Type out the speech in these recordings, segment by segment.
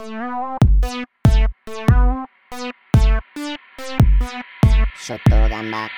Sottogamba.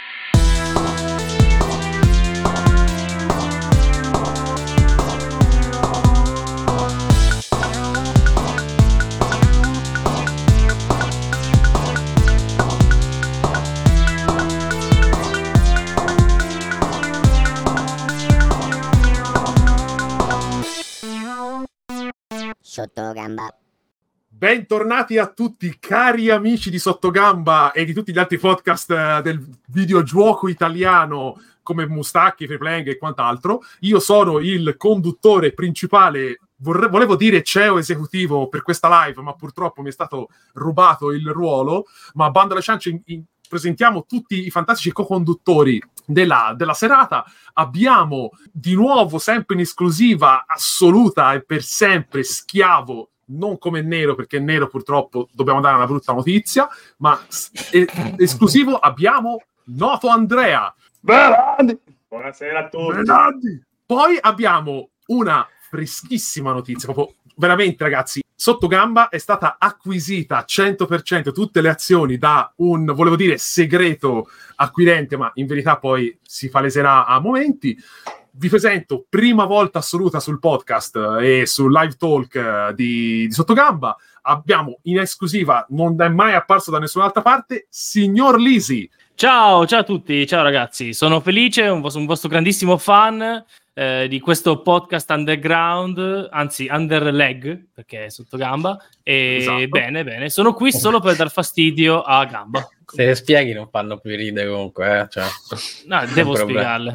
Sottogamba. Bentornati a tutti cari amici di Sottogamba e di tutti gli altri podcast del videogioco italiano come Mustacchi, Freeplaying e quant'altro. Io sono il conduttore principale, volevo dire CEO esecutivo per questa live, ma purtroppo mi è stato rubato il ruolo, ma bando alle ciance, presentiamo tutti i fantastici co-conduttori della serata. Abbiamo di nuovo, sempre in esclusiva assoluta e per sempre, Schiavo, non come Nero, perché Nero purtroppo dobbiamo dare una brutta notizia, ma esclusivo abbiamo Noto Andrea. Buonasera a tutti. Benandi. Poi abbiamo una freschissima notizia, proprio veramente ragazzi, Sottogamba è stata acquisita 100% tutte le azioni da un, volevo dire, segreto acquirente, ma in verità poi si paleserà a momenti. Vi presento, prima volta assoluta sul podcast e sul live talk di Sottogamba, abbiamo in esclusiva, non è mai apparso da nessun'altra parte, signor Lisi. Ciao a tutti, ciao ragazzi, sono felice, un vostro grandissimo fan di questo podcast underground, anzi underleg, perché è Sottogamba, e esatto. Bene, sono qui solo per dar fastidio a Gamba. Se le spieghi non fanno più ridere comunque, cioè. No, devo spiegarle.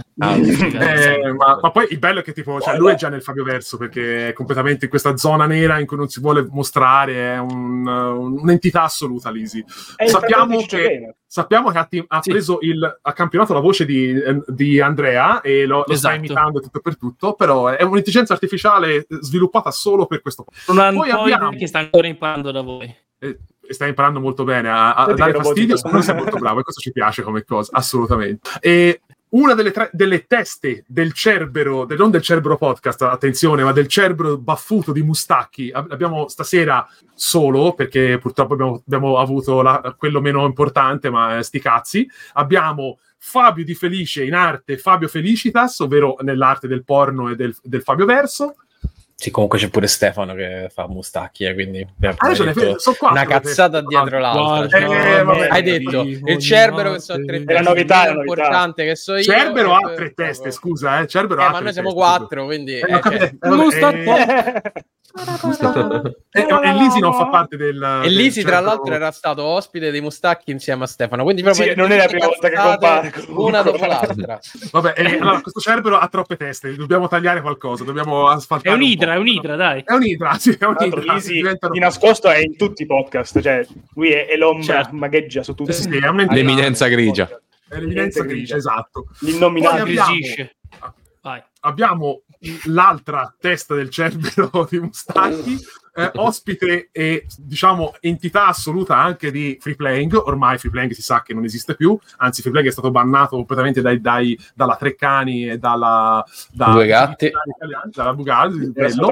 Ma poi il bello è che tipo, cioè, lui è già nel Fabio Verso, perché è completamente in questa zona nera in cui non si vuole mostrare, è un'entità assoluta, Lisi. Sappiamo che ha preso ha campionato la voce di Andrea e lo sta imitando tutto per tutto, però è un'intelligenza artificiale sviluppata solo per questo. Poi abbiamo che sta ancora imparando da voi. Sta imparando molto bene a dare fastidio, secondo me sei molto bravo e questo ci piace come cosa, assolutamente. E una delle teste del Cerbero, non del Cerbero podcast, attenzione, ma del Cerbero baffuto di Mustacchi, abbiamo stasera solo, perché purtroppo abbiamo avuto quello meno importante, ma sti cazzi, abbiamo Fabio Di Felice in arte, Fabio Felicitas, ovvero nell'arte del porno e del Fabio Verso. Sì, comunque c'è pure Stefano che fa Mustacchi, quindi una cazzata dietro l'altra. Hai detto il Cerbero che so tre è la novità importante che so io. Cerbero ha tre teste, scusa, Cerbero ha ma noi siamo quattro, quindi e Lisi non fa parte del e Lisi tra l'altro era stato ospite dei Mustacchi insieme a Stefano, quindi proprio non è la prima volta che compare una dopo l'altra. Vabbè, allora questo Cerbero ha troppe teste, dobbiamo tagliare qualcosa, dobbiamo asfaltare. È un'idra, dai. È un'idra, sì, è un'idra. Lisi di nascosto è in tutti i podcast, cioè lui è l'ombra, magheggia su tutti. Sì, è l'eminenza grigia. È l'eminenza grigia, esatto. L'innominato. Abbiamo l'altra testa del Cerbero di Mustacchi, ospite e diciamo entità assoluta anche di Freeplaying. Ormai Freeplaying si sa che non esiste più, anzi Freeplaying è stato bannato completamente dalla Treccani e dalla Bugatti, dalla Bugatti,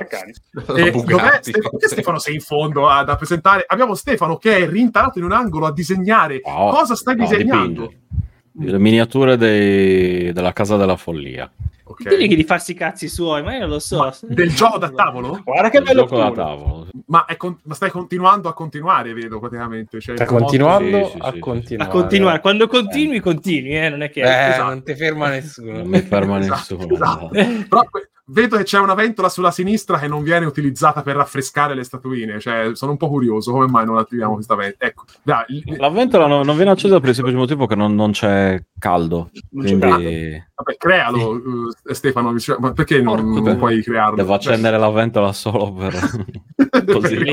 perché Stefano sei in fondo da presentare? Abbiamo Stefano che è rintanato in un angolo a disegnare. Cosa stai disegnando? Le miniature della Casa della Follia. Okay. Digli di farsi i cazzi suoi, ma io non lo so. Del gioco da tavolo? Guarda che bello gioco da tavolo. Ma stai continuando a continuare, vedo praticamente. Cioè, sta continuando sì. a continuare. Quando continui, non è che esatto. Non ti ferma nessuno. Non mi ferma nessuno. Esatto. Però vedo che c'è una ventola sulla sinistra che non viene utilizzata per raffrescare le statuine. Cioè, sono un po' curioso come mai non attiviamo questa ventola. Ecco, la ventola non viene accesa per il semplice motivo che non c'è caldo. Quindi... Vabbè, crealo, Stefano. Ma perché non puoi crearlo? Devo accendere la ventola solo per così.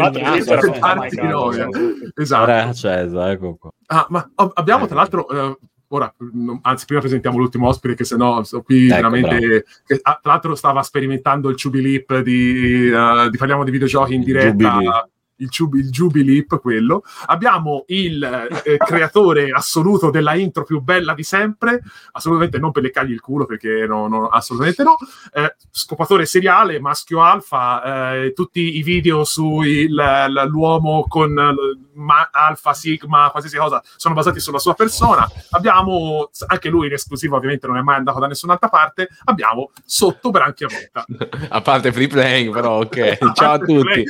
Esatto. È accesa, ecco qua. Ma abbiamo tra l'altro... ora, anzi, prima presentiamo l'ultimo ospite, che sennò qui veramente... tra l'altro stava sperimentando il Chubilip di parliamo di videogiochi in diretta. il Jubilip, quello. Abbiamo il creatore assoluto della intro più bella di sempre, assolutamente non per leccargli il culo, perché assolutamente no. Scopatore seriale, maschio alfa, tutti i video sull'uomo con alfa, sigma, qualsiasi cosa, sono basati sulla sua persona. Abbiamo, anche lui in esclusiva, ovviamente non è mai andato da nessun'altra parte, abbiamo sotto Branchiamenta. A parte Free Playing, però ok. Ciao a tutti.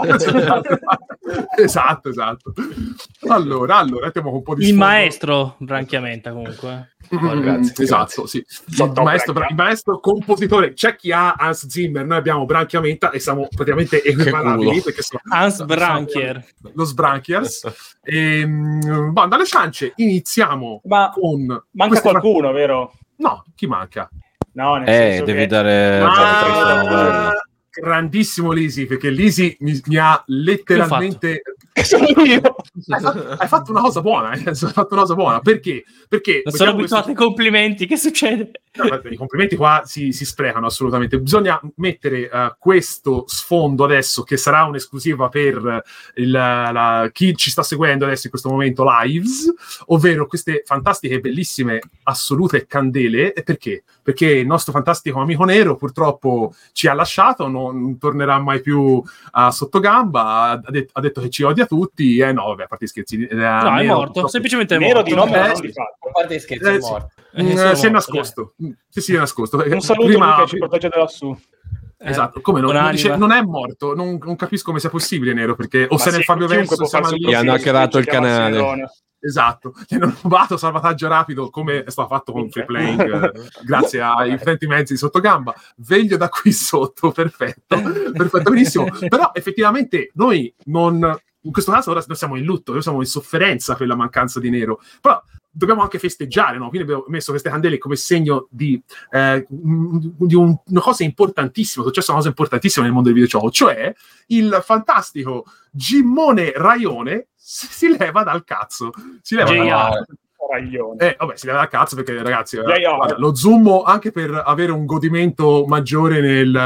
Esatto. Allora, mettiamo un po' di il sfondo. maestro Branchiamenta, comunque. Grazie. Esatto, sì. Il maestro compositore. C'è chi ha Hans Zimmer, noi abbiamo Branchiamenta e siamo praticamente equiparabili, perché Hans Branchier. Lo Sbranchiers. Dalle ciance iniziamo con... Manca qualcuno, vero? No, chi manca? No, nel senso devi che... dare... grandissimo Lisi, perché Lisi mi ha letteralmente... Hai fatto una cosa buona, perché non sono abituato ai complimenti, che succede? I complimenti qua si sprecano assolutamente. Bisogna mettere questo sfondo adesso, che sarà un'esclusiva per chi ci sta seguendo adesso in questo momento lives, ovvero queste fantastiche, bellissime, assolute candele. Perché? Perché il nostro fantastico amico Nero purtroppo ci ha lasciato, non tornerà mai più a Sottogamba, ha detto che ci odia tutti. No, vabbè, a parte i scherzi. No, è morto, semplicemente è Nero morto. di nome a parte i scherzi, è morto. Si è nascosto. Si è nascosto. Un saluto prima... che ci protegge da lassù. Esatto, come non è morto, non capisco come sia possibile Nero, perché o se nel Fabio Verso gli hanno hackerato il canale. Esatto, gli hanno rubato salvataggio rapido, come è stato fatto con Free Playing, grazie ai potenti mezzi di Sottogamba. Veglio da qui sotto, perfetto, benissimo. Però effettivamente noi in questo caso ora noi siamo in lutto, noi siamo in sofferenza per la mancanza di Nero, però dobbiamo anche festeggiare, no? Quindi abbiamo messo queste candele come segno di una cosa importantissima, è successa una cosa importantissima nel mondo del videogioco, cioè il fantastico Gimmone Raione si leva dal cazzo. Si leva si leva dal cazzo perché, ragazzi, guarda, lo zoom anche per avere un godimento maggiore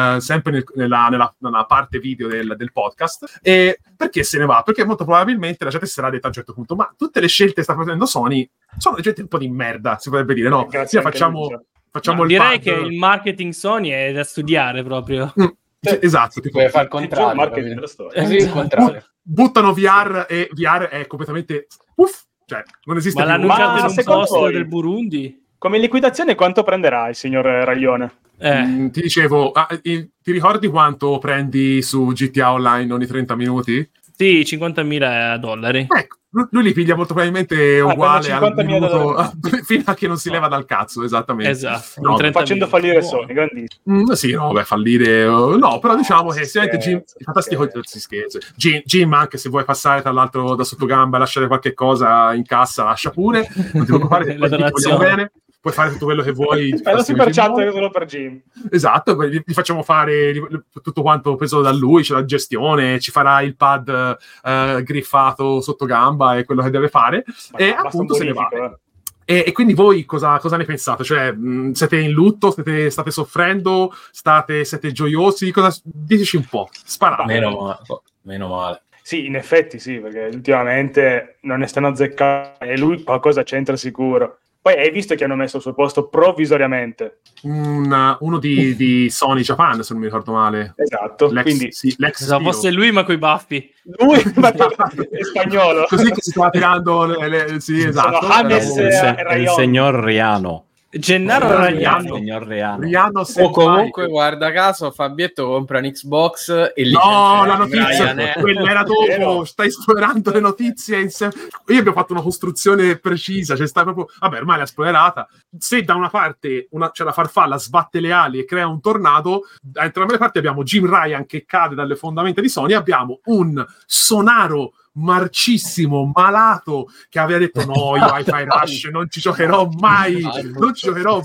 nella parte video del podcast. E perché se ne va? Perché molto probabilmente la gente si sarà detta a un certo punto: ma tutte le scelte che sta facendo Sony sono gente un po' di merda, si potrebbe dire, no? Facciamo direi che il marketing Sony è da studiare proprio. Esatto, puoi fare il contrario. Buttano VR e VR è completamente cioè non esiste. Ma l'hanno annunciato in un post del Burundi. Come liquidazione quanto prenderà il signor Raglione? Ti dicevo, ti ricordi quanto prendi su GTA Online ogni 30 minuti? Sì, $50,000. Ecco, lui li piglia molto probabilmente uguale al minuto fino a che non si leva dal cazzo, esattamente. Esatto. No, facendo fallire Sony, grandissimo. Sì, no, fallire... no, però diciamo che Jim, fantastico, si scherza. Jim, anche se vuoi passare tra l'altro da Sottogamba e lasciare qualche cosa in cassa, lascia pure. Non ti preoccupare, vogliamo bene. Puoi fare tutto quello che vuoi. È la super chat solo per Jim. Esatto, gli facciamo fare tutto quanto preso da lui, c'è la gestione, ci farà il pad griffato Sottogamba e quello che deve fare. E appunto se ne va. E quindi voi cosa ne pensate? Cioè, siete in lutto? State soffrendo? Siete gioiosi? Diteci un po'. Sparate. Meno male. Sì, in effetti sì, perché ultimamente non ne stanno azzeccando e lui qualcosa c'entra sicuro. Poi hai visto che hanno messo al suo posto provvisoriamente uno di Sony Japan, se non mi ricordo male. Esatto, quindi fosse lui ma coi baffi. Lui ma è spagnolo. Così che si stava tirando sì, esatto. Il signor Riano. Gennaro Ragliano. O comunque, guarda caso, Fabietto compra un Xbox e no, la notizia quella era dopo. Stai esplorando le notizie insieme. Io abbiamo fatto una costruzione precisa, cioè sta proprio, vabbè, ormai l'ha esplorata. Se da una parte c'è la farfalla, sbatte le ali e crea un tornado, da entrambe le parti abbiamo Jim Ryan che cade dalle fondamenta di Sony, abbiamo un sonaro marcissimo, malato, che aveva detto no, io Hi-Fi Rush non ci giocherò mai,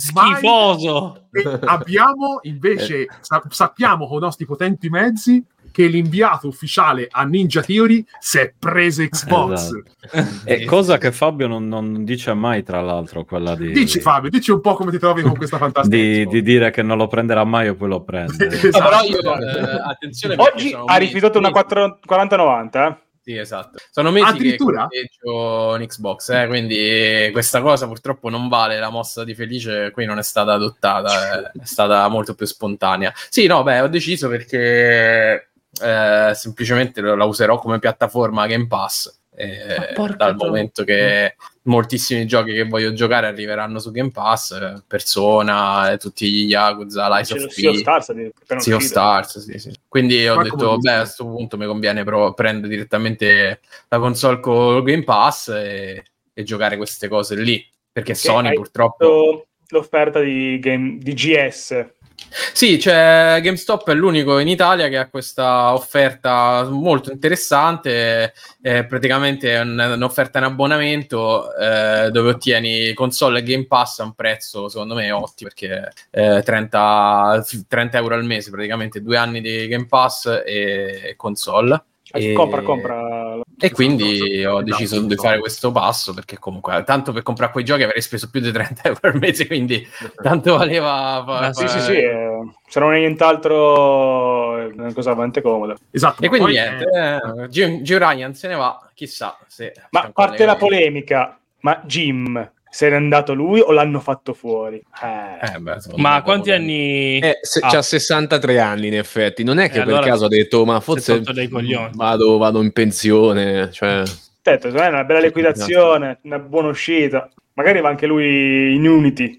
schifoso. E abbiamo invece sappiamo con i nostri potenti mezzi che l'inviato ufficiale a Ninja Theory si è preso Xbox. È cosa che Fabio non dice mai, tra l'altro, quella di... Dici Fabio, dici un po' come ti trovi con questa fantastica di dire che non lo prenderà mai e poi lo prende. Esatto. Però io, attenzione, Oggi ha rifiutato una 4090, eh? Sì, esatto. Sono mesi che Addirittura? conteggio un Xbox, quindi questa cosa purtroppo non vale. La mossa di Felice qui non è stata adottata, è stata molto più spontanea. Sì, no, beh, ho deciso perché semplicemente la userò come piattaforma Game Pass. Dal momento che moltissimi giochi che voglio giocare arriveranno su Game Pass, Persona, tutti gli Yakuza, Lies of P, Sea of Stars, sì. Quindi ho detto, beh, a questo punto mi conviene prendere direttamente la console con Game Pass e giocare queste cose lì, perché Sony purtroppo l'offerta di GS. Sì, cioè GameStop è l'unico in Italia che ha questa offerta molto interessante, praticamente è un'offerta in abbonamento dove ottieni console e Game Pass a un prezzo secondo me ottimo, perché 30 euro al mese, praticamente 2 anni di Game Pass e console. Compra. E quindi ho deciso di fare questo passo, perché comunque tanto per comprare quei giochi avrei speso più di 30 euro al mese, quindi tanto valeva sì, se non è nient'altro è una cosa veramente comoda. Esatto. E quindi niente, Jim Ryan se ne va, chissà se... Ma a parte la polemica, ma Jim se n'è andato lui o l'hanno fatto fuori? Ma quanti anni c'ha 63 anni in effetti, non è che per allora caso ha detto ma forse vado in pensione, cioè certo, è una bella liquidazione, una buona uscita, magari va anche lui in Unity.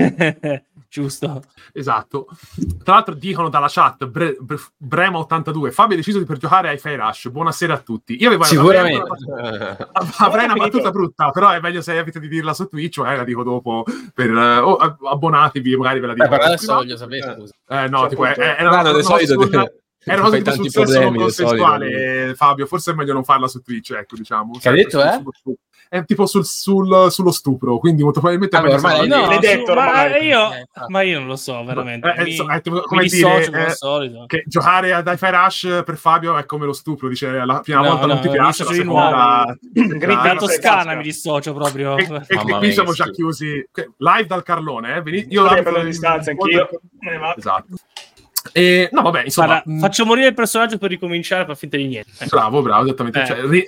Giusto, esatto. Tra l'altro dicono dalla chat Brema82 Fabio ha deciso di per giocare ai Fire Rush, buonasera a tutti. Io avevo sicuramente avrei una battuta brutta, però è meglio se evito di dirla su Twitch, la dico dopo per abbonatevi, magari ve la dico. Però adesso voglio sapere, no, tipo era una cosa tipo sul sesso consensuale, Fabio, forse è meglio non farla su Twitch, ecco, diciamo. Che ha detto, È tipo sullo stupro, quindi molto probabilmente ma io non lo so veramente. Come dire, che giocare a Fire Rush per Fabio è come lo stupro, dice la prima volta non ti piace, la seconda la Toscana mi dissocio proprio. E qui siamo già chiusi live dal Carlone, io la prendo a distanza anch'io. Esatto. No, vabbè, insomma, faccio morire il personaggio per ricominciare, per finta di niente. Bravo, esattamente.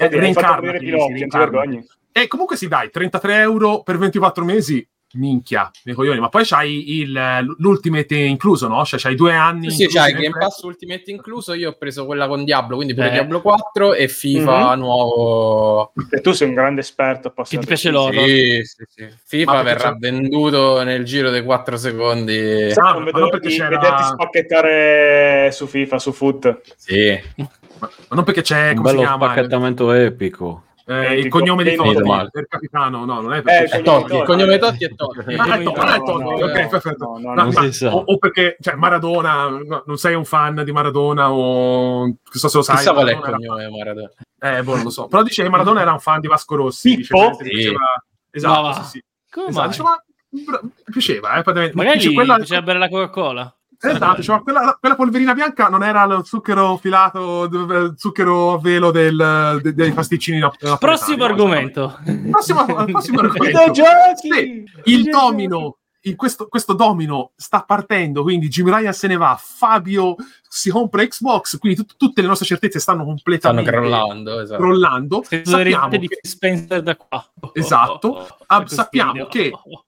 E comunque sì, dai, 33 euro per 24 mesi, minchia, nei coglioni. Ma poi c'hai l'Ultimate incluso, no? Cioè c'hai 2 anni. Sì, c'hai il Game Pass Ultimate incluso. Io ho preso quella con Diablo, quindi per Diablo 4 e FIFA nuovo. E tu sei un grande esperto. Che ti piace l'oro? Sì. FIFA verrà venduto nel giro dei 4 secondi. Non vedo vederti spacchettare su FIFA, su Foot. Sì. Ma non perché c'è un bello spacchettamento epico. Il cognome di Totti per capitano, no, non è Totti. Il cognome Totti è Totti. Ok, perfetto. O perché, cioè, Maradona, non sei un fan di Maradona o chissà se lo sai. Chissà qual è il cognome Maradona. Non lo so. Però dice che Maradona era un fan di Vasco Rossi. Esatto, sì. Come piaceva, magari piaceva bere la Coca-Cola. Esatto, cioè, quella polverina bianca non era lo zucchero filato, zucchero a velo dei pasticcini napoletani. Prossimo argomento. Prossimo argomento. Sì, il domino. Questo domino sta partendo, quindi Jim Ryan se ne va, Fabio si compra Xbox, quindi tutte le nostre certezze stanno completamente crollando. Sappiamo di Spencer da qua. Esatto. Sappiamo che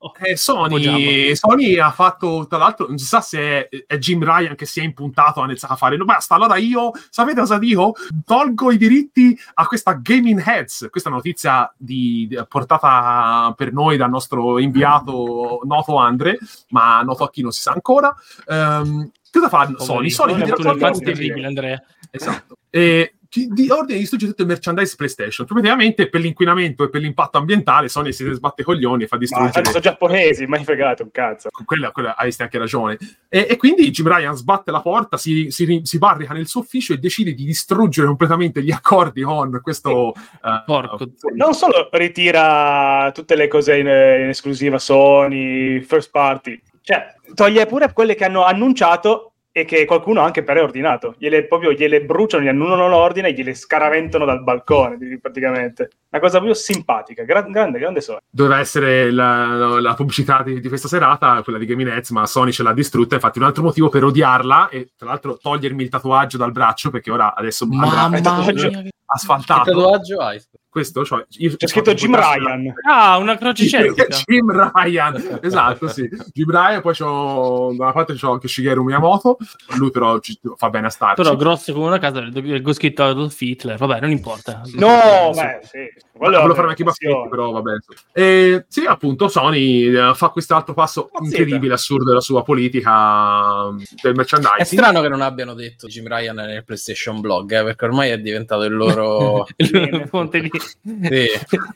Sony ha fatto, tra l'altro, non si sa se è Jim Ryan che si è impuntato, ha iniziato a fare basta, allora io, sapete cosa dico? Tolgo i diritti a questa Gaming Heads. Questa è una notizia portata per noi dal nostro inviato noto Andre, ma noto a chi non si sa ancora. Cosa fa Sony? Sony terribile, Andrea. Esatto. Di ordine di distruggere tutto il merchandise PlayStation. Praticamente per l'inquinamento e per l'impatto ambientale Sony si sbatte i coglioni e fa distruggere. Sono giapponesi, mai fregato un cazzo. Quella avete anche ragione. E quindi Jim Ryan sbatte la porta, si barrica nel suo ufficio e decide di distruggere completamente gli accordi con questo. Non solo ritira tutte le cose in esclusiva Sony, first party, cioè toglie pure quelle che hanno annunciato e che qualcuno ha anche preordinato. Gliele bruciano, gli annullano l'ordine e gliele scaraventano dal balcone, praticamente. Una cosa proprio simpatica, grande Sony. Doveva essere la pubblicità di questa serata, quella di Gaming Heads, ma Sony ce l'ha distrutta. Infatti un altro motivo per odiarla e tra l'altro togliermi il tatuaggio dal braccio, perché ora adesso andrà asfaltato. Che tatuaggio hai? Questo, c'è scritto Jim Ryan. Una croce celtica. Jim Ryan, esatto, sì. Jim Ryan, poi da una parte c'ho anche Shigeru Miyamoto, lui però fa bene a starci. Però grosso come una casa, il scritto Adolf Hitler, vabbè, non importa. No, beh, sì. Volevo fare anche i baffetti, però vabbè. Sì, appunto, Sony fa quest'altro passo incredibile, assurdo della sua politica del merchandising. È strano che non abbiano detto Jim Ryan nel PlayStation Blog, perché ormai è diventato il loro fonte di... Sì.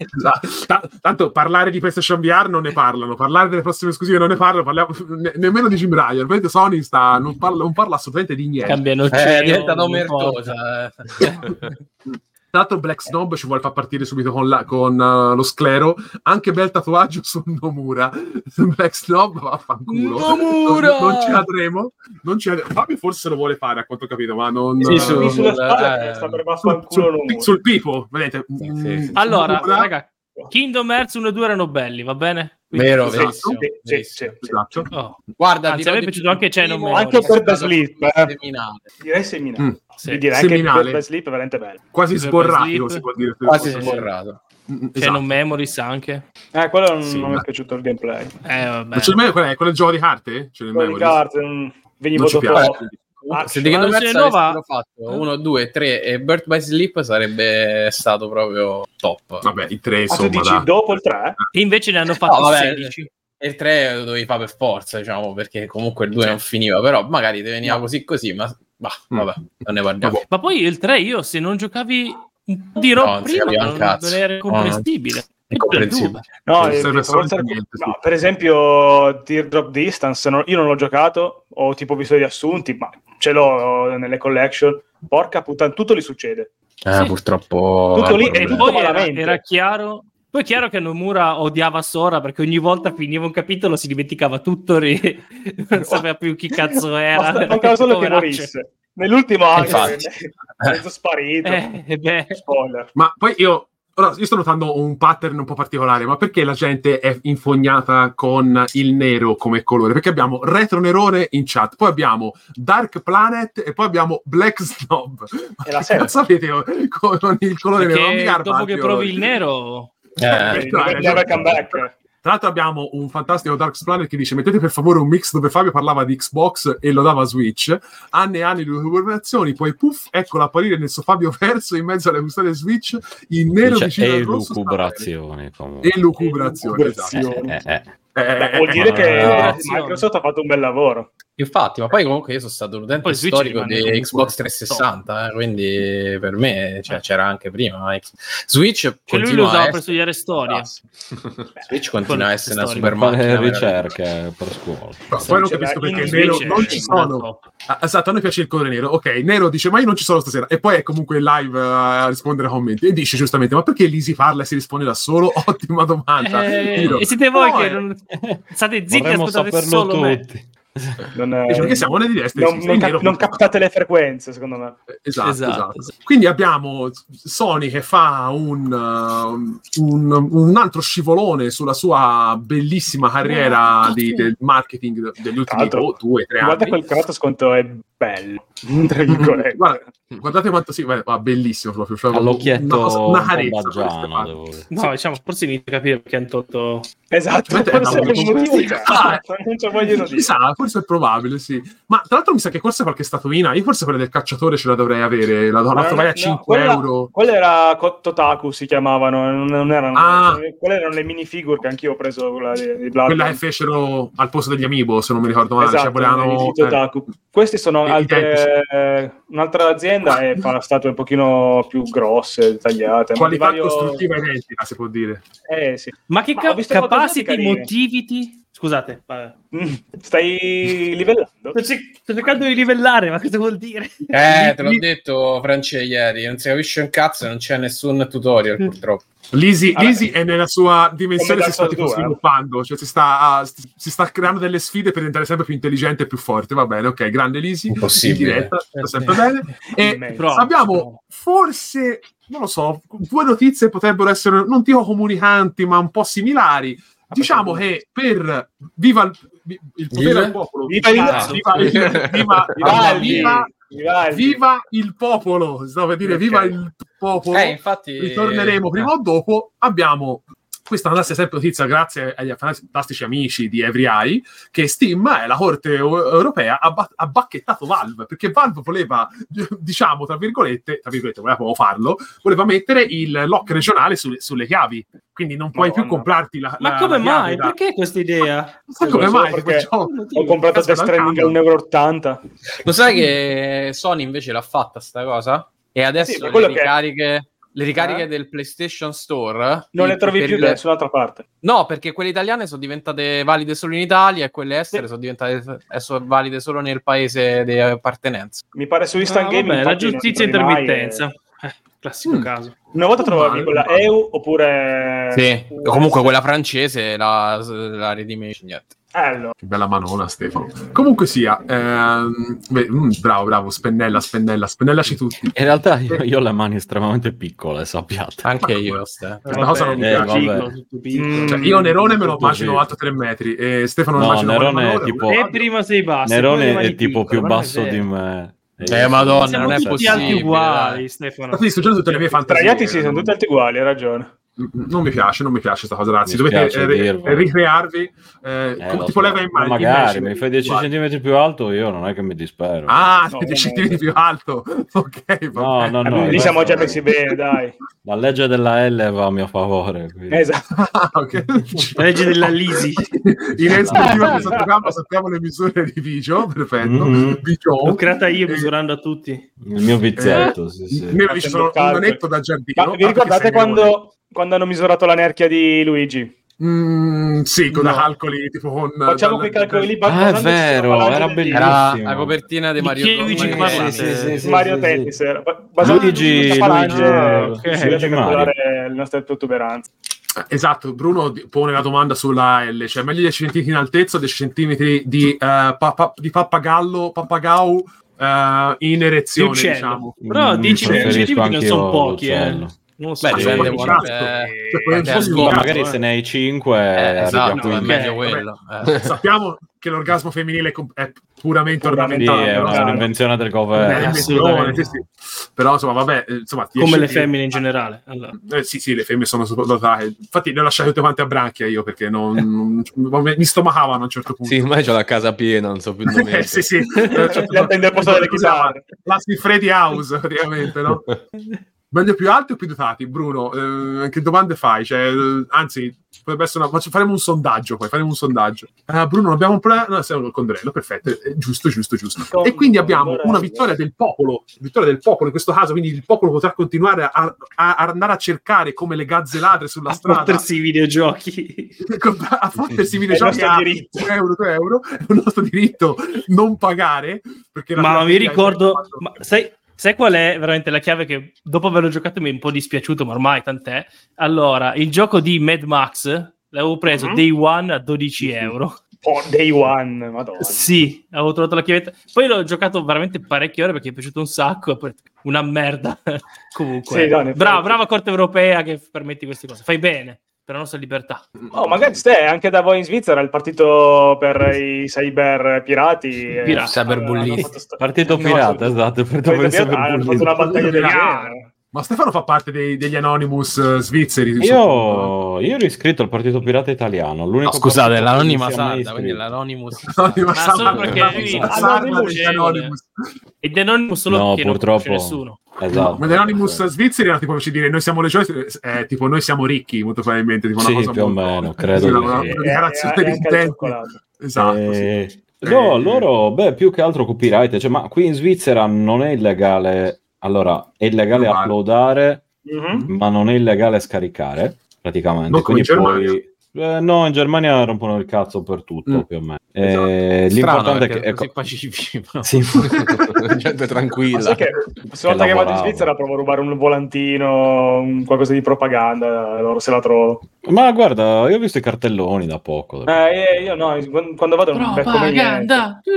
Tanto parlare di PlayStation VR non ne parlano, parlare delle prossime esclusive non ne parlano, nemmeno di Jim Ryan. Vedete, Sony non parla assolutamente di niente. Cambiano è diventata omertosa. Tra l'altro Black Snob ci vuole far partire subito con lo sclero, anche bel tatuaggio su Nomura. Black Snob, vaffanculo. Nomura! Non ci andremo. Fabio forse lo vuole fare, a quanto ho capito, ma non... Sì, sulla spalla sta per vaffanculo Nomura. Sul pipo, vedete. Sì. Allora, raga, Kingdom Hearts 1 e 2 erano belli, va bene? Vero, Esatto. esatto. Oh. Guarda, anzi, a me è piaciuto anche Xenomemory. Anche per The Sleep. Seminale. Direi seminale. Sì. Direi anche per The Sleep è veramente bello. Quasi sborrato, si può dire. Quasi sborrato. Xenomemories anche. Quello non mi è piaciuto il gameplay. Vabbè. Qual è il gioco di carte? Quello di carte, venivo dopo... Se di Kingdom Hearts avessero fatto 1, 2, 3 e Birth by Sleep sarebbe stato proprio top. Vabbè, il 3 insomma. Tu dici dopo il 3? E invece ne hanno fatto 16. E il 3 lo dovevi fare per forza, diciamo, perché comunque il 2 non finiva, però magari ti veniva così, ma vabbè, non ne parliamo. Ma poi il 3 io, se non giocavi un po' di roba prima, non era comprensibile. Incomprensibile. Per esempio Teardrop Distance io non l'ho giocato, ho tipo visto gli assunti, ma ce l'ho nelle collection. Porca puttana, tutto lì succede. Purtroppo tutto lì e poi era chiaro. Poi è chiaro che Nomura odiava Sora, perché ogni volta finiva un capitolo si dimenticava tutto, non sapeva più chi cazzo era. Mancava solo che morisse. Nell'ultimo anno è mezzo sparito. Spoiler. Ma poi io sto notando un pattern un po' particolare, ma perché la gente è infognata con il nero come colore? Perché abbiamo Retro Nerone in chat, poi abbiamo Dark Planet e poi abbiamo Black Snob. E la serie. Sapete con il colore nero? Dopo che provi il nero... never come back. Tra l'altro abbiamo un fantastico Dark Planet che dice: mettete per favore un mix dove Fabio parlava di Xbox e lo dava a Switch, anni e anni di lucubrazioni, poi puff, eccola apparire nel suo Fabio verso in mezzo alle custode Switch in nero vicino al rosso. E lucubrazioni, esatto. Vuol dire che Microsoft ha fatto un bel lavoro. Infatti, ma poi comunque io sono stato un utente storico di Xbox 360, quindi per me c'era anche prima. Switch lui lo usava per studiare storia. Switch continua a essere una super macchina. Ricerche per scuola. Poi non capisco perché il nero non ci sono. Esatto, a noi piace il colore nero. Ok, nero dice: ma io non ci sono stasera. E poi è comunque live a rispondere ai commenti. E dice giustamente: ma perché lì si parla e si risponde da solo? Ottima domanda. E siete voi che non state zitti e ascoltate solo me. Perché siamo nelle destre, non captate le frequenze, secondo me. Esatto. Quindi abbiamo Sony che fa un altro scivolone sulla sua bellissima carriera del marketing degli ultimi 2 o 3 anni. Guarda quel crotto sconto, è bello. Guardate quanto bellissimo proprio. All'occhietto una carezza. No, diciamo, forse inizio a capire perché hanno tolto. Esatto, non c'è vogliono dire. Forse è probabile, sì. Ma tra l'altro mi sa che forse qualche statuina, io forse quella del cacciatore ce la dovrei avere, la trovai a 5 euro. Quella era Kototaku, si chiamavano, non erano quelle erano le minifigure che anch'io ho preso, quella di Blood. Quella che fecero al posto degli Amiibo, se non mi ricordo male. Esatto, Kototaku. Questi sono un'altra azienda e fa statue un pochino più grosse, tagliate. Qualità costruttiva identica, si può dire. Sì. Ma che capacity motivity? Scusate, vabbè. Stai livellando? Sto cercando di livellare, ma cosa vuol dire? Te l'ho detto, France, ieri, non si capisce un cazzo e non c'è nessun tutorial, purtroppo. Lisi è nella sua dimensione, si sta tipo 2, sviluppando, cioè si sta creando delle sfide per diventare sempre più intelligente e più forte. Va bene, ok, grande Lisi, Impossibile. in diretta, sta sempre bene. E abbiamo forse, non lo so, due notizie potrebbero essere, non dico comunicanti, ma un po' simili. Diciamo che per viva il potere al popolo, viva il popolo, stavo per dire viva il popolo, infatti, ritorneremo prima o dopo. Abbiamo questa fantastica sempre notizia grazie agli fantastici amici di Every Eye, che Steam e la Corte Europea ha bacchettato Valve, perché Valve voleva, diciamo, tra virgolette, voleva proprio farlo, voleva mettere il lock regionale sulle chiavi, quindi non puoi più comprarti la ma come mai? Perché questa idea? Come mai? Perché ho comprato Death Stranding a €1,80. Lo sai che Sony invece l'ha fatta sta cosa? E adesso Sì, le ricariche del PlayStation Store non le trovi più da nessun'altra parte. No, perché quelle italiane sono diventate valide solo in Italia e quelle estere sono diventate valide solo nel paese di appartenenza. Mi pare su Instant Gaming la giustizia intermittenza. Classico caso. Una volta trovavi quella EU oppure comunque quella francese la redimation, niente. Allora. Che bella manona, Stefano. Comunque sia, bravo, spennellaci tutti. In realtà io ho le mani estremamente piccole, sappiate. Anche io, Questa cosa non mi piace. Cioè, io Nerone me lo immagino alto 3 metri e Stefano no, Nerone è tipo... E prima sei basso. Nerone è tipo più basso di me. Madonna, siamo non è tutti possibile. alti uguali, Stefano. Sto dicendo tutte le mie fantasie. Ragazzi, sì, sono tutti alti uguali, hai ragione. Non mi piace questa cosa, ragazzi. Dovete ricrearvi tipo leva in mano. Magari mi fai 10 centimetri più alto, io non è che mi dispero. 10 centimetri più alto. Ok, no. Lì siamo già messi bene, dai. La legge della L va a mio favore. Quindi. Esatto. Okay. La legge della Lisi. In esclusiva sappiamo le misure di Vigio, perfetto. L'ho creata io misurando a tutti. Il mio vizetto, sì. Io ci sono un netto da giardino. Ma vi ricordate quando hanno misurato la nerchia di Luigi? Sì, con calcoli tipo con... Facciamo quei calcoli lì. È vero, era bellissimo. Era la copertina di Mario Tennis. Luigi calcolare le nostre protuberanze. Esatto, Bruno pone la domanda sulla L, cioè meglio 10 cm in altezza o 10 cm di pappagao in erezione, diciamo. Però 10 cm non sono pochi, Non so. Magari se ne hai 5 esatto, è meglio quello. Sappiamo che l'orgasmo femminile è puramente ornamentale, è un'invenzione del governo. Però insomma, come le femmine in generale. Allora. Sì, le femmine sono sottodotate. Infatti le ho lasciate tutte quante a branchia io perché mi stomacavano a un certo punto. Sì, ormai c'ho la casa piena, non so più dove. sì. Prende il posto delle chitarre. La Freddy House, praticamente, no? Meglio più alti o più dotati? Bruno, che domande fai? Cioè, anzi, potrebbe essere faremo un sondaggio poi, Bruno, non abbiamo un problema? No, siamo col Condrello, perfetto, giusto. E quindi abbiamo una vittoria del popolo in questo caso, quindi il popolo potrà continuare a andare a cercare come le gazze ladre sulla strada. A fottersi i videogiochi. A fottersi i videogiochi a 2 euro, è un nostro diritto non pagare. Perché ma mi ricordo, sai qual è veramente la chiave che dopo averlo giocato mi è un po' dispiaciuto, ma ormai tant'è? Allora, il gioco di Mad Max l'avevo preso Day One a 12 euro. Day One, madonna. Sì, avevo trovato la chiavetta. Poi l'ho giocato veramente parecchie ore perché mi è piaciuto un sacco. E poi una merda. Comunque, brava Corte Europea che permetti queste cose. Fai bene per la nostra libertà. Magari anche da voi in Svizzera il partito per i cyber pirati. Cyberbullisti. Partito pirata, esatto. Hanno fatto una battaglia del genere. Ma Stefano fa parte degli Anonymous svizzeri. Io ero iscritto al Partito Pirata Italiano. No, scusate, l'anonima sarda, quindi l'Anonymous. Solo perché e The Anonymous solo perché purtroppo non conosce nessuno. Esatto. Ma gli Anonymous svizzeri era tipo dire noi siamo legioni, tipo noi siamo ricchi, molto probabilmente. Tipo una cosa più o meno, credo. Una dichiarazione di intenti. Esatto. Loro, più che altro copyright, cioè, ma qui in Svizzera non è illegale. Allora, è illegale uploadare, ma non è illegale scaricare, praticamente. Non quindi come in Germania. No, in Germania rompono il cazzo per tutto, più o meno. L'importante è che è così pacifici. Sì. Gente tranquilla. Ma sai che la prossima volta che vado in Svizzera provo a rubare un volantino, qualcosa di propaganda, loro se la trovo. Ma guarda, io ho visto i cartelloni da poco. Io no, quando vado non becco mai niente.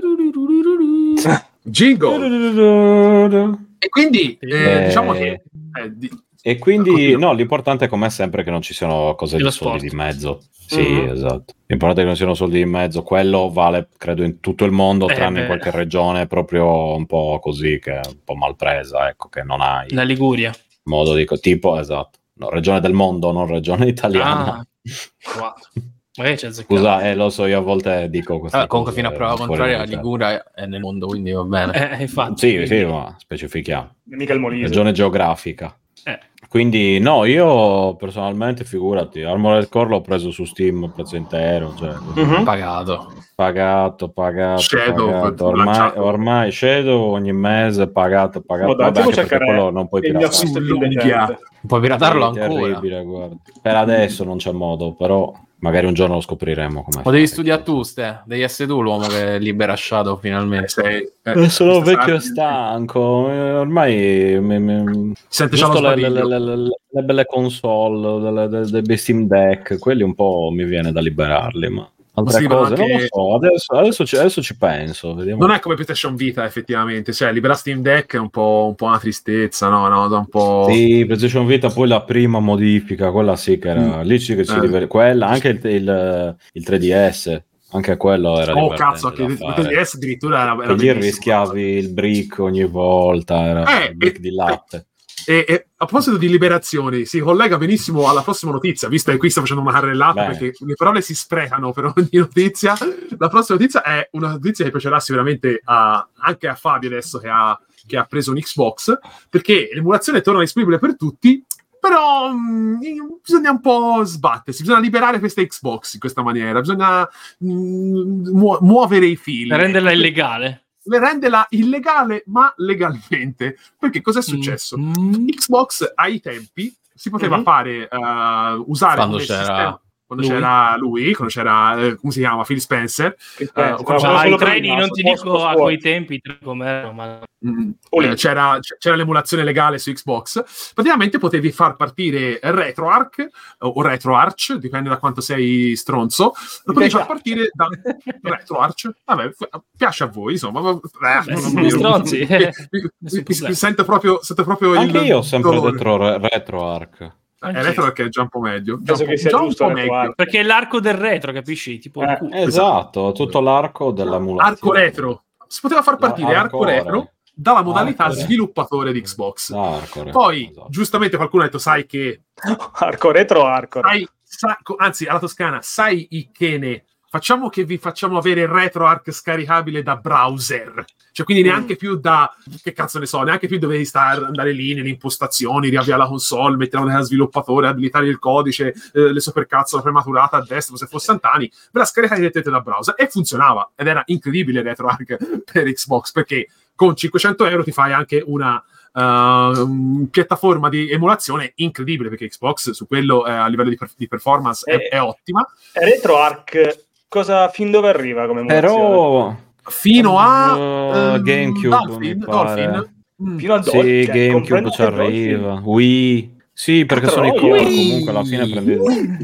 Jingle! E quindi diciamo che... E quindi, no, l'importante come sempre è che non ci siano cose di soldi sport. di mezzo. Sì, esatto. L'importante è che non siano soldi di mezzo. Quello vale, credo, in tutto il mondo, tranne in qualche regione proprio un po' così, che è un po' mal presa, ecco, che non hai... La Liguria. Modo di... tipo, esatto. No, regione del mondo, non regione italiana. Wow. C'è Scusa, lo so, io a volte dico questa comunque fino a prova contraria la Liguria è nel mondo, quindi va bene. Infatti. Sì, ma specifichiamo. Mica il Molise. Regione geografica. Quindi no, io personalmente, figurati, Armored Core l'ho preso su Steam a prezzo intero, cioè, Pagato. Shadow, ormai Shadow ogni mese pagato. Vabbè, anche perché quello non puoi piratarlo. Puoi piratarlo ancora. Terribile, guarda. Per adesso non c'è modo, però magari un giorno lo scopriremo. Ma devi studiare tu, devi essere tu l'uomo che libera Shadow finalmente. Sono vecchio e stanco, ormai sente le belle console dei Steam Deck, quelli un po' mi viene da liberarli, ma altre cose non lo so, adesso ci penso, vediamo. Non è come PlayStation Vita effettivamente, cioè liberare Steam Deck è un po' una tristezza, no, da un po'... Sì, PlayStation Vita poi la prima modifica, quella sì che era, lì sì che ci quella, anche il 3DS, anche quello era divertente. Cazzo, anche il 3DS addirittura era lì rischiavi il brick ogni volta, era il brick di latte. E a proposito di liberazioni, si collega benissimo alla prossima notizia, visto che qui sto facendo una carrellata perché le parole si sprecano per ogni notizia. La prossima notizia è una notizia che piacerà sicuramente anche a Fabio adesso che ha preso un Xbox, perché l'emulazione torna disponibile per tutti, però bisogna un po' sbattersi, bisogna liberare questa Xbox in questa maniera, bisogna muovere i fili. Renderla illegale. Renderla illegale ma legalmente, perché cosa è successo? Xbox ai tempi si poteva fare usare quando c'era lui, quando c'era come si chiama, Phil Spencer, i treni non ti dico a quei tempi com'era, ma c'era l'emulazione legale su Xbox. Praticamente potevi far partire RetroArch o RetroArch, dipende da quanto sei stronzo, lo potevi far partire da RetroArch. Vabbè, piace a voi, insomma. Stronzi. Sento proprio anche io ho sempre detto RetroArch. RetroArch è già un po' meglio. Penso che sia giusto meglio. Perché è l'arco del retro, capisci? Tipo esatto, tutto l'arco dell'emulazione. Arco retro. Si poteva far partire arco retro dalla modalità sviluppatore di Xbox. Poi, giustamente qualcuno ha detto, sai che... Arco retro. Anzi, alla Toscana, sai Ichene, facciamo che vi facciamo avere RetroArch scaricabile da browser. Cioè, quindi neanche più che cazzo ne so, neanche più dovevi andare lì nelle impostazioni, riavviare la console, mettere la modalità sviluppatore, abilitare il codice, le supercazzole prematurate a destra, se fosse Antani, ve la scaricate direttamente da browser. E funzionava, ed era incredibile RetroArch per Xbox, perché con 500 euro ti fai anche una piattaforma di emulazione incredibile, perché Xbox su quello a livello di performance è ottima. RetroArch fin dove arriva come emulazione? Però fino a GameCube Dolphin. Fino al sì, GameCube ci arriva. Wii. Sì, perché sono i core, comunque alla fine prendi.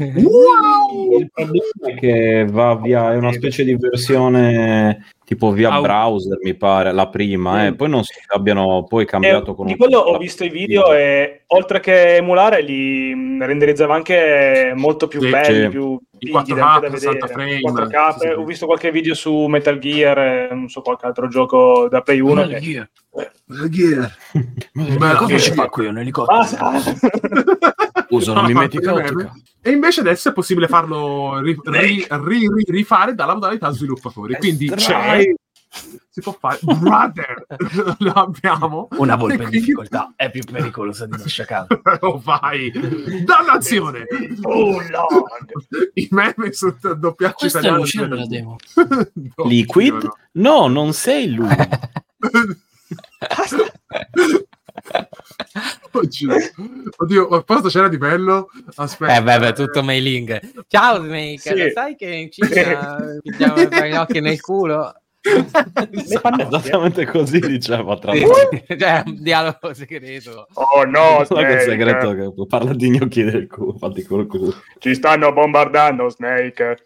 Il problema è che va via, è una specie di versione tipo via browser, mi pare, la prima, poi non si abbiano poi cambiato con di quello ho visto i video e oltre che emulare li renderizzava anche molto più belli, più in 4K, da vedere, 60 frame, 4K. Ho visto qualche video su Metal Gear e non so qualche altro gioco da Play 1 Metal Gear. Cosa ci fa qui un elicottero? Scusa, non mi metti caotica. E invece adesso è possibile farlo rifare dalla modalità sviluppatore. Quindi si può fare brother, lo abbiamo. Una volpe in difficoltà è più pericolosa di uno sciacallo. Oh vai, dannazione. I meme su doppiaccio italiano. La demo. Liquid? No, non sei lui. Oddio, cosa c'era di bello? Aspetta. Beh, tutto mailing. Ciao Snake, Sì. lo sai che in Cina pigliamo i ginocchi nel culo? Esattamente così diceva tra Sì, l'altro. cioè, un dialogo segreto. Oh no, Non so che Snake. segreto che parla di gnocchi del culo, fatti col culo. Ci stanno bombardando, Snake.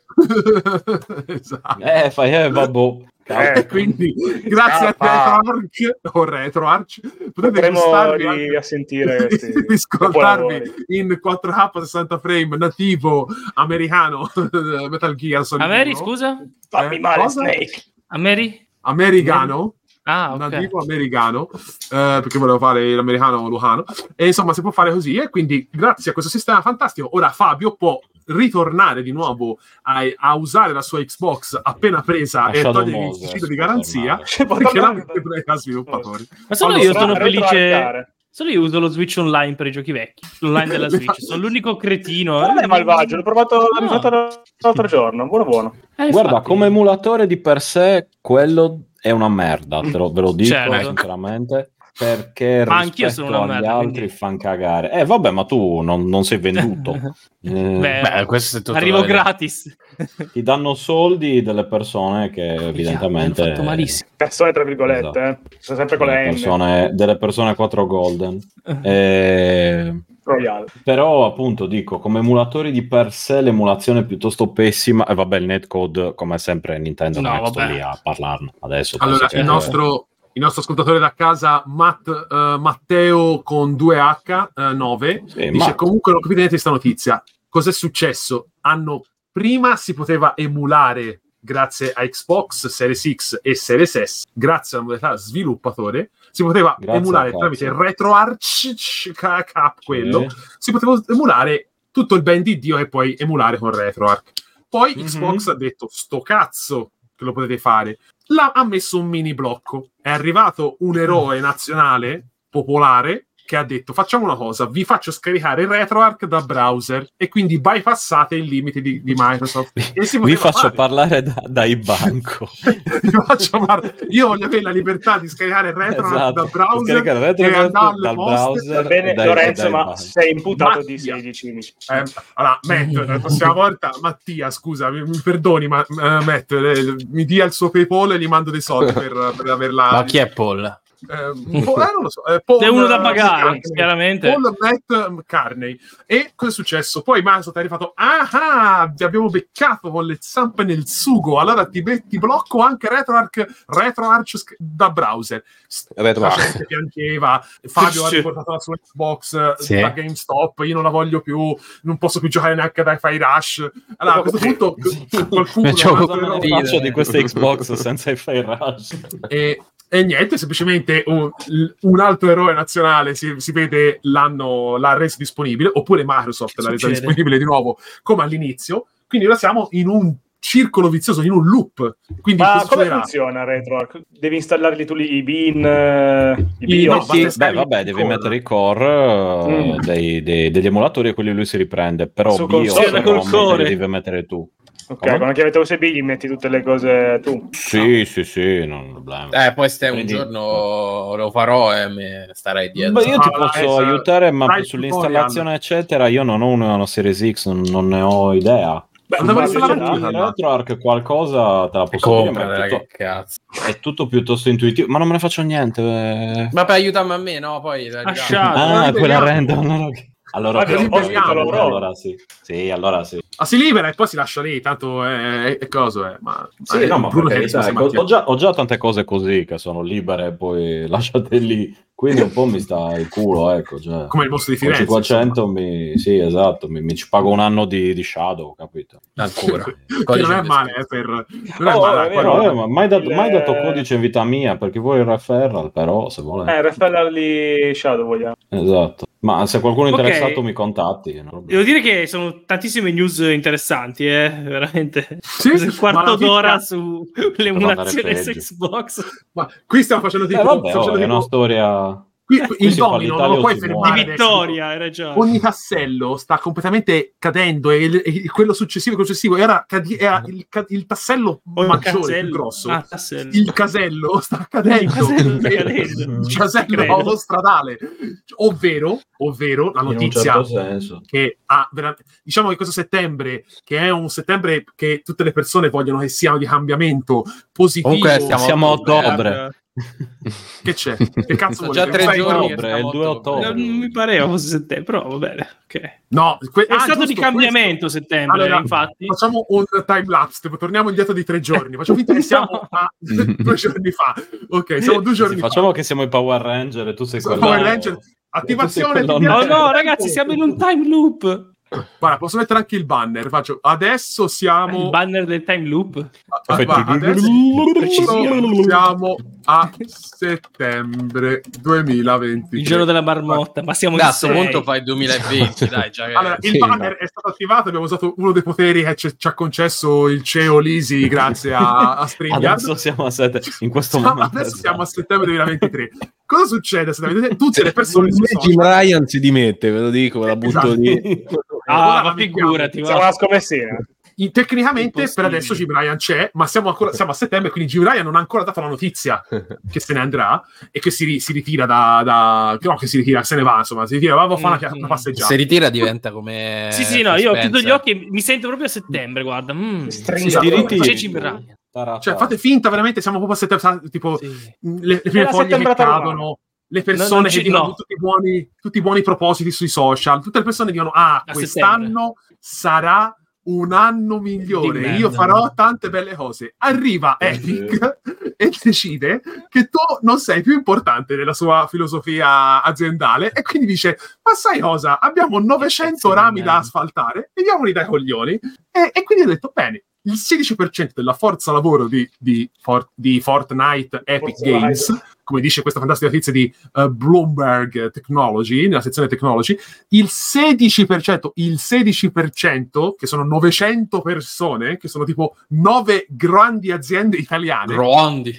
Esatto. Fai, vabbè. Quindi grazie Scappa. a RetroArch o RetroArch potete Potremmo gustarvi anche riassentire questi riscoltarvi capolavori. in 4K 60 frame nativo americano Metal Gear Solid Ameri, 1. scusa? Fammi male, cosa? Snake. Ameri? Americano. Ah, ok. Nativo americano, perché volevo fare l'americano lucano, e insomma si può fare così, e quindi grazie a questo sistema fantastico ora Fabio può ritornare di nuovo a usare la sua Xbox appena presa e Shadow togliere il Moses, sito di garanzia tornare. perché la mette ai sviluppatori. Ma solo Allora, io sono felice. retroarcare. Solo io uso lo Switch Online per i giochi vecchi. L'online della Switch. Sono l'unico cretino. Non è malvagio, l'ho provato No. l'altro giorno. Buono. Guarda, infatti. come emulatore di per sé, quello è una merda, ve lo dico Certo. sinceramente, perché Ma anch'io rispetto sono una agli merda, altri quindi. fan cagare. Vabbè, ma tu non sei venduto. Beh, questo è tutto arrivo da vedere. gratis. Ti danno soldi delle persone che evidentemente... Mi hanno fatto malissimo. Persone tra virgolette, Esatto. sono sempre con le N. delle persone 4 golden. Royale. Però appunto dico, come emulatori di per sé l'emulazione è piuttosto pessima, e vabbè il netcode come sempre Nintendo No, non è che sto vabbè. lì a parlarne adesso. Allora, penso il nostro ascoltatore da casa, Matteo con 2H 9, Sì, dice Matt. comunque non capite niente di sta notizia. Cos'è successo? Prima si poteva emulare grazie a Xbox Series X e Series S, grazie alla modalità sviluppatore, si poteva Grazie, emulare cazzo. tramite RetroArch, quello, si poteva emulare tutto il ben di Dio e poi emulare con RetroArch. Poi Xbox ha detto, sto cazzo che lo potete fare. Ha messo un mini blocco. È arrivato un eroe nazionale popolare che ha detto facciamo una cosa, vi faccio scaricare il RetroArch da browser e quindi bypassate il limite di Microsoft. E si Vi poteva faccio fare. parlare dai banco. Io voglio avere la libertà di scaricare il RetroArch Esatto. da browser Scaricare il e RetroArch andare alle dal poste. browser. Va bene, Dai, Lorenzo, dai, ma vai. sei imputato di Mattia. 16. Allora, Matt, la prossima volta, Mattia, scusa, mi perdoni, ma Matt, mi dia il suo PayPal e gli mando dei soldi per averla. Ma chi è Paul? Non lo so. Paul, C'è uno da pagare, Carney. chiaramente. Paul Matt Carney. E cosa è successo? Poi Microsoft ha rifatto: ah, ti abbiamo beccato con le zampe nel sugo. Allora ti blocco anche RetroArch da browser. La gente piangeva. Fabio ha riportato la sua Xbox Sì. da GameStop. Io non la voglio più, non posso più giocare neanche da Fire Rush. Allora, a questo punto, qualcuno Faccio di questa Xbox senza i Fire Rush. E niente, semplicemente un altro eroe nazionale si vede l'ha reso disponibile, oppure Microsoft l'ha resa disponibile di nuovo come all'inizio. Quindi ora siamo in un circolo vizioso, in un loop. Quindi Ma cosa come succederà? funziona RetroArch? Devi installarli tu lì i bin, i no, BIOS? Beh, devi mettere i core degli emulatori e quelli lui si riprende. Però Su BIOS console e col ROM core. li devi mettere tu. Ok, con la chiavetta USB gli metti tutte le cose tu. Sì, non è un problema. Poi un Quindi- giorno lo farò e mi starei dietro. Beh, io ti Allora, posso aiutare, ma dai, sull'installazione eccetera io non ho una Series X, non ne ho idea. Beh, Sul devo marchio installare di una. RetroArch qualcosa te la posso dire, ma Compra, è tutto, che cazzo. è tutto piuttosto intuitivo, ma non me ne faccio niente. Ma per aiutarmi a me, no? Poi Lasciate. Ah, Noi quella vediamo. random. Allora, Fabio, però, ospitalo, allora sì. Sì, allora sì. Si libera e poi si lascia lì, tanto è coso è. Ma Sì, no, ma Bruno per che carità, adesso si ecco, ho già tante cose così che sono libere e poi lasciate lì. Quindi un po' mi sta il culo, ecco. Cioè, come il mostro di con Firenze. 500 sì, esatto, mi ci pago un anno di Shadow, capito? Ancora. Che non è male, non è Oh, male. è vero. quello- No, ma mai dato codice in vita mia, perché vuoi il referral, però se vuole. Referrarli Shadow vogliamo. Esatto. Ma se qualcuno è Ok. interessato mi contatti. no? Devo dire che sono tantissime news interessanti, veramente. Sì, Un ma quarto la d'ora vita- sull'emulazione andare su peggio. Xbox. Ma qui stiamo facendo tipo. Vabbè, stiamo facendo è una tipo- storia. Qui il si fa domino l'Italia non lo puoi o si fermare. Di muore. vittoria, hai ragione. Ogni tassello sta completamente cadendo e quello successivo era il tassello maggiore, più grosso. Tassello. Il casello sta cadendo. Il casello sta cadendo. Il casello Credo. autostradale. Ovvero la In un notizia certo senso. che diciamo che questo settembre, che è un settembre che tutte le persone vogliono che sia di cambiamento positivo. Comunque Siamo a ottobre. Che c'è? Che cazzo Già vuole? 3 Sai, giorni. ottobre, è il 2 ottobre. Non mi pareva fosse settembre, però va bene. Ok. No, È stato giusto, di cambiamento settembre, Allora, infatti. facciamo un time lapse, tipo, torniamo indietro di 3 giorni. Facciamo finta che siamo a 2 giorni fa. Ok, siamo 2 giorni fa. Facciamo che siamo i Power Ranger e tu sei quello. Power Ranger, attivazione quello di- Oh no, ragazzi, siamo in un time loop. Guarda, posso mettere anche il banner. Faccio adesso siamo Il banner del time loop. adesso siamo a settembre 2020. Il giorno della marmotta, ma siamo Da in a sto 6. punto fai il 2020, dai, già che... Allora, il Sì, banner è stato attivato, abbiamo usato uno dei poteri che ci ha concesso il CEO Lisi grazie a StreamYard. Adesso siamo a 7 in questo momento. Adesso siamo a settembre 2023. Cosa succede a settembre 2023? Tutte le persone Secondo sui me Jim social- Ryan si dimette, ve lo dico, ve la butto Esatto. lì. Ah, Ora ma figurati, Siamo va. una scommessina. Tecnicamente per Impossibile. adesso Jim Ryan c'è, ma siamo a settembre, quindi Jim Ryan non ha ancora dato la notizia che se ne andrà e che si ritira no, che si ritira, se ne va, insomma, si ritira, va a fare una passeggiata. Se ritira diventa come... Sì, no, io ho chiuso gli Spencer. occhi e mi sento proprio a settembre, guarda. Stringa. C'è Jim Ryan. Cioè, fate finta veramente, siamo proprio a settembre, tipo Sì. le prime la foglie che settembrata cadono, le persone non che ci- dicono no. tutti i buoni propositi sui social, tutte le persone dicono quest'anno sarà un anno migliore, Di io merda. farò tante belle cose. Arriva Epic e decide che tu non sei più importante nella sua filosofia aziendale e quindi dice, ma sai cosa, abbiamo 900 rami da asfaltare, vediamoli dai coglioni, e quindi ho detto, bene, il 16% della forza lavoro di Fortnite Epic Forza Games, come dice questa fantastica notizia di Bloomberg Technology, nella sezione Technology, il 16%, che sono 900 persone, che sono tipo 9 grandi aziende italiane, Grandi.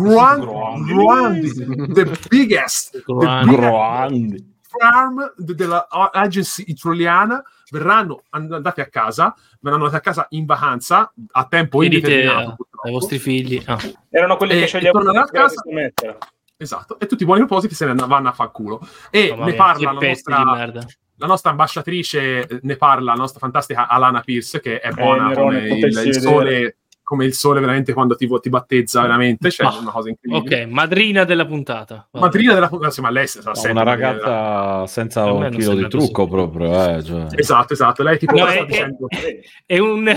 grandi, the biggest Grandi. farm della agency italiana, verranno andati a casa in vacanza a tempo E dite indeterminato, ai purtroppo. vostri figli. Ah. Erano quelli E che sceglievano tornerà a casa. di mettere. Esatto, e tutti i buoni propositi se ne vanno a fanculo. E Mamma ne mia, parla che pezzi di merda. la nostra ambasciatrice, ne parla la nostra fantastica Alana Pierce, che è buona Nerone, come potessi il vedere. sole, come il sole veramente quando ti battezza veramente, cioè Ah, una cosa incredibile. Ok, madrina della puntata. Vabbè. Madrina della ma lei sarà sempre Una ragazza senza A me un non filo sembra di trucco così. proprio, cioè. Esatto, lei tipo No, sta è- dicendo È un...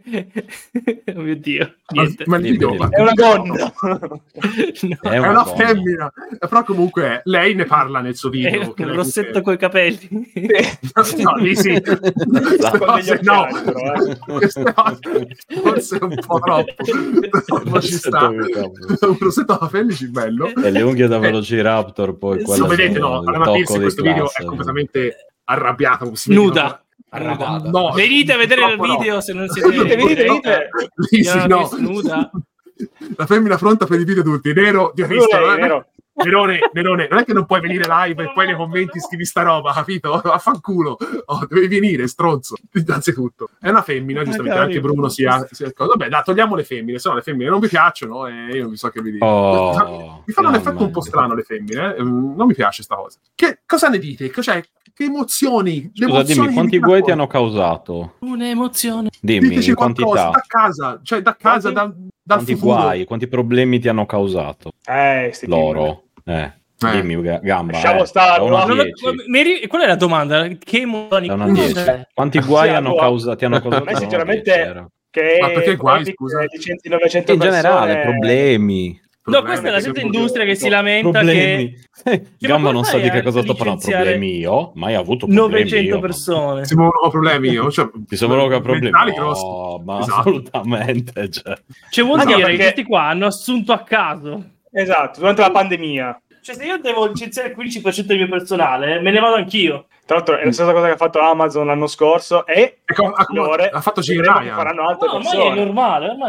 oh mio Dio. Niente. ma il video Dimmi. È una donna. No. è una donna. femmina, però comunque lei ne parla nel suo È video. che un lei rossetto dice- coi capelli. No, lì sì. Queste Con cose degli no. occhiali, però, Queste cose forse è un po' troppo. Però ci sta. Un rossetto a pellici bello. E le unghie da Velociraptor poi Sì, quelle Lo vedete, sono no? il Alana tocco Pierce in di questo video classe, è completamente arrabbiata. come si vede, Nuda. no? Arrabbiata. No, Venite a vedere il purtroppo no. video se non siete... Venite. Lì sì, no. Nuda. La femmina pronta per i video tutti. Nero, Dio Cristo, Nero. Nerone, non è che non puoi venire live e poi nei commenti scrivi sta roba, capito? Affanculo. Oh, devi venire, stronzo. Innanzitutto. È una femmina, giustamente, Magari. anche Bruno sia vabbè, dai, togliamo le femmine, se no le femmine non vi piacciono e io non so che vi dico. Oh, Mi fanno un mamma effetto un po' mia. strano le femmine, non mi piace sta cosa. Cosa ne dite? Cioè, che emozioni? Le Scusa, emozioni dimmi, che quanti vi guai ti racconto? hanno causato? Un'emozione. Dimmi, Diteci in qualcosa, quantità. da casa, cioè da casa, dal Quanti futuro. guai, quanti problemi ti hanno causato sti loro? Dimmi, Gamba. Lasciamo stare, da 1 a no? 10. Qual è la domanda? Che emozioni? Da 1 a 10. Quanti guai Sì, hanno allora, causato? Ti hanno causato? a me da 1 a sinceramente 10 era. che Ma perché guai, Epic scusa? licenzi 900 In generale, persone- problemi. No, questa è la gente industria che si lamenta Problemi. ma Gamba come non sa fai di che a cosa sto parlando. licenziare Problemi io? Mai avuto problemi 900 io? persone. Si muovono problemi io, cioè, Ti sembrano che ho problemi? mentali No, grossi. ma Esatto. assolutamente. Cioè vuol Anche dire perché- che questi qua hanno assunto a caso. Esatto, durante la pandemia. Cioè se io devo licenziare il 15% del mio personale, me ne vado anch'io. Tra l'altro è la stessa cosa che ha fatto Amazon l'anno scorso e ha fatto Jim vedremo che Ryan. faranno altre No, ormai è persone. normale, ormai è normale.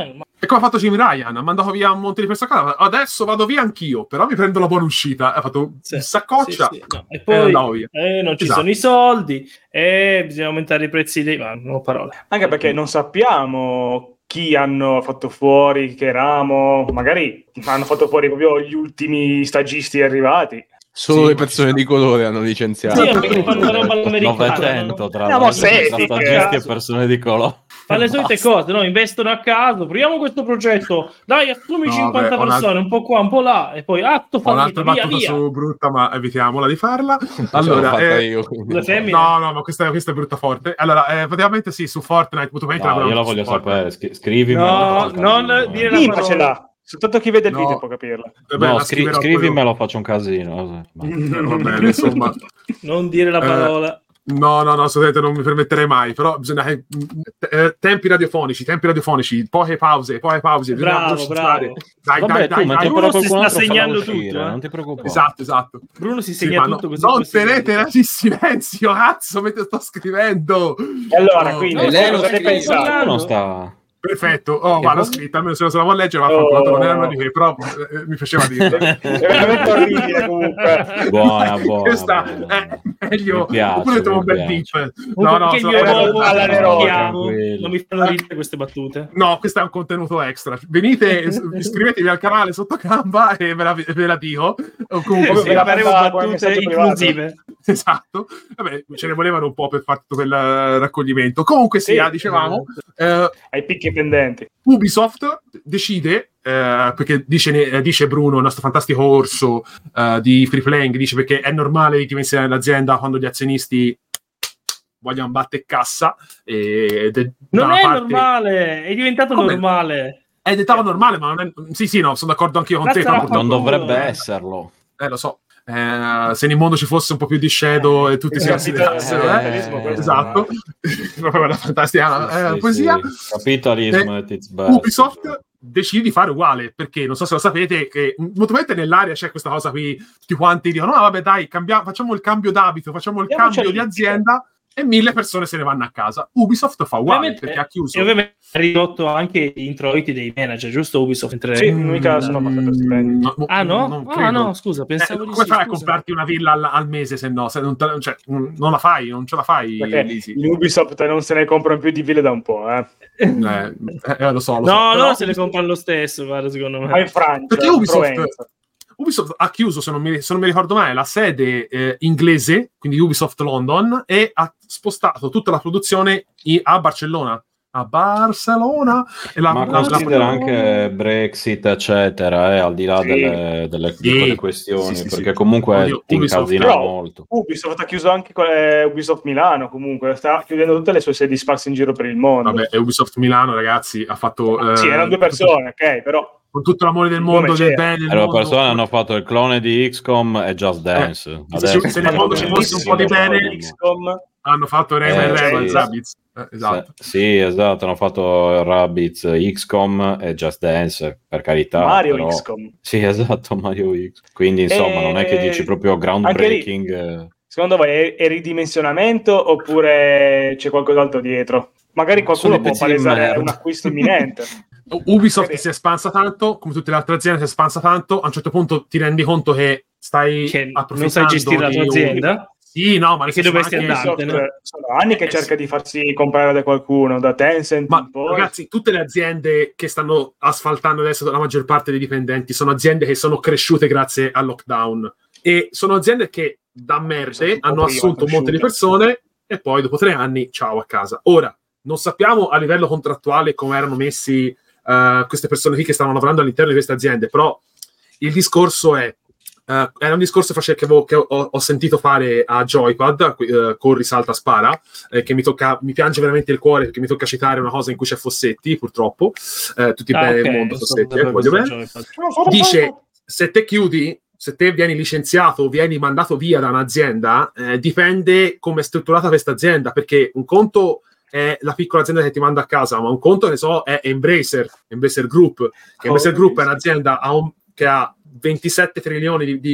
E come ha fatto Jim Ryan, ha mandato via un monte di persone a casa, adesso vado via anch'io, però mi prendo la buona uscita. Ha fatto saccoccia No. E poi via. Non ci sono i soldi, bisogna aumentare i prezzi dei... Ma non ho parole. Anche perché non sappiamo chi hanno fatto fuori, che ramo, magari hanno fatto fuori proprio gli ultimi stagisti arrivati. Solo le persone di colore hanno licenziato. Sì, perché fanno una roba all'americana. 900 tra No, l'altro, sì, stagisti e persone di colore. Fa le solite cose, no? Investono a caso, proviamo questo progetto, dai, assumi 50 persone, un po' qua, un po' là, e poi atto un'altra fallito, battuta via. su brutta, ma evitiamola di farla. Allora, Le femmine? No, ma questa è brutta forte. Allora, praticamente sì, su Fortnite, io la voglio sapere, scrivimi. No, non dire la parola. Soltanto chi vede il video può capirla. No, scrivimelo, faccio un casino. Va bene, insomma. Non dire la parola. No, assolutamente non mi permetterei mai, però bisogna tempi radiofonici, poche pause, bravo. Dai, ma Bruno si sta segnando tutto, non ti preoccupare. Esatto. Bruno si segna tutto così. Non tenete il silenzio, cazzo, mentre sto scrivendo. Allora, quindi lei cosa ne pensate? non sta... Perfetto, l'ho scritta, almeno se la vuoi leggere, non erano di che, però mi faceva dire. È veramente orribile comunque. Buona. Questa è meglio, oppure trovo un bel deep. No, non mi fanno ridere queste battute. No, questo è un contenuto extra. Venite, iscrivetevi al canale Sottogamba e ve la dico. O comunque faremo battute inclusive. Esatto. Vabbè, ce ne volevano un po' per fare tutto quel raccoglimento. Comunque dicevamo... ai picchi pendenti. Ubisoft decide, perché dice Bruno, il nostro fantastico orso di Free Playing, dice perché è normale che ti pensi nell'azienda quando gli azionisti vogliono battere cassa. Non è normale, è diventato normale. È diventato normale, ma non è... Sì, no, sono d'accordo anch'io con te. Non dovrebbe esserlo. Lo so. Se nel mondo ci fosse un po' più di shadow e tutti si considerassero esatto, proprio una fantastica poesia. Capitalismo Ubisoft decide di fare uguale, perché non so se lo sapete che molto nell'aria c'è questa cosa qui, tutti quanti dicono vabbè dai, facciamo il cambio d'abito, facciamo il cambio di azienda e 1000 persone se ne vanno a casa. Ubisoft fa uguale perché ha chiuso. E ovviamente ha ridotto anche gli introiti dei manager, giusto Ubisoft? Sì, mica sono abbastanza stipendi. No, scusa, pensavo come fai a comprarti una villa al mese se non la fai, non ce la fai? In Ubisoft non se ne comprano più di ville da un po', lo so. No, se le comprano lo stesso, guarda, secondo me. Ma in Francia, perché Ubisoft ha chiuso, se non mi ricordo male, la sede inglese, quindi Ubisoft London, e ha spostato tutta la produzione a Barcellona. Ma considera anche Brexit, eccetera, al di là delle questioni, perché comunque ti incasina molto. Ubisoft ha chiuso anche Ubisoft Milano, comunque sta chiudendo tutte le sue sedi sparse in giro per il mondo. Vabbè, e Ubisoft Milano, ragazzi, ha fatto... sì, erano 2 persone, ok, però... Con tutto l'amore del mondo, del bene. Le persone hanno fatto il clone di XCOM e Just Dance. Se nel mondo ci fosse un po' di bene, XCOM hanno fatto Rabbids. Esatto. Sì, esatto, hanno fatto Rabbids, XCOM e Just Dance, per carità. Mario XCOM. Sì, esatto, Mario X. Quindi, insomma, non è che dici proprio groundbreaking. Secondo voi è ridimensionamento oppure c'è qualcos'altro dietro? Magari qualcuno può palesare un acquisto imminente. Ubisoft si è espansa tanto, come tutte le altre aziende si è espansa tanto, a un certo punto ti rendi conto che stai approfittando, non sai gestire la tua azienda? Sì, no, ma che dovresti andare. Sono anni che cerca di farsi comprare da qualcuno, da Tencent. Ma ragazzi, tutte le aziende che stanno asfaltando adesso la maggior parte dei dipendenti sono aziende che sono cresciute grazie al lockdown e sono aziende che da merde hanno assunto un monte di persone e poi dopo 3 anni ciao a casa. Ora, non sappiamo a livello contrattuale come erano messi queste persone qui che stavano lavorando all'interno di queste aziende, però il discorso è era un discorso che ho sentito fare a Joypad, Corri, salta, spara, che mi piange veramente il cuore perché mi tocca citare una cosa in cui c'è Fossetti, purtroppo, tutti bene il mondo Fossetti, voglio bene. Dice, se te chiudi, se te vieni licenziato o vieni mandato via da un'azienda, dipende come è strutturata questa azienda, perché un conto è la piccola azienda che ti manda a casa, ma un conto è Embracer Group, che Embracer Group è un'azienda che ha 27 trilioni di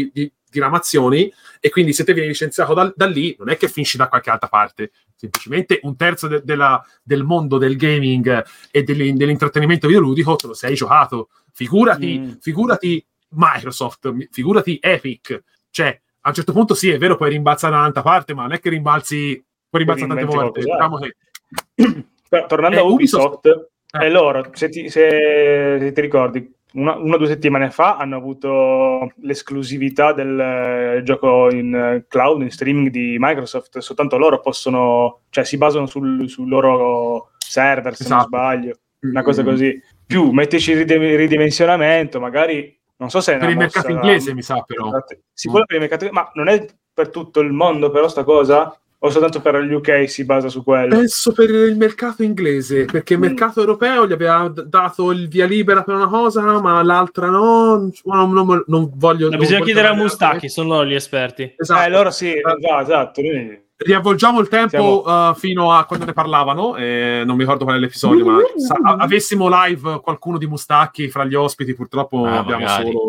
diramazioni, e quindi se te vieni licenziato da lì, non è che finisci da qualche altra parte, semplicemente un terzo del mondo del gaming e dell'intrattenimento videoludico te lo sei giocato. Figurati Microsoft, figurati Epic, cioè a un certo punto sì, è vero, puoi rimbalzare da un'altra parte, ma non è che puoi rimbalzare tante volte. Diciamo che... Tornando a Ubisoft, loro, se ti ricordi, una o 2 settimane fa hanno avuto l'esclusività del gioco in cloud, in streaming di Microsoft. Soltanto loro possono, cioè si basano sul loro server, se non sbaglio, una cosa così. Più mettici il ridimensionamento, magari, non so se è per il mercato inglese, mi sa, però. Sì, quello per il mercato, ma non è per tutto il mondo, però, sta cosa? O soltanto per gli UK si basa su quello? Penso per il mercato inglese, perché il mercato europeo gli aveva dato il via libera per una cosa, ma l'altra no. Non voglio. Bisogna chiedere a Mustaki, sono loro gli esperti. Esatto. Loro sì, esatto. Riavvolgiamo il tempo fino a quando ne parlavano, non mi ricordo qual è l'episodio, ma avessimo live qualcuno di Mustaki fra gli ospiti, purtroppo abbiamo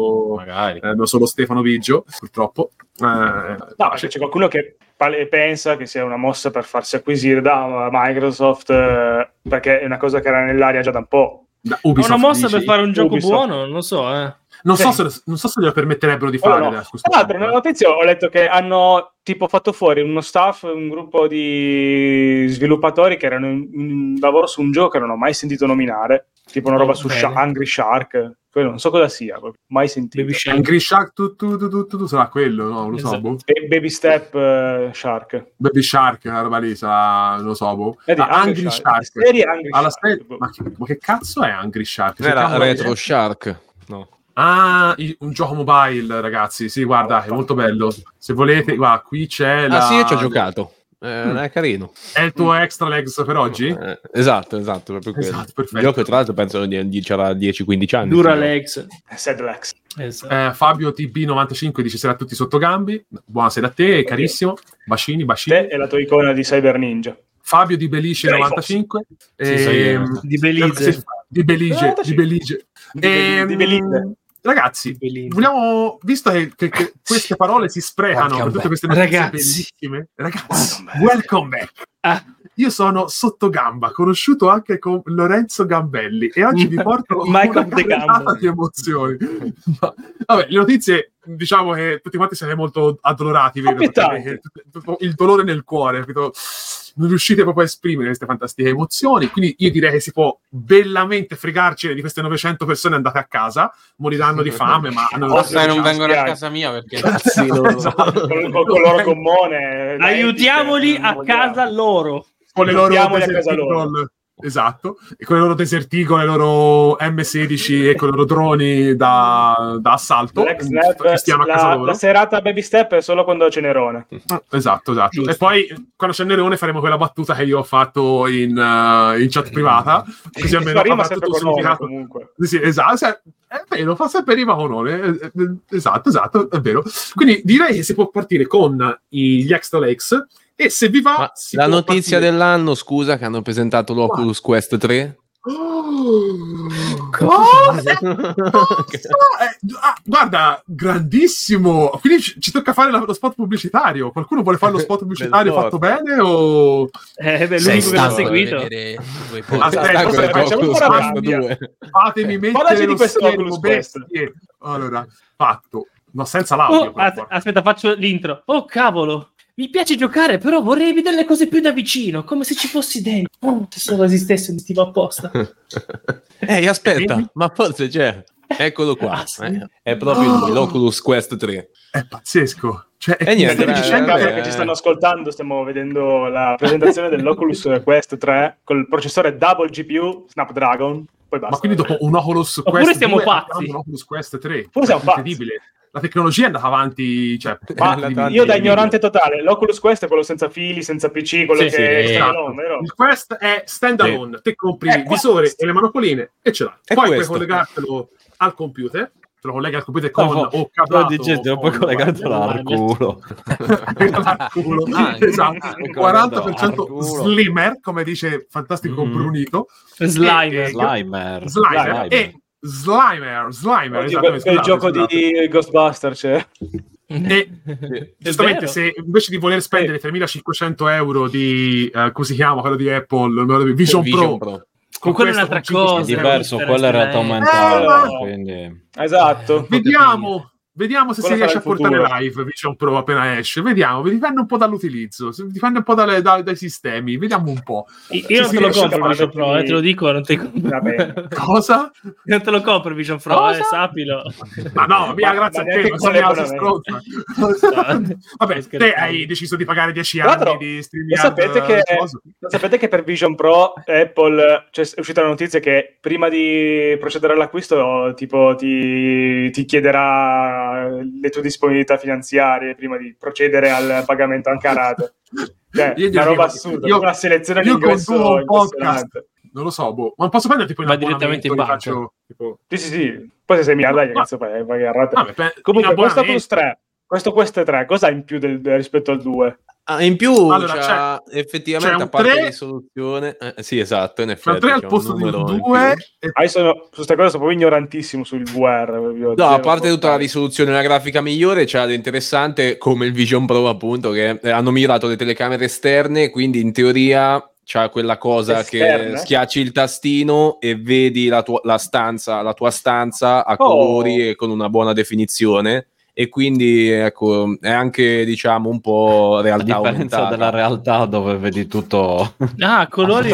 solo Stefano Biggio, purtroppo. C'è qualcuno che pensa che sia una mossa per farsi acquisire da Microsoft, perché è una cosa che era nell'aria già da un po'. Una mossa per fare un gioco buono, non so, Non so se glielo permetterebbero di fare. Tra l'altro, nella notizia ho letto che hanno tipo fatto fuori uno staff, un gruppo di sviluppatori che erano in lavoro su un gioco che non ho mai sentito nominare, tipo una roba su Angry Shark. Quello non so cosa sia, mai sentito. Angry Shark, tu sarà quello, no? Non lo so. Boh. Baby Step Shark. Baby Shark, una roba lì, sarà, non lo so. Boh. Angry Shark. Ma che cazzo è Angry Shark? Era Retro Shark, no. Un gioco mobile, ragazzi. Sì, guarda, è molto bello. Se volete, guarda, qui c'è sì, io ci ho giocato. È carino. È il tuo extra legs per oggi? Esatto, proprio quello. Perfetto. Il gioco, tra l'altro, penso c'era 10-15 anni. Dura legs. Sad legs. Esatto. Fabio TB95 dice: sera a tutti sotto gambi. Buonasera a te, carissimo. Bacini. Te e la tua icona di Cyber Ninja. Fabio di Belice 95. Di Belize. Di Belize. Ragazzi, vogliamo, visto che queste parole si sprecano per tutte queste notizie bellissime, ragazzi, welcome back. Io sono Sottogamba, conosciuto anche con Lorenzo Gambelli, e oggi vi porto una carrellata di emozioni. Vabbè, le notizie, diciamo che tutti quanti siete molto addolorati, vedo, il dolore nel cuore, non riuscite proprio a esprimere queste fantastiche emozioni, quindi io direi che si può bellamente fregarci di queste 900 persone andate a casa, moriranno di fame, ma non vengono a casa mia perché con loro gommone, aiutiamoli a casa loro. Con le loro esatto, e con le loro desertigo, le loro M16 e con i loro droni da assalto. La serata Baby Step è solo quando c'è Nerone. Esatto. Giusto. E poi quando c'è Nerone faremo quella battuta che io ho fatto in chat privata, così almeno rima sempre con Nome, comunque. Sì, esatto, è vero, fa sempre rima con Nome. Esatto, è vero. Quindi direi che si può partire con gli Extra Legs. E se vi va, la notizia dell'anno, scusa, che hanno presentato l'Oculus Quest 3. Cosa? Guarda, grandissimo. Quindi ci tocca fare lo spot pubblicitario. Qualcuno vuole fare lo spot pubblicitario fatto bene o l'unico che l'ha seguito? Fatemi mettere lo schermo bestie. Allora, fatto, ma senza l'audio. Aspetta, faccio l'intro. Oh cavolo, mi piace giocare, però vorrei vedere le cose più da vicino, come se ci fossi dentro. Se solo esistesse un tipo apposta. Aspetta, ma forse c'è. Eccolo qua. È proprio l'Oculus Quest 3. È pazzesco. Cioè, che ci stanno ascoltando, stiamo vedendo la presentazione dell'Oculus Quest 3 col processore Double GPU Snapdragon. Poi basta. Ma quindi dopo un Oculus Quest 2 stiamo pazzi. Un Oculus Quest 3. Forse è incredibile. La tecnologia è andata avanti, io da ignorante totale, l'Oculus Quest è quello senza fili, senza PC, quello il Quest è standalone, te compri il visore e le manopoline e ce l'hai. Poi puoi collegartelo al computer, te lo colleghi al computer con o cablato puoi collegartelo al culo. Esatto, 40% slimmer, come dice fantastico Brunito. Slimer. E Slimer. Il gioco di Ghostbuster c'è. E giustamente, se invece di voler spendere 3.500 euro di come si chiama quello di Apple, Vision Pro. Con quella è un'altra cosa. È diverso, quella è realtà aumentata. Quindi... Esatto. Vediamo se si riesce a portare live Vision Pro appena esce. Vediamo, dipende un po' dall'utilizzo, dipende un po' dai sistemi. Vediamo un po'. Io non te lo compro il Vision Pro, te lo dico, non te Cosa? Non te lo compro il Vision Pro, sappilo. Ma no, grazie a te, non sei altro stronzo. Vabbè, te hai deciso di pagare 10 anni di streaming. Sapete che per Vision Pro Apple è uscita la notizia che prima di procedere all'acquisto tipo ti chiederà le tue disponibilità finanziarie prima di procedere al pagamento anche a rate. Una roba assurda, una selezione di ingresso impressionante. Non lo so, ma non posso prendere tipo in direttamente in banca. Sì. Poi se sei miliardario, cazzo fai a rate. Comunque questo Plus 3, questo Quest 3, cosa ha in più rispetto al 2? In più effettivamente, a parte la risoluzione, sì, esatto, in effetti 3 al posto di 2. Su questa cosa sono proprio ignorantissimo sul VR. No, a parte tutta la risoluzione e la grafica migliore, c'è l'interessante come il Vision Pro, appunto, che hanno migliorato le telecamere esterne, quindi in teoria c'ha quella cosa che schiacci il tastino e vedi la tua stanza a colori e con una buona definizione. E quindi ecco, è anche, diciamo, un po' realtà aumentata. A differenza della realtà dove vedi tutto colori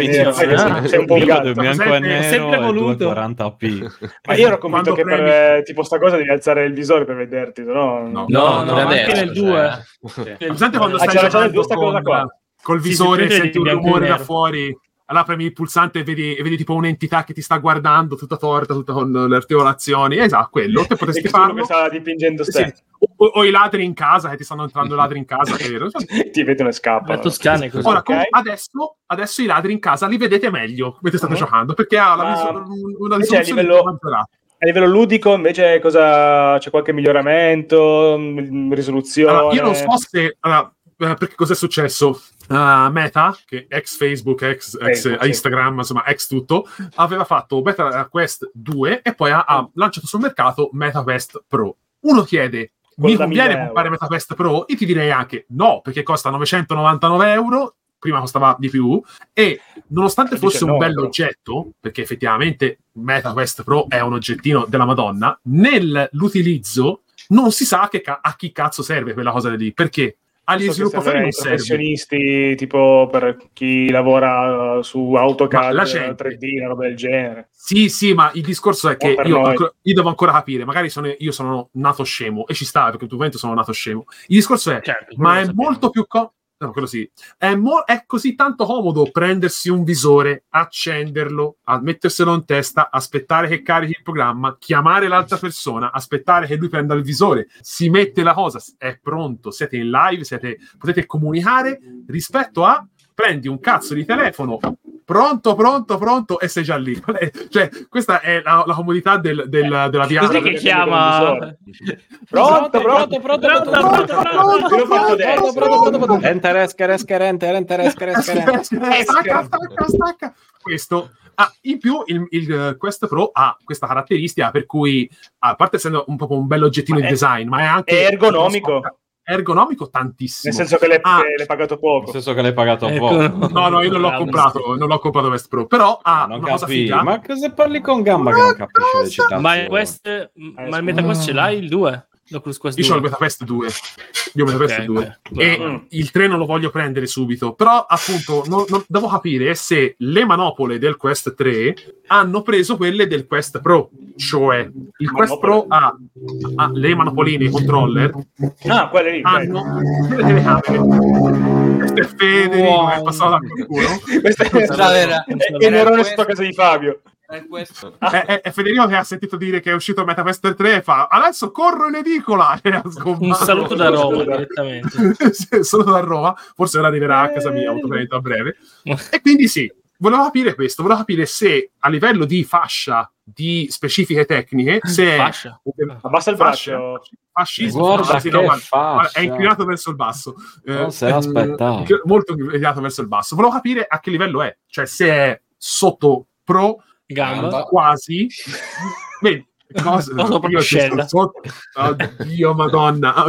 sei un po' bianco e nero, sempre voluto 40p. Ma io ero convinto che per tipo sta cosa devi alzare il visore per vederti, no, anche nel 2. Presente quando stai giocando col visore, senti un rumore da fuori, allora premi il pulsante e vedi tipo un'entità che ti sta guardando tutta torta, tutta con le articolazioni. Esatto, quello te potresti farlo. Che stava dipingendo o i ladri in casa, che ti stanno entrando ladri in casa, vero? Ti vedono e scappano. Toscane così. Ora, adesso i ladri in casa li vedete meglio mentre state giocando, perché ha una risoluzione maggiorata. A livello ludico invece c'è qualche miglioramento, risoluzione? Allora, io non so se perché cos'è successo? Meta, che ex Facebook, ex Instagram, insomma ex tutto, aveva fatto Meta Quest 2 e poi ha lanciato sul mercato Meta Quest Pro. Uno chiede: mi conviene comprare Meta Quest Pro? Io ti direi anche no, perché costa 999 euro, prima costava di più, e nonostante fosse un bell'oggetto, perché effettivamente Meta Quest Pro è un oggettino della Madonna, nell'utilizzo non si sa a chi cazzo serve quella cosa lì, perché agli sviluppatori non serve. Professionisti, tipo per chi lavora su AutoCAD 3D, una roba del genere. Sì, ma il discorso è che io devo ancora capire, magari io sono nato scemo, e ci sta, perché ovviamente sono nato scemo. Il discorso è, ma è molto più no, quello sì. È così tanto comodo prendersi un visore, accenderlo, metterselo in testa, aspettare che carichi il programma, chiamare l'altra persona, aspettare che lui prenda il visore, si mette la cosa, è pronto, siete in live, potete comunicare, rispetto a prendi un cazzo di telefono, pronto e sei già lì. Cioè, questa è la comodità della VR. Così che chiama pronto. Stacca. Questo in più il Quest Pro ha questa caratteristica per cui, a parte essendo un po' un bello oggettino di design, ma è anche ergonomico tantissimo. Nel senso che l'hai pagato poco. Nel senso che l'hai pagato poco. No, io non l'ho comprato Quest Pro, però una cosa figa. Ma cosa parli con Gamba che non capisce le citazioni? Ma il MetaQuest ce l'hai il 2? L'Oculus Quest 2? Io ho il MetaQuest 2. Io ho il MetaQuest 2. E il 3 non lo voglio prendere subito. Però, appunto, devo capire se le manopole del Quest 3 hanno preso quelle del Quest Pro. Cioè, il Quest Pro ha le manopoline, i controller. Quelle lì. Hanno le telecamere. Questo è Fede, non è passato da qualcuno. Questa è Nerone sotto casa di Fabio. È Federico che ha sentito dire che è uscito MetaQuest 3 e fa: adesso corro in edicola. Un saluto da Roma direttamente. Sono da Roma, forse ora arriverà a casa mia a breve. E quindi sì, volevo capire questo, volevo capire se a livello di fascia, di specifiche tecniche, se abbassa il braccio. Fascismo, guarda è inclinato verso il basso, non se l'aspettava, molto inclinato verso il basso. Volevo capire a che livello è, cioè se è sotto Pro, Gamba quasi. Beh, Cosa? Io Oddio, madonna.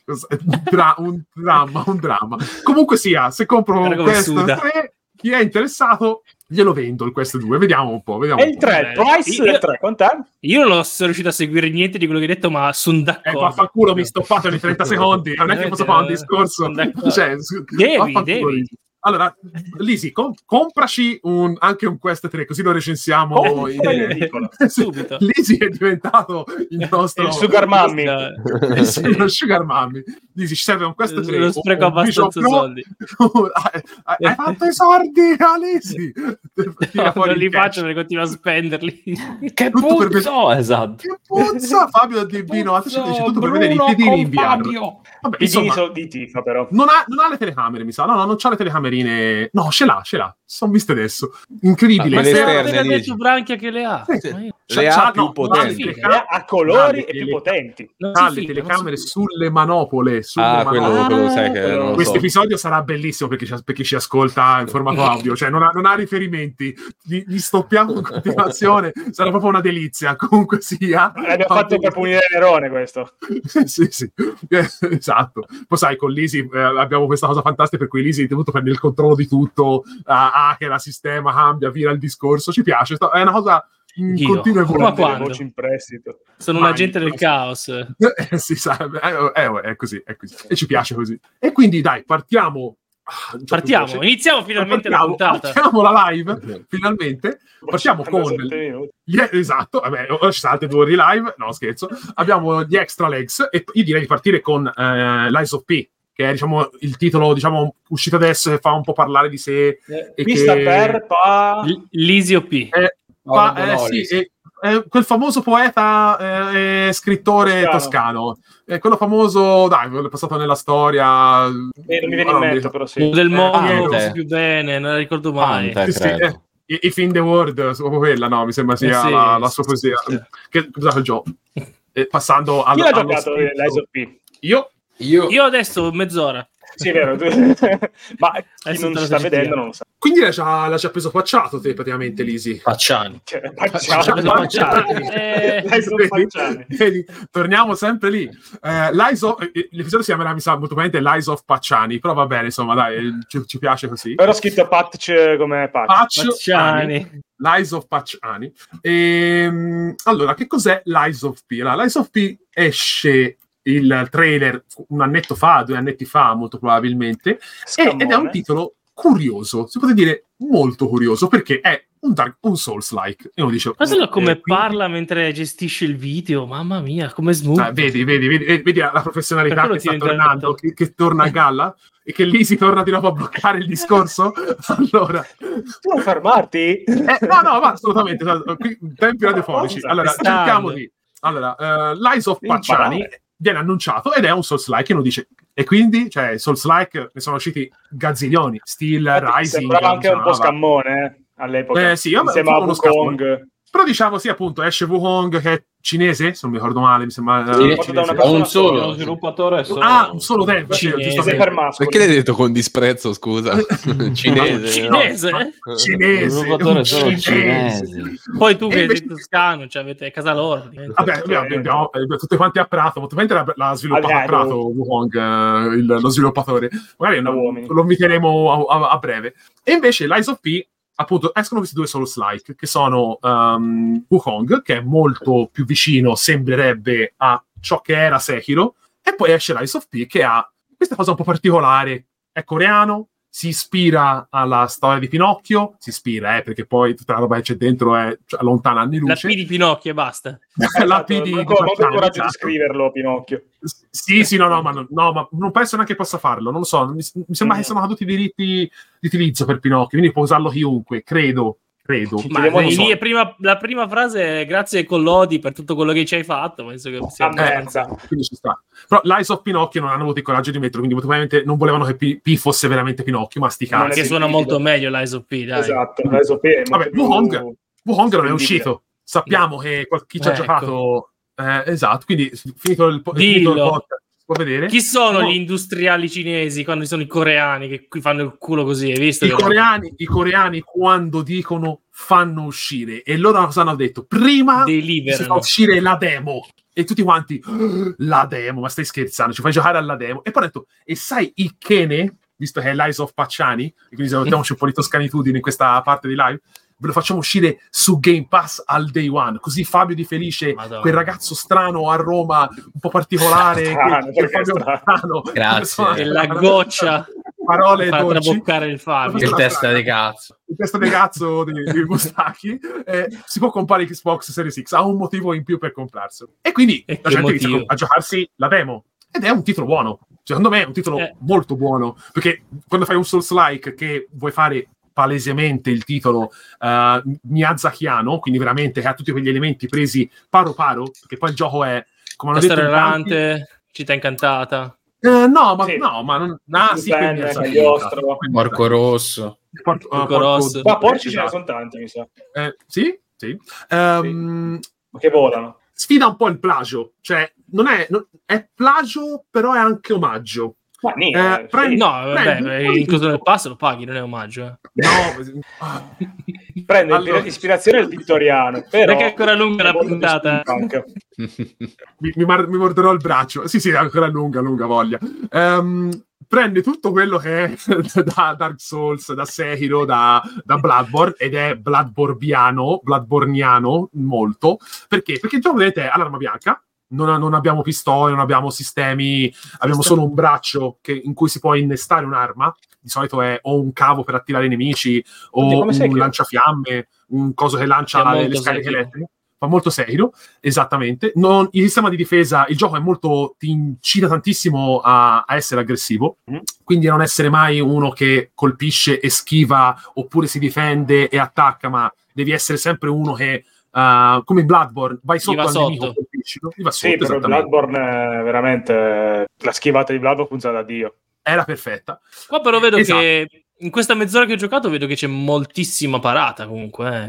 Un dramma. Comunque sia, se compro Quest 3, chi è interessato glielo vendo il Quest 2, vediamo un po'. E il 3, price del 3, quant'è? Io non sono riuscito a seguire niente di quello che hai detto, ma sono d'accordo. Vaffanculo, mi stoppato nei 30 secondi, non è che posso fare un discorso. Cioè, devi. Allora, Lisi, compraci anche un Quest 3, così lo recensiamo. Subito. Lisi è diventato il nostro... Il Sugar Mummy. Lo Sugar Mummy. Lisi, ci serve un Quest 3. Lo spreco abbastanza soldi. Hai fatto i soldi, Lisi! Non li faccio perché continuo a spenderli. Che puzza! Esatto. Che puzza, Fabio Di Bino. Tutto per vedere i piedini in VR. Vabbè, insomma, di tifa, però. Non ha le telecamere, mi sa. No, non c'ha le telecamerine. No, ce l'ha. Sono viste adesso. Incredibile. Ma se su Branchia che le ha. Le ha più potenti. Ha colori e più potenti. Ha le telecamere sulle manopole. Quello sai che non questo episodio sarà bellissimo per chi ci ascolta in formato audio. Cioè, non ha riferimenti. Li stoppiamo in continuazione. Sarà proprio una delizia. Comunque sia. L'abbiamo fatto per punire Nerone, questo. Sì. Esatto. Poi sai, con Lisi abbiamo questa cosa fantastica per cui Lisi è dovuto prendere il controllo di tutto, che la sistema cambia, vira il discorso, ci piace, è una cosa continua e volante. Voci in prestito. Sono un agente del caos. Si sa, è così, e ci piace così. E quindi dai, partiamo, iniziamo finalmente la puntata. Partiamo la live, finalmente. Partiamo con esatto, vabbè, ci sono altre 2 ore di live, no scherzo. Abbiamo gli Extra Legs e io direi di partire con Lies of P, che è diciamo il titolo uscito adesso e fa un po' parlare di sé. Sta per Lisio P. Sì, è quel famoso poeta e scrittore toscano. È quello famoso, dai, è passato nella storia. Non mi viene in mente, però sì. Del mondo, più bene, non la ricordo mai. If in the World, proprio quella, no, mi sembra sia la sua poesia. Che il gioco. Passando Chi l'ha giocato Lies of P? Io adesso mezz'ora. Sì, è vero. Ma chi non ci sta vedendo non lo sa. Quindi l'ha già preso Pacciato te praticamente, Lisi. Pacciani. Vedi, torniamo sempre lì. L'episodio si chiamerà, mi sa, molto probabilmente Lies of Pacciani, però va bene, insomma, dai, ci piace così. Però scritto Patch come Pacciani. Lies of Pacciani. Allora, che cos'è Lies of P? Lies of P esce il trailer 2 annetti fa, molto probabilmente, ed è un titolo curioso, si potrebbe dire molto curioso, perché è un Souls-like. E uno dice, come parla mentre gestisce il video, mamma mia, come smooth. Vedi la professionalità che sta tornando, che torna a galla, e che lì si torna di nuovo a bloccare il discorso. Allora, tu non fermarti? No, assolutamente, tempi radiofonici. Allora, cerchiamo di... Allora, Lies of Pacciani viene annunciato ed è un Souls-like, e uno dice, e quindi, cioè, Souls-like ne sono usciti gazzilioni, Steel, Rising. Sembrava anche un po' scammone all'epoca. Sì, insieme a Wukong. Però diciamo, sì, appunto, esce Wukong, che è cinese, se non mi ricordo male, mi sembra. Un solo sviluppatore. Un solo tempo. Perché l'hai detto con disprezzo, scusa? Cinese. Poi tu che sei toscano, cioè avete casa loro. Vabbè, abbiamo tutti quanti a Prato, molto bene l'ha sviluppato a Prato, Wukong, lo sviluppatore. Magari lo inviteremo a breve. E invece Lies of P, appunto, escono questi 2 Souls-like, che sono Wukong, che è molto più vicino, sembrerebbe, a ciò che era Sekiro, e poi esce Lies of P, che ha questa cosa un po' particolare, è coreano, si ispira alla storia di Pinocchio, perché poi tutta la roba che c'è dentro è lontana anni luce. La P di Pinocchio e basta. La P di non ho il coraggio di scriverlo, Pinocchio. Sì, ma non penso neanche possa farlo, non lo so, mi sembra che sono caduti i diritti di utilizzo per Pinocchio, quindi può usarlo chiunque, credo. Ma la prima frase è grazie ai collodi per tutto quello che ci hai fatto, penso che sia quindi ci sta. Però Lies of Pinocchio non hanno avuto il coraggio di metterlo, quindi probabilmente non volevano che P fosse veramente Pinocchio, ma sti cazzi. Che suona molto meglio Lies of P, dai. Esatto, Lies of P è vabbè, Wukong non è uscito, sappiamo che chi ci ha giocato esatto, quindi finito il podcast. può vedere. Chi sono gli industriali cinesi quando sono i coreani che qui fanno il culo così? Hai visto? I coreani quando dicono fanno uscire, e loro cosa hanno detto? Prima si fa uscire la demo. E tutti quanti, la demo, ma stai scherzando, ci fai giocare alla demo? E poi ho detto, e sai Ikkene, visto che è l'Eyes of Pacciani, e quindi salutiamoci un po' di toscanitudine in questa parte di live, ve lo facciamo uscire su Game Pass al day one, così Fabio Di Felice, Madonna, quel ragazzo strano a Roma, un po' particolare, strano, grazie, e la goccia, parole fa traboccare il Fabio, il testa di cazzo, di Mustachi, si può comprare Xbox Series X, ha un motivo in più per comprarselo, e quindi la gente inizia a giocarsi la demo, ed è un titolo buono, secondo me è un titolo molto buono, perché quando fai un Souls-like che vuoi fare palesemente il titolo miyazakiano, quindi veramente che ha tutti quegli elementi presi paro paro, perché poi il gioco è, come hanno detto, errante, città incantata. No, ma non... sì, Porco Rosso. Porco Rosso. Ma porci ce ne sono tanti, mi sa. Sì. Che volano. Sfida un po' il plagio, cioè è plagio, però è anche omaggio. Ma incluso nel pass lo paghi, non è omaggio. Prende ispirazione al vittoriano, però perché è ancora lunga la puntata. mi morderò il braccio. Sì, è ancora lunga voglia. Prende tutto quello che è da Dark Souls, da Sekiro, da Bloodborne, ed è bloodborniano molto. Perché? Perché il gioco, vedete, è all'arma bianca. Non abbiamo pistole, non abbiamo sistemi, abbiamo solo un braccio in cui si può innestare un'arma. Di solito è o un cavo per attirare i nemici, o un lanciafiamme, un coso che lancia le scariche elettriche. Fa molto Sekiro, esattamente. Il sistema di difesa, il gioco è molto, ti incita tantissimo a essere aggressivo, quindi a non essere mai uno che colpisce e schiva, oppure si difende e attacca, ma devi essere sempre uno che come in Bloodborne vai sotto al nemico, colpiscilo, sì, però Bloodborne veramente la schivata di Bloodborne funziona da Dio, era perfetta. Qua però vedo che in questa mezz'ora che ho giocato vedo che c'è moltissima parata comunque,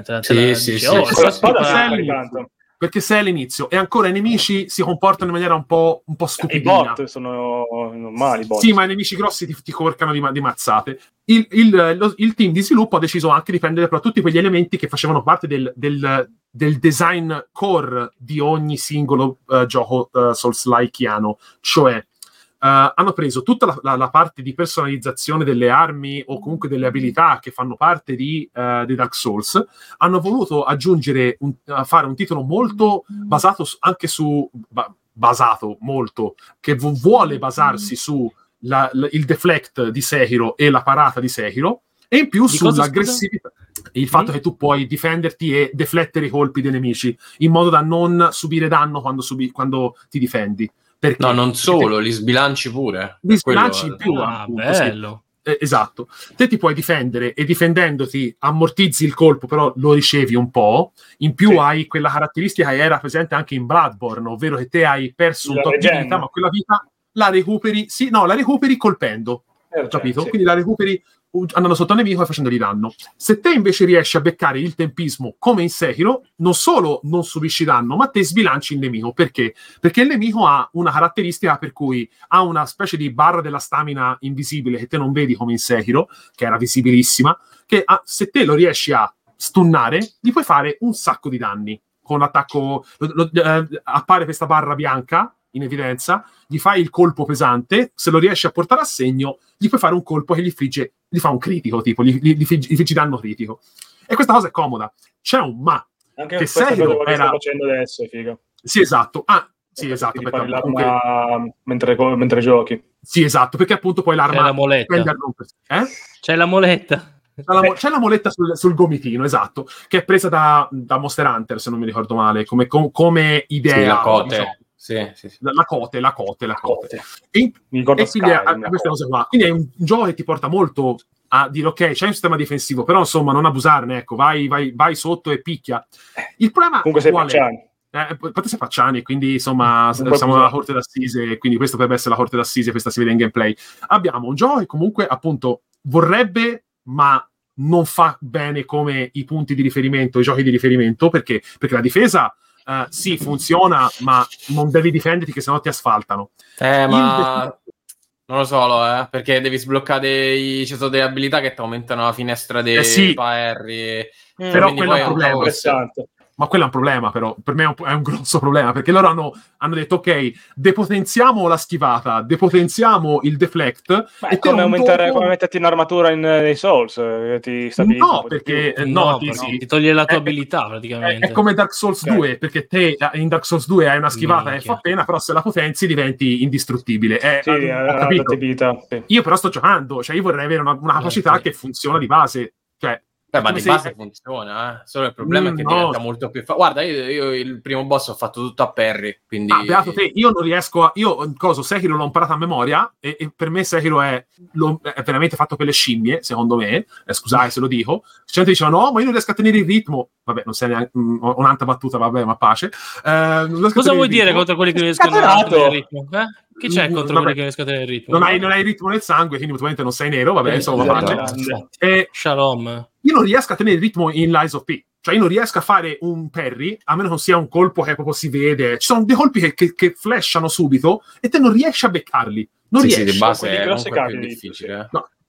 perché sei all'inizio e ancora i nemici si comportano in maniera un po' stupidina. I bot sono normali, sì, ma i nemici grossi ti corcano di mazzate. Il team di sviluppo ha deciso anche di prendere però tutti quegli elementi che facevano parte del design core di ogni singolo gioco Souls-likeano, cioè hanno preso tutta la parte di personalizzazione delle armi o comunque delle abilità che fanno parte di Dark Souls, hanno voluto aggiungere fare un titolo molto basato anche basato molto, che vuole basarsi su il deflect di Sekiro e la parata di Sekiro, e in più sull'aggressività, il fatto che tu puoi difenderti e deflettere i colpi dei nemici in modo da non subire danno quando ti difendi. Perché? No, non solo, li sbilanci pure. Li sbilanci in più. Bello. Sì. Esatto. Te ti puoi difendere e difendendoti ammortizzi il colpo, però lo ricevi un po'. In più hai quella caratteristica che era presente anche in Bloodborne, ovvero che te hai perso un tot di vita, ma quella vita la recuperi, la recuperi colpendo. Capito? Sì. Quindi la recuperi andando sotto al nemico e facendogli danno. Se te invece riesci a beccare il tempismo come in Sekiro, non solo non subisci danno, ma te sbilanci il nemico. Perché? Perché il nemico ha una caratteristica per cui ha una specie di barra della stamina invisibile che te non vedi come in Sekiro, che era visibilissima, che se te lo riesci a stunnare, gli puoi fare un sacco di danni. Con l'attacco appare questa barra bianca in evidenza, gli fai il colpo pesante, se lo riesci a portare a segno, gli puoi fare un colpo che gli fa un critico, tipo, gli figgi danno critico. E questa cosa è comoda. C'è un ma. Anche che Sekiro che sta facendo adesso è figo. Sì, esatto. Sì, esatto. Mentre giochi. Sì, esatto, perché appunto poi l'arma... C'è la moletta. C'è la moletta. C'è la moletta sul gomitino, esatto, che è presa da Monster Hunter, se non mi ricordo male, come idea. Sì, la cote. Sì. La cote. E quindi ha queste cose qua. Quindi è un gioco che ti porta molto a dire ok, c'è un sistema difensivo, però insomma non abusarne, ecco, vai sotto e picchia. Il problema comunque sei Pacciani. Potete sei Pacciani, quindi insomma siamo alla Corte d'Assise, quindi questo potrebbe essere la Corte d'Assise, questa si vede in gameplay. Abbiamo un gioco che comunque appunto vorrebbe, ma non fa bene come i punti di riferimento, i giochi di riferimento, perché la difesa sì, funziona, ma non devi difenderti che sennò ti asfaltano. Ma non lo so, perché devi sbloccare ci sono delle abilità che ti aumentano la finestra dei parry. Però quello è un problema. Ma quello è un problema, però per me è un grosso problema, perché loro hanno detto ok, depotenziamo la schivata, depotenziamo il deflect. E come metterti in armatura nei Souls? Ti no, perché ti toglie la tua abilità praticamente. È come Dark Souls 2, perché te in Dark Souls 2 hai una schivata e fa pena, però se la potenzi diventi indistruttibile. Ho capito. Sì. Io però sto giocando, cioè io vorrei avere una capacità che funziona di base, cioè ma di base funziona, solo il problema è che diventa molto più guarda, io il primo boss ho fatto tutto a parry, quindi beato te, io non riesco Sekiro l'ho imparato a memoria e per me Sekiro è veramente fatto per le scimmie, secondo me, scusate se lo dico. Gente diceva no, ma io non riesco a tenere il ritmo, vabbè, non sei neanche un'altra battuta, vabbè, ma pace. Cosa vuoi dire contro quelli che non riescono a tenere il ritmo? Chi c'è contro quelli che non riescono a tenere il ritmo? Non hai il ritmo nel sangue, quindi ovviamente non sei nero, vabbè, insomma, pace. Shalom. Io non riesco a tenere il ritmo in Lies of P, cioè io non riesco a fare un parry, a meno che non sia un colpo che proprio si vede. Ci sono dei colpi che flashano subito e te non riesci a beccarli. Non riesci. Sì, di base è più difficile.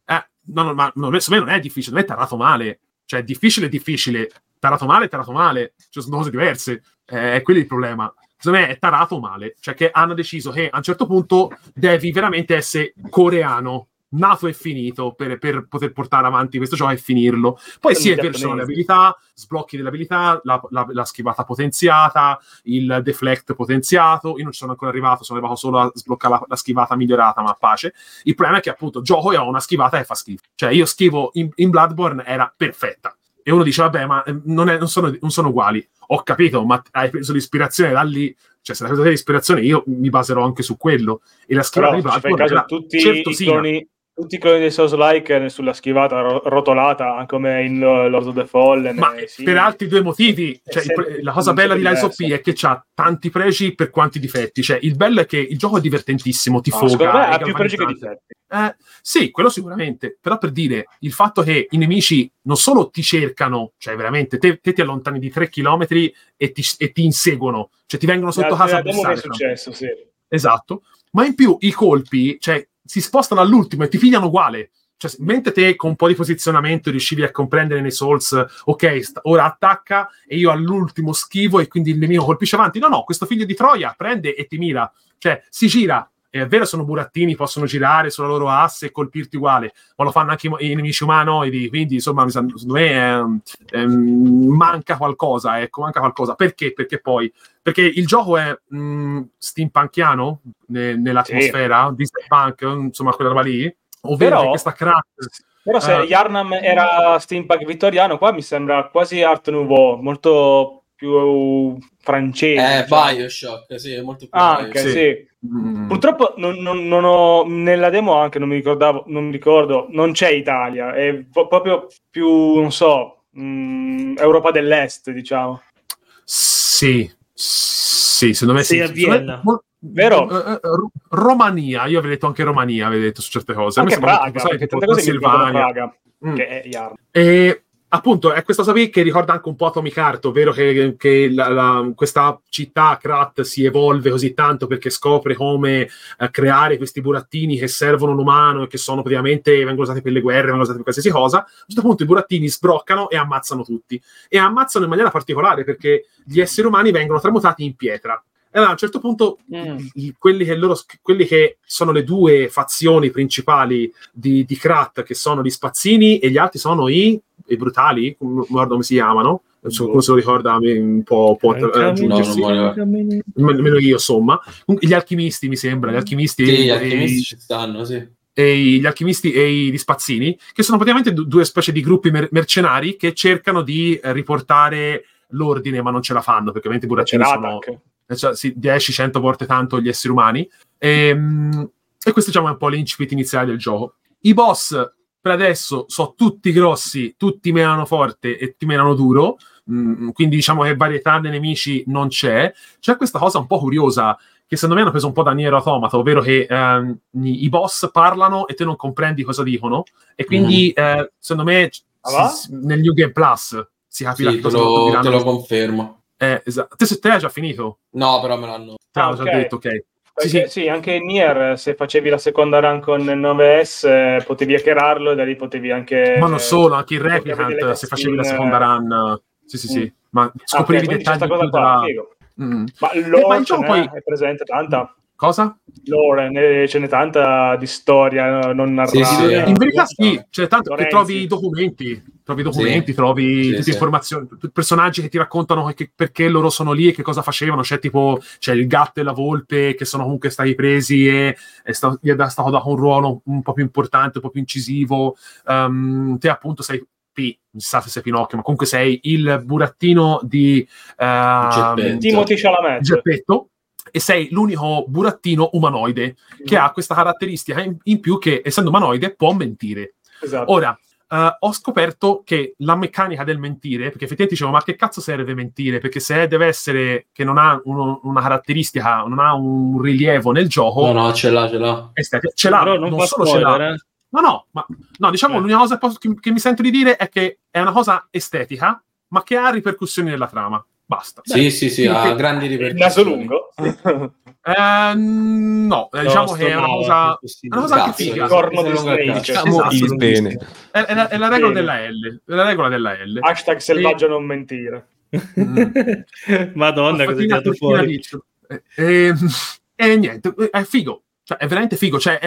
No, ma secondo me non è difficile, non è tarato male. Cioè, difficile, tarato male. Cioè, sono cose diverse. È quello il problema. Secondo me è tarato male. Cioè, che hanno deciso che a un certo punto devi veramente essere coreano, nato e finito per poter portare avanti questo gioco e finirlo. Poi sì, è vero, ci sono le abilità, sblocchi delle abilità, la schivata potenziata, il deflect potenziato. Io non ci sono ancora arrivato, sono arrivato solo a sbloccare la schivata migliorata, ma pace. Il problema è che appunto gioco e ho una schivata che fa schifo. Cioè io schivo in Bloodborne era perfetta. E uno dice, vabbè, ma non sono uguali. Ho capito, ma hai preso l'ispirazione da lì. Cioè, se hai preso l'ispirazione, io mi baserò anche su quello. E la schivata di Bloodborne era tutti i cloni dei Souls-like sulla schivata rotolata, anche come in Lord of the Fallen. Ma per altri due motivi. Cioè, la cosa bella di Lies of P è che c'ha tanti pregi per quanti difetti. Cioè, il bello è che il gioco è divertentissimo, ti foga. Secondo me ha più pregi che difetti. Sì, quello sicuramente. Però per dire, il fatto che i nemici non solo ti cercano, cioè veramente, te ti allontani di 3 chilometri e ti inseguono. Cioè, ti vengono sotto casa a bussare. È successo, sì. Esatto. Ma in più i colpi, cioè, si spostano all'ultimo e ti pigliano uguale. Cioè, mentre te con un po' di posizionamento riuscivi a comprendere nei Souls, ok, ora attacca e io all'ultimo schivo e quindi il nemico colpisce avanti. No, questo figlio di Troia prende e ti mira. Cioè, si gira. È vero, sono burattini, possono girare sulla loro asse e colpirti uguale, ma lo fanno anche i nemici umanoidi, quindi insomma, secondo me manca qualcosa, ecco, Perché? Perché il gioco è steampunkiano nell'atmosfera, di steampunk, insomma, quella roba lì, ovvero che questa crack... Però se Yarnam era steampunk vittoriano, qua mi sembra quasi Art Nouveau, molto più francese. Bioshock, sì, è molto più anche, sì. Purtroppo non ho nella demo anche non mi ricordo, non c'è Italia, è proprio più, non so, Europa dell'Est, diciamo. Sì, secondo me sì. A Vienna. Vero? Romania, io avevo detto anche Romania, avevo detto su certe cose. Anche Praga, perché tante cose mi ricordano Praga, che è Yarn. E appunto è questa cosa qui che ricorda anche un po' Atomic Heart, ovvero che questa città Krat si evolve così tanto perché scopre come creare questi burattini che servono l'umano e che sono praticamente, vengono usati per le guerre, vengono usati per qualsiasi cosa. A un certo punto i burattini sbroccano e ammazzano tutti, e ammazzano in maniera particolare perché gli esseri umani vengono tramutati in pietra. E allora a un certo punto quelli che sono le due fazioni principali di Krat, che sono gli spazzini e gli altri sono i brutali, guarda come si chiamano, come se lo ricorda un po' aggiungersi, meno io, insomma, gli alchimisti, mi sembra, gli alchimisti ci stanno, sì. E gli alchimisti e gli spazzini, che sono praticamente due specie di gruppi mercenari che cercano di riportare l'ordine, ma non ce la fanno, perché ovviamente i burattini sono 10-100 volte tanto gli esseri umani, e questo, diciamo, è un po' l'incipit iniziale del gioco. I boss per adesso sono tutti grossi, tutti menano forte e ti menano duro, quindi diciamo che varietà dei nemici non c'è. C'è questa cosa un po' curiosa che secondo me hanno preso un po' da Nier Automata, ovvero che i boss parlano e te non comprendi cosa dicono, e quindi secondo me nel New Game Plus si capirà te lo confermo. Esatto. Te hai già finito? No, però me l'hanno... Già detto, ok. Sì, anche Nier, se facevi la seconda run con 9S, potevi hackerarlo e da lì potevi anche... Ma non solo, anche il Replicant, se facevi la seconda run... Sì. Ma scoprivi i dettagli più della... Ma lore è presente tanta? Cosa? Lore, ce n'è tanta di storia non narrata. Sì. In verità sì, c'è tanto che trovi documenti, trovi tutte informazioni, personaggi che ti raccontano perché loro sono lì e che cosa facevano. C'è il gatto e la volpe che sono comunque stati presi e gli è stato dato un ruolo un po' più importante, un po' più incisivo. Te appunto sei non si sa se sei Pinocchio, ma comunque sei il burattino di Timothy Chalamet. Geppetto, e sei l'unico burattino umanoide che ha questa caratteristica in più che, essendo umanoide, può mentire. Esatto. Ora, ho scoperto che la meccanica del mentire, perché effettivamente dicevo, ma che cazzo serve mentire? Perché se deve essere che non ha una caratteristica, non ha un rilievo nel gioco... No, ce l'ha. Ce l'ha, però non solo ce l'ha. No, diciamo l'unica cosa che mi sento di dire è che è una cosa estetica, ma che ha ripercussioni nella trama. Basta. Sì, ha grandi ripercussioni. Il naso lungo? No, diciamo che è una cosa anche figa. Corno di Snake. Il bene. È la regola della L. È la regola della L. Hashtag selvaggio non mentire. Madonna, cosa hai tirato fuori? E niente, è figo. Cioè, è veramente figo. Cioè,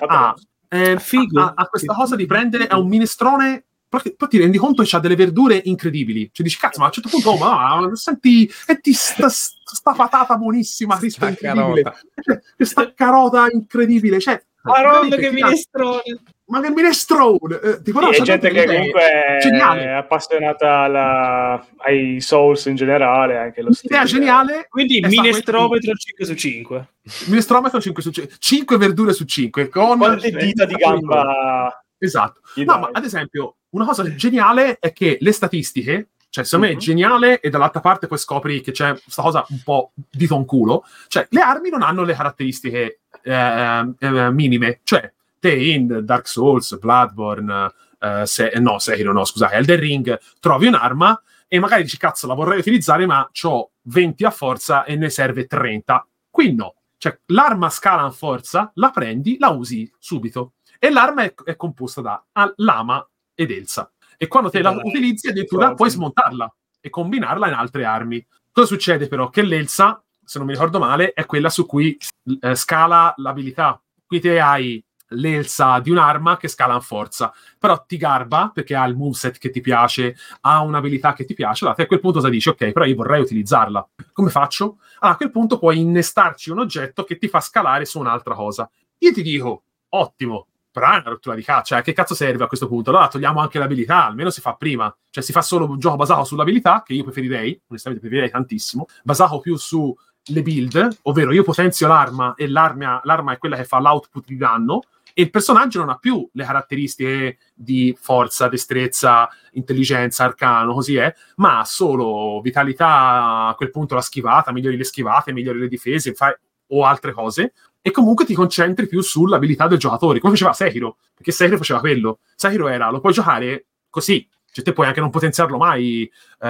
figo. Ha questa cosa di prendere a un minestrone. Poi ti rendi conto che c'ha delle verdure incredibili. Cioè dici, cazzo, ma a un certo punto, senti sta patata buonissima, sta incredibile. Questa carota incredibile. Cioè, che minestrone! Ma che minestrone! C'è gente che comunque è appassionata ai Souls in generale, anche lo stile. Idea geniale. Quindi minestrometro 5 su 5. Minestrometro 5 su 5. 5 verdure su 5. Con quante dita di gamba... Esatto. No, ma ad esempio, una cosa geniale è che le statistiche, cioè secondo me è geniale, e dall'altra parte poi scopri che c'è questa cosa un po' dito un culo, cioè le armi non hanno le caratteristiche minime, cioè te in Dark Souls, Bloodborne, Elden Ring, trovi un'arma e magari dici, cazzo, la vorrei utilizzare, ma c'ho 20 a forza e ne serve 30. Qui no, cioè l'arma scala in forza, la prendi, la usi subito. E l'arma è composta da lama ed elsa. E quando te la utilizzi, addirittura puoi smontarla e combinarla in altre armi. Cosa succede però? Che l'elsa, se non mi ricordo male, è quella su cui scala l'abilità. Qui te hai l'elsa di un'arma che scala in forza, però ti garba perché ha il moveset che ti piace, ha un'abilità che ti piace, allora te a quel punto dici, ok, però io vorrei utilizzarla. Come faccio? Allora a quel punto puoi innestarci un oggetto che ti fa scalare su un'altra cosa. Io ti dico, ottimo, però è una rottura di cazzo, cioè che cazzo serve a questo punto? Allora togliamo anche l'abilità, almeno si fa prima, cioè si fa solo un gioco basato sull'abilità, che io preferirei, onestamente preferirei tantissimo, basato più su le build, ovvero io potenzio l'arma e l'arma è quella che fa l'output di danno e il personaggio non ha più le caratteristiche di forza, destrezza, intelligenza, arcano, così è, ma ha solo vitalità, a quel punto la schivata, migliori le schivate, migliori le difese, o altre cose, e comunque ti concentri più sull'abilità del giocatore, come faceva Sekiro, perché Sekiro faceva quello. Sekiro era, lo puoi giocare così, cioè te puoi anche non potenziarlo mai,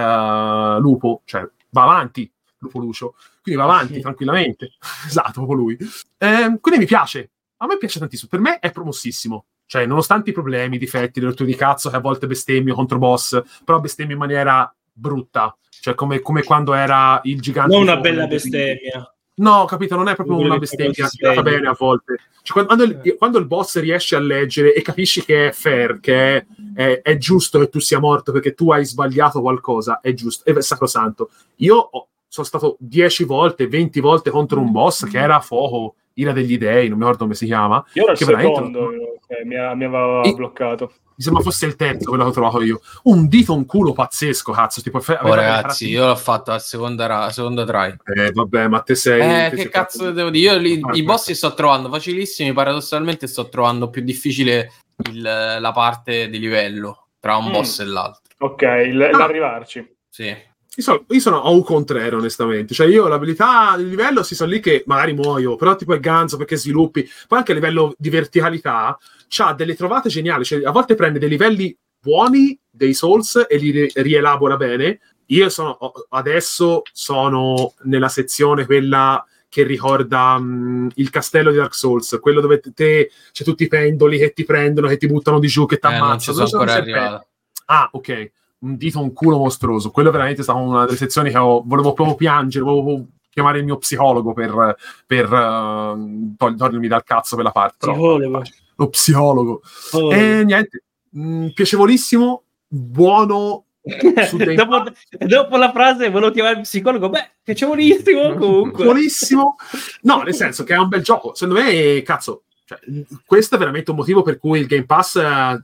Lupo, cioè va avanti, Lupo Lucio, quindi va avanti tranquillamente. Esatto, proprio lui. Quindi mi piace, a me piace tantissimo, per me è promossissimo, cioè nonostante i problemi, i difetti, le rotture di cazzo che a volte bestemmio contro boss, però bestemmio in maniera brutta, cioè come quando era il gigante. Non una bella bestemmia. No, capito, non è proprio una bestemmia, va bene a volte. Cioè, quando il boss riesce a leggere e capisci che è fair, che è giusto che tu sia morto perché tu hai sbagliato qualcosa, è giusto, è sacrosanto. Io sono stato 10 volte, 20 volte contro un boss che era a fuoco, Ira degli Dei, non mi ricordo come si chiama. Io ero il secondo, mi aveva bloccato. Mi sembra fosse il terzo quello che ho trovato io. Un dito, un culo pazzesco, cazzo. Tipo, ragazzi, io l'ho fatto al seconda try. Vabbè, ma te sei... che cazzo devo dire? Io i boss li sto trovando facilissimi, paradossalmente sto trovando più difficile la parte di livello tra un boss e l'altro. Ok, l'arrivarci. Sì. Io sono a un contrario, onestamente. Cioè, io l'abilità di livello si sono lì che magari muoio, però tipo è ganzo perché sviluppi. Poi anche a livello di verticalità c'ha delle trovate geniali. Cioè, a volte prende dei livelli buoni dei Souls e li rielabora bene, adesso sono nella sezione quella che ricorda il castello di Dark Souls, quello dove c'è tutti i pendoli che ti prendono, che ti buttano di giù, che ti ammazzano. Non ci sono ancora arrivato. Ah, ok. Un dito, un culo mostruoso. Quello veramente è stata una delle sezioni che volevo proprio piangere, volevo chiamare il mio psicologo per togliermi dal cazzo quella parte. Psicologo. Lo psicologo. E niente, piacevolissimo, buono. Dopo la frase volevo chiamare il psicologo, piacevolissimo comunque. Buonissimo. No, nel senso che è un bel gioco. Secondo me, cazzo, cioè, questo è veramente un motivo per cui il Game Pass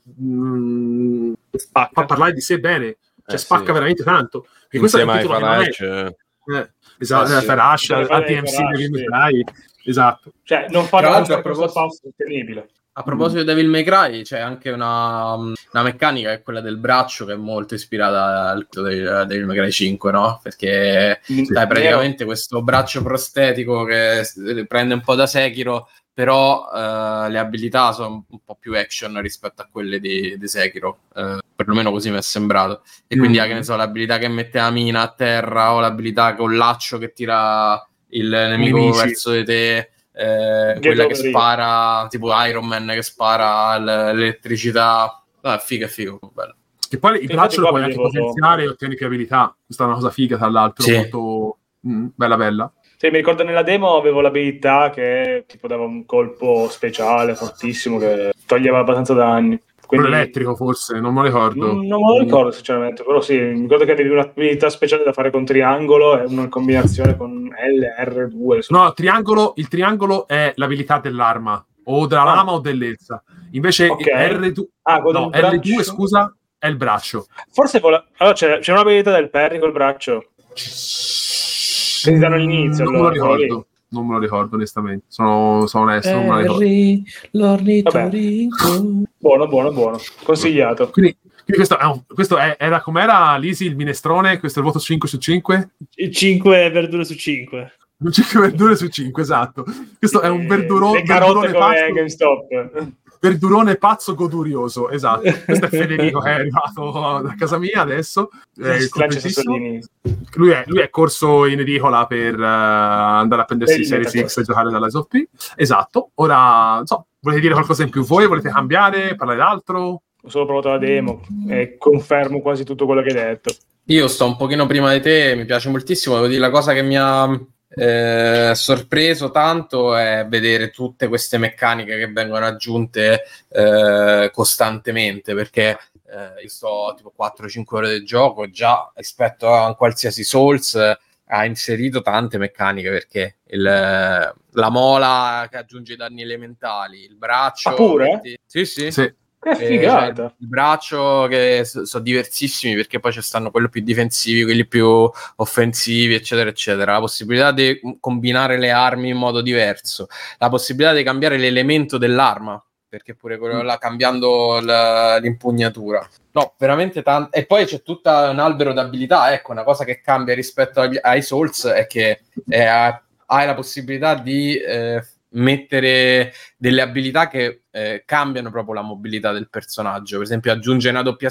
fa parlare di sé bene, cioè spacca veramente tanto. E questo è un titolo che non è... esatto, Farash, ATMC, esatto. Cioè, non fa una cosa sostenibile. A proposito di Devil May Cry, c'è anche una meccanica, che è quella del braccio, che è molto ispirata al Devil May Cry 5, no? Perché dai, praticamente questo braccio prostetico che prende un po' da Sekiro, però le abilità sono un po' più action rispetto a quelle di Sekiro, perlomeno così mi è sembrato. E quindi che ne so, l'abilità che mette la mina a terra, o l'abilità con laccio che tira il nemico verso di te, quella che spara, tipo Iron Man che spara l'elettricità. È figo, bello. Che poi il braccio lo puoi anche potenziare e ottieni più abilità. Questa è una cosa figa, tra l'altro, molto bella. Sì, mi ricordo nella demo avevo l'abilità che tipo dava un colpo speciale fortissimo che toglieva abbastanza danni. Quello elettrico forse, non me lo ricordo. Non me lo ricordo sinceramente, però sì, mi ricordo che avevi un'abilità speciale da fare con triangolo e una combinazione con L, R2. No, il triangolo è l'abilità dell'arma, o della lama o dell'elsa. Invece L2, scusa, è il braccio. Forse allora c'è un'abilità del Perry col braccio. Che ti danno all'inizio. Non me lo ricordo. Non me lo ricordo onestamente, sono onesto, non me lo ricordo. L'ornitorinco. Buono, consigliato. Quindi questo era com'era l'Easy, il minestrone, questo è il voto 5 su 5? 5 verdure su 5. 5 verdure su 5, esatto. Questo è un verdurone come GameStop. Verdurone pazzo godurioso, esatto. Questo è Federico che è arrivato da casa mia adesso. Lui è corso in edicola per andare a prendersi Series X e giocare dalla SOP. Esatto. Ora, non so, volete dire qualcosa in più voi? Volete cambiare? Parlare d'altro? Ho solo provato la demo e confermo quasi tutto quello che hai detto. Io sto un pochino prima di te, mi piace moltissimo. Devo dire, la cosa che mi ha sorpreso tanto è vedere tutte queste meccaniche che vengono aggiunte costantemente, perché io sto tipo 4-5 ore di gioco, già rispetto a un qualsiasi Souls ha inserito tante meccaniche, perché la mola che aggiunge i danni elementali, il braccio pure? Sì. Che figata. Il braccio, che sono diversissimi, perché poi ci stanno quelli più difensivi, quelli più offensivi, eccetera eccetera, la possibilità di combinare le armi in modo diverso, la possibilità di cambiare l'elemento dell'arma, perché pure quello là, cambiando l'impugnatura, no, veramente tanto. E poi c'è tutta un albero d'abilità. Ecco, una cosa che cambia rispetto ai Souls è che hai la possibilità di mettere delle abilità che cambiano proprio la mobilità del personaggio. Per esempio, aggiunge una doppia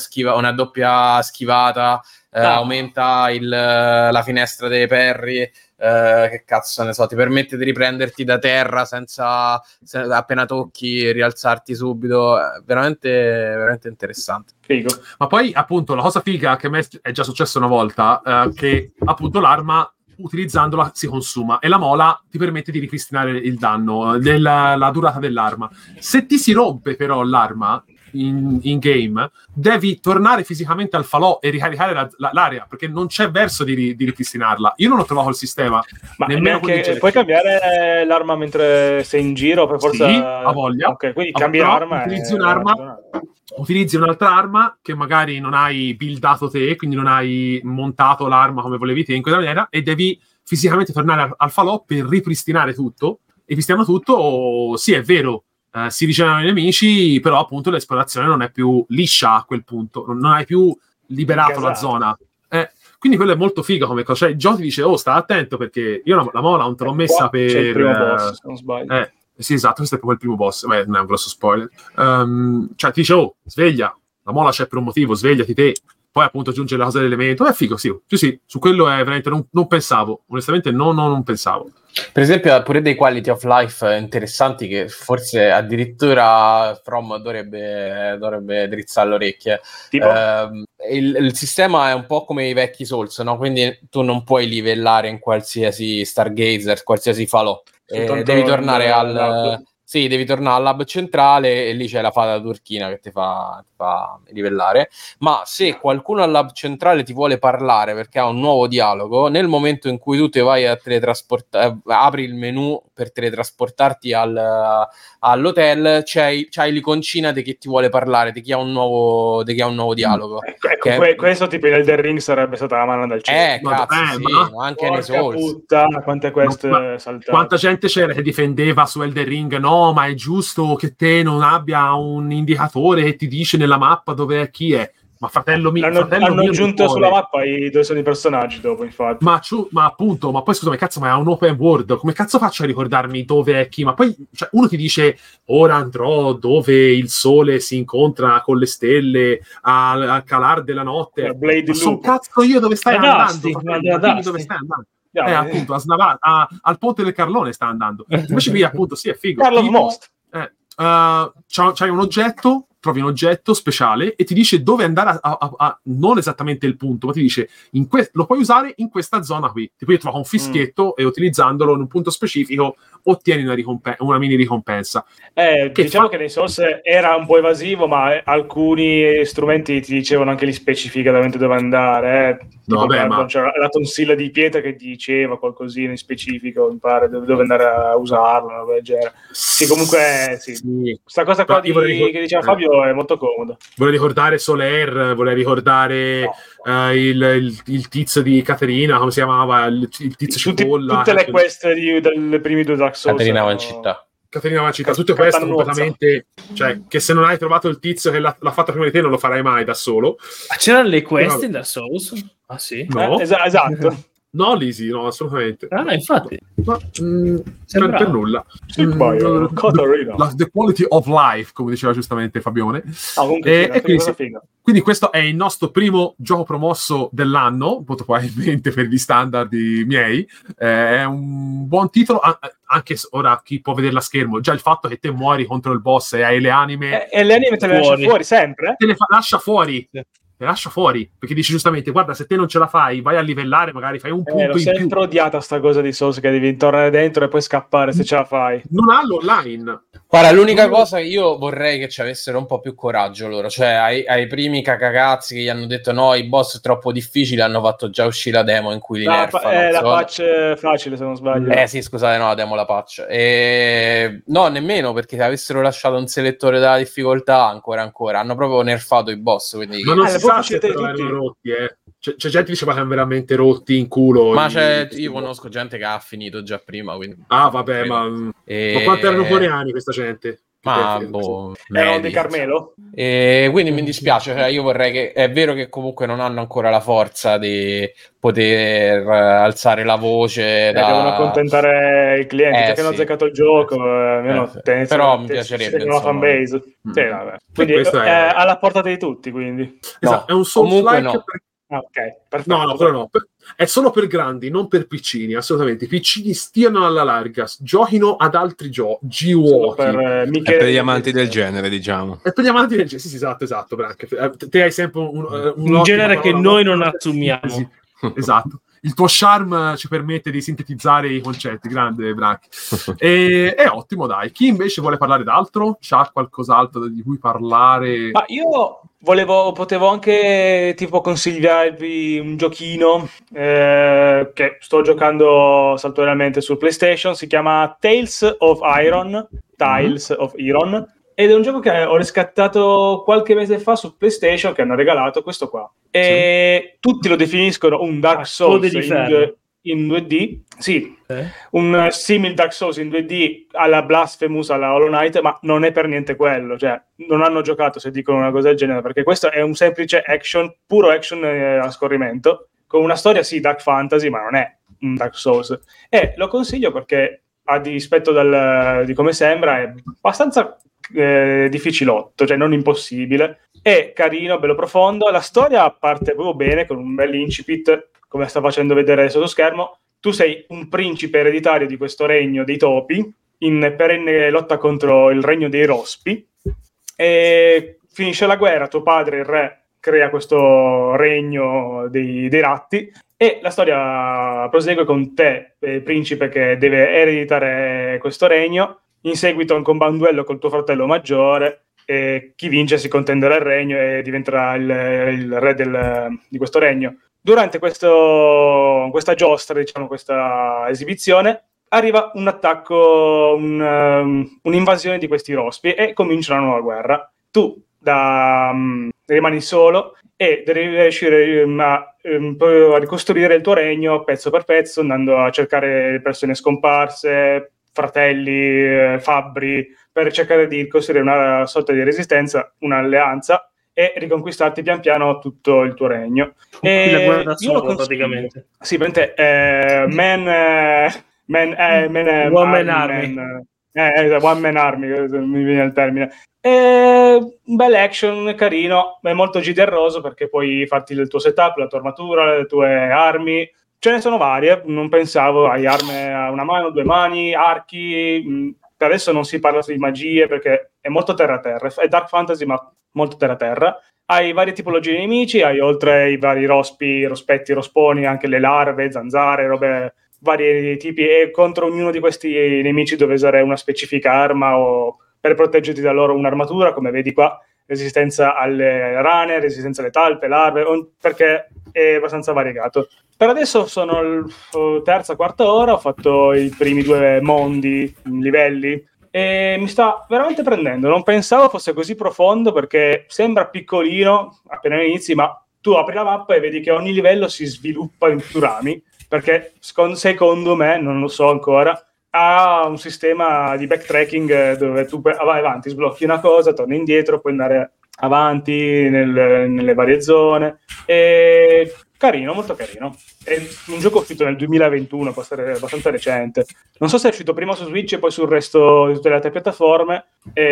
schivata, aumenta la finestra dei parry, che cazzo ne so, ti permette di riprenderti da terra senza appena tocchi rialzarti subito. Veramente, veramente interessante. Figo. Ma poi appunto la cosa figa che a me è già successa una volta, che appunto l'arma utilizzandola si consuma e la mola ti permette di ripristinare il danno, la durata dell'arma. Se ti si rompe però l'arma in game, devi tornare fisicamente al falò e ricaricare l'area, perché non c'è verso di ripristinarla. Io non ho trovato il sistema. Ma nemmeno puoi cambiare l'arma mentre sei in giro, per forza? Sì, a voglia. Ok, quindi cambi l'arma. Utilizzi un'altra arma che magari non hai buildato te, quindi non hai montato l'arma come volevi te in quella maniera, e devi fisicamente tornare al falò per ripristinare tutto. E ripristinando tutto, sì, è vero, si rigenerano i nemici, però appunto l'esplorazione non è più liscia a quel punto, non hai più liberato la zona. Quindi quello è molto figo come cosa. Cioè, il gioco ti dice, sta attento, perché io la mola non te l'ho messa per... C'è il primo boss, se non sbaglio. Sì, esatto, questo è proprio il primo boss. Beh, non è un grosso spoiler. Cioè, ti dice, sveglia, la mola c'è per un motivo, svegliati te. poi appunto aggiunge la cosa dell'elemento, è figo, sì, su quello è veramente, non pensavo, onestamente non pensavo. Per esempio pure dei quality of life interessanti che forse addirittura From dovrebbe drizzare le orecchie. Il sistema è un po' come i vecchi Souls, no? Quindi tu non puoi livellare in qualsiasi Stargazer, qualsiasi falò. Devi tornare devi tornare al lab centrale e lì c'è la fata turchina che ti fa livellare. Ma se qualcuno al lab centrale ti vuole parlare perché ha un nuovo dialogo, nel momento in cui tu ti vai a teletrasportare, apri il menu per teletrasportarti all'hotel, c'hai l'iconcina di chi ti vuole parlare, di chi ha un nuovo dialogo. Questo tipo in Elden Ring sarebbe stata la mano del cielo. Anche nei Souls. Puttana, quante queste saltate. Quanta gente c'era che difendeva su Elden Ring? No, ma è giusto che te non abbia un indicatore che ti dice nella mappa dove è chi è. Ma fratello mio, hanno aggiunto sulla mappa dove sono i personaggi dopo, infatti. Ma appunto, ma poi scusami, cazzo, ma è un open world, come cazzo faccio a ricordarmi dove è chi? Ma poi uno ti dice ora andrò dove il sole si incontra con le stelle al calar della notte. Ma son cazzo io dove stai andando? Dove stai andando? Appunto, al ponte del Carlone sta andando. Invece qui appunto sì, è figo. Carlo Most. C'hai un oggetto, trovi un oggetto speciale e ti dice dove andare non esattamente il punto, ma ti dice lo puoi usare in questa zona qui. Tipo io trovo un fischietto e utilizzandolo in un punto specifico ottieni una mini ricompensa. Diciamo che nei Souls era un po' evasivo, ma alcuni strumenti ti dicevano anche lì specificatamente dove andare. C'era la tonsilla di pietra che ti diceva qualcosina in specifico, mi pare, dove andare a usarlo, del genere. Sì, comunque sì. Questa cosa qua che diceva Fabio è molto comoda. Vorrei ricordare Soler, vorrei ricordare il tizio di Caterina, come si chiamava? Il tizio cipolla. Tutte le quest dei primi due Dark Souls. Caterina va in città. Tutte queste completamente, cioè, che se non hai trovato il tizio che l'ha fatta prima di te non lo farai mai da solo. Ma c'erano le quest in Dark Souls? Ah sì? No. Esatto. No, Lisi, no, assolutamente. Infatti. Ma, per nulla. The quality of life, come diceva giustamente Fabione. Quindi questo è il nostro primo gioco promosso dell'anno, molto probabilmente per gli standard miei. È un buon titolo, anche ora chi può vedere la schermo. Già il fatto che te muori contro il boss e hai le anime... E le anime te le lascia fuori sempre? Te le lascia fuori. Sì. Le lascia fuori, perché dici giustamente, guarda, se te non ce la fai, vai a livellare, magari fai un punto in più. L'ho sempre odiata sta cosa di Souls, che devi tornare dentro e poi scappare se ce la fai. Non ha l'online. Guarda, l'unica cosa che io vorrei che ci avessero un po' più coraggio loro, cioè ai primi cacacazzi che gli hanno detto no, i boss troppo difficili, hanno fatto già uscire la demo in cui li nerfano. La patch facile, se non sbaglio. Sì, scusate, no, la demo la patch. No, nemmeno, perché se avessero lasciato un selettore della difficoltà, ancora, hanno proprio nerfato i boss, quindi... Ma non si sa se erano rotti, C'è gente che diceva che erano veramente rotti in culo. Ma io conosco gente che ha finito già prima, quindi... vabbè, ma quanti erano coreani questa gente? Erano di Carmelo? Quindi mi dispiace, cioè io vorrei che... È vero che comunque non hanno ancora la forza di poter alzare la voce. Devono accontentare i clienti, che hanno azzeccato il gioco. Però mi piacerebbe. Una fanbase. Vabbè. Quindi è alla portata di tutti, quindi. Esatto, è un Souls-like. No. Ok, perfetto. No. È solo per grandi, non per piccini, assolutamente. I piccini stiano alla larga, giochino ad altri giochi. Per gli amanti del genere, diciamo. È per gli amanti del genere, sì, esatto, Branche. Te hai sempre un genere che noi non assumiamo. Esatto. Il tuo charme ci permette di sintetizzare i concetti, grande Branche. È ottimo, dai. Chi invece vuole parlare d'altro? C'ha qualcos'altro di cui parlare? Ma io potevo anche tipo consigliarvi un giochino che sto giocando saltuariamente su PlayStation, si chiama Tales of Iron, ed è un gioco che ho riscattato qualche mese fa su PlayStation, che hanno regalato questo qua. E tutti lo definiscono un Dark Souls in 2D. Sì, un simile Dark Souls in 2D alla Blasphemous, alla Hollow Knight, ma non è per niente quello. Cioè, non hanno giocato se dicono una cosa del genere, perché questo è un semplice action, puro action a scorrimento, con una storia, sì, Dark Fantasy, ma non è un Dark Souls. E lo consiglio perché a dispetto di come sembra, è abbastanza difficilotto, cioè non impossibile. È carino, bello profondo. La storia parte proprio bene, con un bel incipit, come sta facendo vedere sotto schermo. Tu sei un principe ereditario di questo regno dei topi, in perenne lotta contro il regno dei rospi, e finisce la guerra, tuo padre, il re, crea questo regno dei ratti, e la storia prosegue con te, principe, che deve ereditare questo regno. In seguito a un duello col tuo fratello maggiore, e chi vince si contenderà il regno e diventerà il re di questo regno. Durante questa giostra, diciamo, questa esibizione, arriva un attacco, un'invasione di questi rospi, e comincia una nuova guerra. Tu rimani solo e devi riuscire a ricostruire il tuo regno pezzo per pezzo, andando a cercare persone scomparse, fratelli, fabbri, per cercare di costruire una sorta di resistenza, un'alleanza, e riconquistarti pian piano tutto il tuo regno. E la guerra da solo, praticamente. Sì, One Man Army, mi viene il termine. Un bel action carino, è molto giderroso, perché puoi farti il tuo setup, la tua armatura, le tue armi. Ce ne sono varie, non pensavo, hai armi a una mano, 2 mani, archi. Per adesso non si parla di magie, perché è molto terra-terra, è dark fantasy ma molto terra-terra. Hai varie tipologie di nemici, hai, oltre ai vari rospetti, rosponi, anche le larve, zanzare, robe vari tipi, e contro ognuno di questi nemici devi usare una specifica arma, o per proteggerti da loro un'armatura, come vedi qua, resistenza alle rane, resistenza alle talpe, larve, perché è abbastanza variegato. Per adesso sono al terza, quarta ora, ho fatto i primi 2 mondi, livelli, e mi sta veramente prendendo. Non pensavo fosse così profondo, perché sembra piccolino appena inizi, ma tu apri la mappa e vedi che ogni livello si sviluppa in più rami, perché secondo me, non lo so ancora, ha un sistema di backtracking dove tu vai avanti, sblocchi una cosa, torni indietro, puoi andare avanti nelle varie zone. E carino, molto carino. È un gioco uscito nel 2021, può essere abbastanza recente. Non so se è uscito prima su Switch e poi sul resto di tutte le altre piattaforme.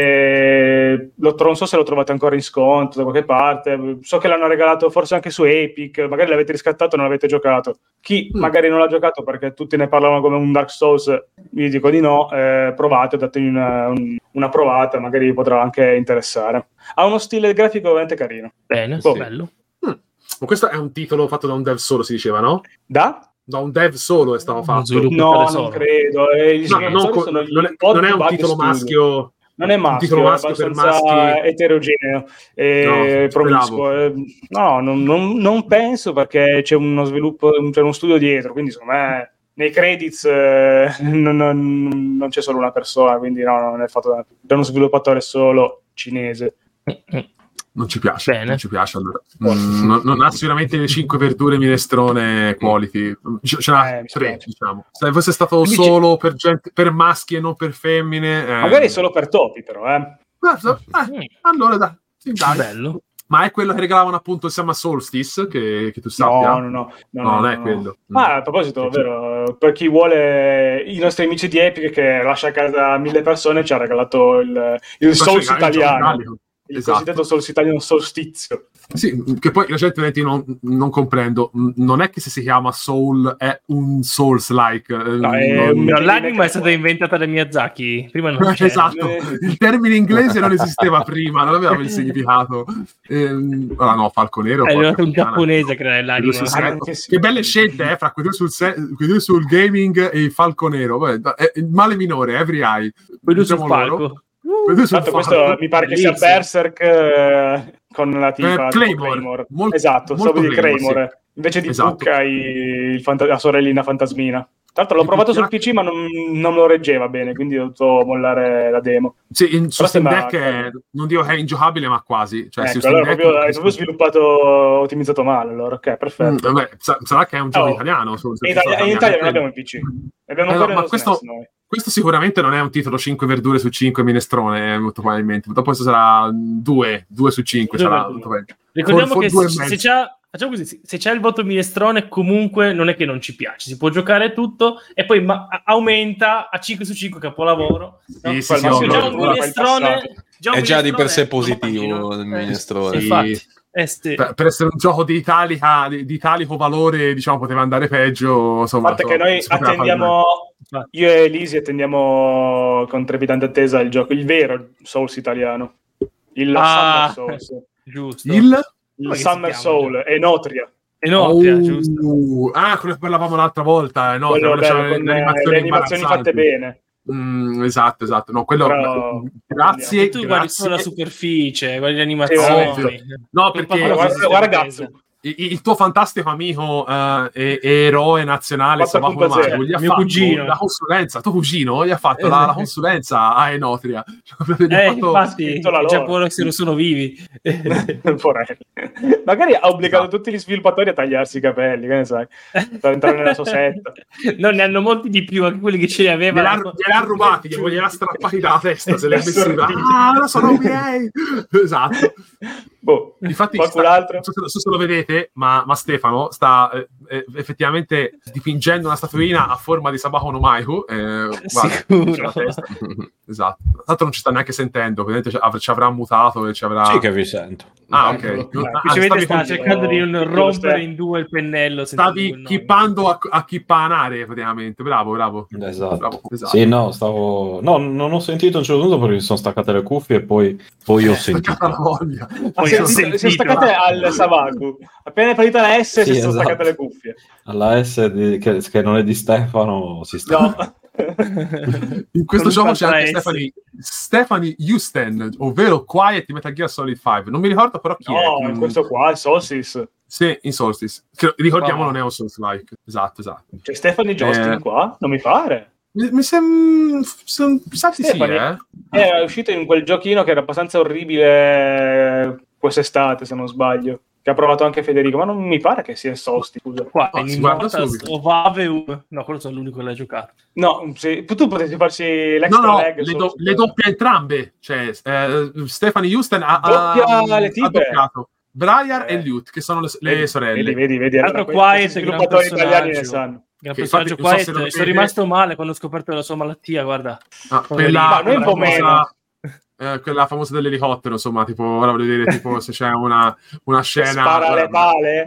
Non so se lo trovate ancora in sconto da qualche parte. So che l'hanno regalato forse anche su Epic, magari l'avete riscattato e non l'avete giocato. Chi magari non l'ha giocato perché tutti ne parlavano come un Dark Souls, vi dico di no, provate, dategli una provata, magari vi potrà anche interessare. Ha uno stile grafico veramente carino. Bene, bello. Ma questo è un titolo fatto da un dev solo, si diceva, no? Da un dev solo è stato fatto. No, non credo. Non è un titolo maschio. Non è maschio, è abbastanza eterogeneo e promiscuo. No, non penso, perché c'è uno sviluppo, c'è uno studio dietro, quindi secondo me nei credits non c'è solo una persona, quindi no, non è fatto da uno sviluppatore solo cinese. Non ci piace, allora. Non ha sicuramente le 5 verdure minestrone quality, ce n'ha 3, diciamo. Se fosse stato solo per maschi e non per femmine, magari solo per topi, però allora dai. Bello. Ma è quello che regalavano appunto il Summer Solstice, che tu sappia? No, non è quello. A proposito, vero, per chi vuole, i nostri amici di Epic, che lascia a casa 1000 persone, ci ha regalato il Souls italiano. Il cosiddetto Souls italiano solstizio. Sì, che poi la gente non comprendo. Non è che se si chiama Soul è un Souls-like. L'anima è stata inventata da Miyazaki. Prima non c'era. Esatto. Il termine inglese non esisteva prima, non aveva il significato. Falco Nero. È arrivato un giapponese che era l'anima. Che belle scelte, fra quei due sul gaming e il Falco Nero. È il male minore, Every Eye. Quello sul palco. Tanto questo mi pare che sia Berserk con la tipa Claymore. Esatto, stavo di Claymore. Sì. Invece di Puck hai la sorellina fantasmina. Tra l'altro l'ho provato sul PC, ma non lo reggeva bene, quindi ho dovuto mollare la demo. Sì, su Steam Deck non dico che è ingiocabile, ma quasi. Cioè, allora hai proprio sviluppato, ottimizzato male, allora. Ok, perfetto. Sarà che è un gioco italiano. In Italia non abbiamo il PC. Abbiamo ancora questo sicuramente non è un titolo 5 verdure su 5 minestrone, molto probabilmente. Dopo questo sarà 2 su 5. Sarà ricordiamo che se c'ha facciamo così, se c'è il voto minestrone comunque non è che non ci piace, si può giocare tutto e poi aumenta a 5 su 5 capolavoro. Sì, Già un minestrone è già di per sé positivo il minestrone. Sì. Per essere un gioco di italico valore, diciamo, poteva andare peggio. Insomma, a parte che noi attendiamo, io e Elisi attendiamo con trepidante attesa il vero Souls italiano, il Summer Souls, giusto. Il Summer Soul, Enotria, giusto. Quello che parlavamo l'altra volta, no? Con le animazioni fatte bene. Esatto. No, quello. Però, grazie. Tu guardi solo la superficie, guardi le animazioni. No, perché guarda ragazzo. Il tuo fantastico amico e eroe nazionale gli ha mio fatto cugino. la consulenza. Tuo cugino gli ha fatto la consulenza a Enotria. Infatti, già buono se non sono vivi. Magari ha obbligato tutti gli sviluppatori a tagliarsi i capelli, che ne sai, per entrare nella sua setta. No, ne hanno molti di più, anche quelli che ce li avevano. Gliel'ha rubati, gliel'ha strappati dalla testa, se li ha messi là. Sono miei. Esatto. Infatti, qualcun altro? Non so se lo vedete, ma Stefano sta effettivamente dipingendo una statuina a forma di Sabako no Maiku. Sicuro. Esatto. Tra l'altro non ci sta neanche sentendo, ci avrà mutato e ci avrà... Sì che vi sento. Ok. Sta cercando di non rompere in due il pennello. Stavi chippando a chippanare praticamente. Bravo. Esatto. Bravo. Sì, no, non ho sentito a un certo punto perché mi sono staccate le cuffie e poi ho sentito. La voglia. Si staccate al Sabaku. Appena è partita la S si sono staccate le cuffie. Alla S che non è di Stefano si sta. No. In questo gioco c'è anche Stephanie Houston, ovvero Quiet di Metal Gear Solid 5. Non mi ricordo però chi è. No, in questo qua, il Solstice. Sì, in Solstice. Ricordiamo non è un Souls-like. Esatto. C'è Stephanie Justin qua? Non mi pare. Mi sa che sì, È uscito in quel giochino che era abbastanza orribile quest'estate, se non sbaglio. Che ha provato anche Federico, ma non mi pare che sia il Solstice. Scusa. Qua o Vave no, quello sono l'unico che l'ha giocato. No, tu potete farci l'extra leg. Le doppie entrambe. Cioè, Stephanie Houston ha doppiato Briar e Lute, che sono le sorelle. Vedi. Altro Quiet, sviluppatori italiani ne sanno. Gran personaggio Quiet, sono rimasto male quando ho scoperto la sua malattia, guarda. Quella un po' meno. Quella famosa dell'elicottero, insomma, tipo, ora voglio vedere tipo se c'è una scena. Spara le pale.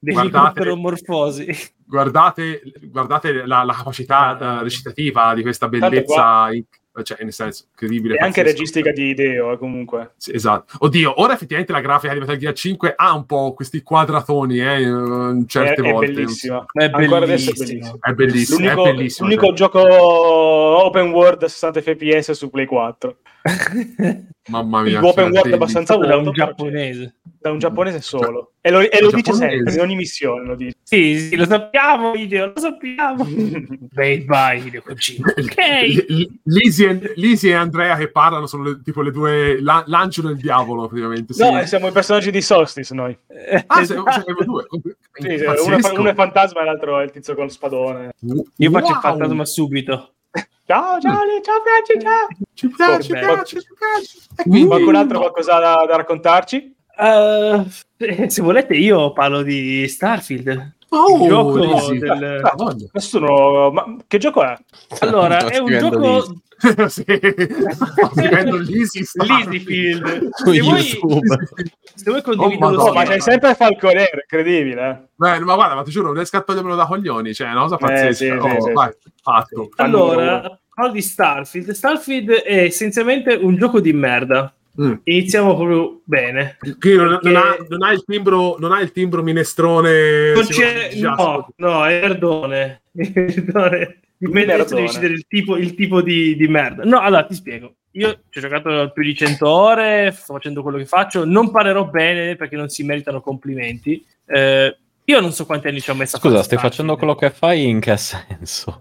Guardate la capacità recitativa di questa bellezza, cioè, nel senso, incredibile. E anche registica di Hideo, comunque. Sì, esatto. Oddio, ora effettivamente la grafica di Metal Gear 5 ha un po' questi quadratoni, certe volte. È bellissima. Ancora adesso è bellissimo. L'unico gioco open world a 60 fps su Play 4. Mamma mia. Open world abbastanza vuoto. Da un giapponese. Da un giapponese solo. E lo dice sempre, in ogni missione lo dice. Sì, lo sappiamo, Hideo, lo sappiamo. Bye, Hideo Kojima. Ok. Lisi e Andrea che parlano sono tipo le due l'angelo e il diavolo, praticamente. Sì. No, siamo i personaggi di Solstice, noi. Siamo due. Sì, uno è fantasma e l'altro è il tizio con lo spadone. Io faccio il fantasma subito. Ciao Gianni, ciao Franci, ciao. Ci piace. Qualcun altro qualcosa da raccontarci? Se volete io parlo di Starfield. Il gioco Nessuno. Ma che gioco è? Allora, è un gioco. Sì. Scrivendo Lisyfield. Su YouTube. Se vuoi condivido lo ma c'è sempre Falconer, incredibile. Ma guarda, ma ti giuro, non riesco a togliermelo da coglioni, cioè, una cosa pazzesca. Vai, fatto. Allora, parlo di Starfield. Starfield è essenzialmente un gioco di merda. Iniziamo proprio bene. Non ha il timbro minestrone. No, è merdone. Dipende da decidere il tipo di merda. No, allora ti spiego. Io ci ho giocato più di 100 ore, sto facendo quello che faccio. Non parlerò bene perché non si meritano complimenti. Io non so quanti anni ci ho messo a fare. Scusa, stai facendo quello che fai in che senso?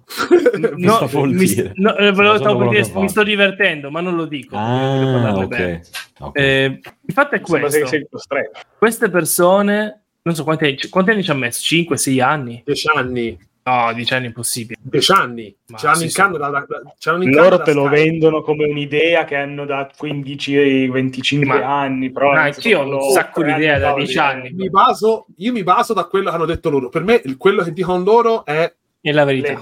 Mi sto divertendo, ma non lo dico. Okay. Il fatto è questo. Queste persone, non so quanti anni ci ha messo, 5-6 anni? 10 anni. No, 10 anni è impossibile. 10 anni. Ce l'hanno in Canada. Loro te lo vendono come un'idea che hanno da 15-25 anni. Però io ho un sacco di idee da 10 anni. Io mi baso da quello che hanno detto loro. Per me, quello che dicono loro è la verità.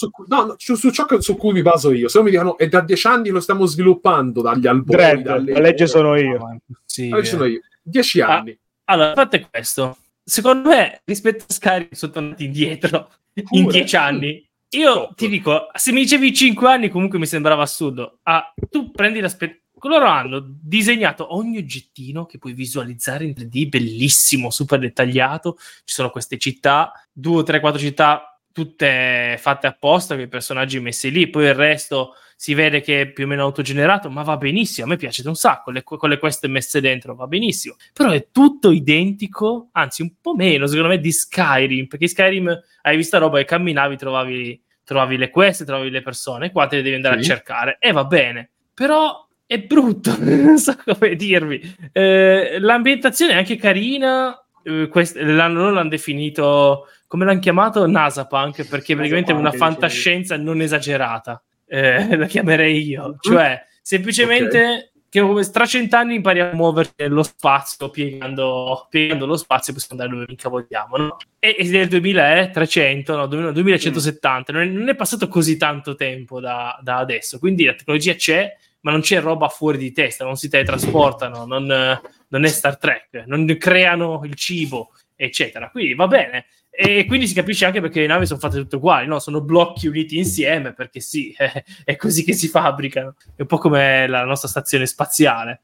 Su ciò su cui mi baso io. Se no mi dicono è da 10 anni lo stiamo sviluppando dagli albori. La legge sono io. La legge sono io. 10 anni. Allora, fate questo. Secondo me, rispetto a Skyrim, sono tornati indietro in 10 anni. Io ti dico, se mi dicevi 5 anni, comunque mi sembrava assurdo. Tu prendi loro hanno disegnato ogni oggettino che puoi visualizzare in 3D, bellissimo, super dettagliato. Ci sono queste città, 2, 3, 4 città, tutte fatte apposta, con i personaggi messi lì. Poi il resto si vede che è più o meno autogenerato, ma va benissimo, a me piace un sacco, con le queste messe dentro va benissimo, però è tutto identico, anzi un po' meno secondo me di Skyrim, perché Skyrim hai visto roba che camminavi, trovavi le quest, trovavi le persone, qua te le devi andare a cercare, e va bene, però è brutto, non so come dirvi. L'ambientazione è anche carina, l'hanno definito, come l'hanno chiamato? Nasapunk, perché praticamente è una fantascienza non esagerata. La chiamerei io, cioè semplicemente che tra 100 anni impariamo a muoverci nello spazio piegando lo spazio e possiamo andare dove mica vogliamo, no? E nel 2300, no, 2170 non è passato così tanto tempo da adesso, quindi la tecnologia c'è, ma non c'è roba fuori di testa, non si teletrasportano, non è Star Trek, non creano il cibo, eccetera, quindi va bene. E quindi si capisce anche perché le navi sono fatte tutte uguali, no? Sono blocchi uniti insieme, perché sì, è così che si fabbricano. È un po' come la nostra stazione spaziale.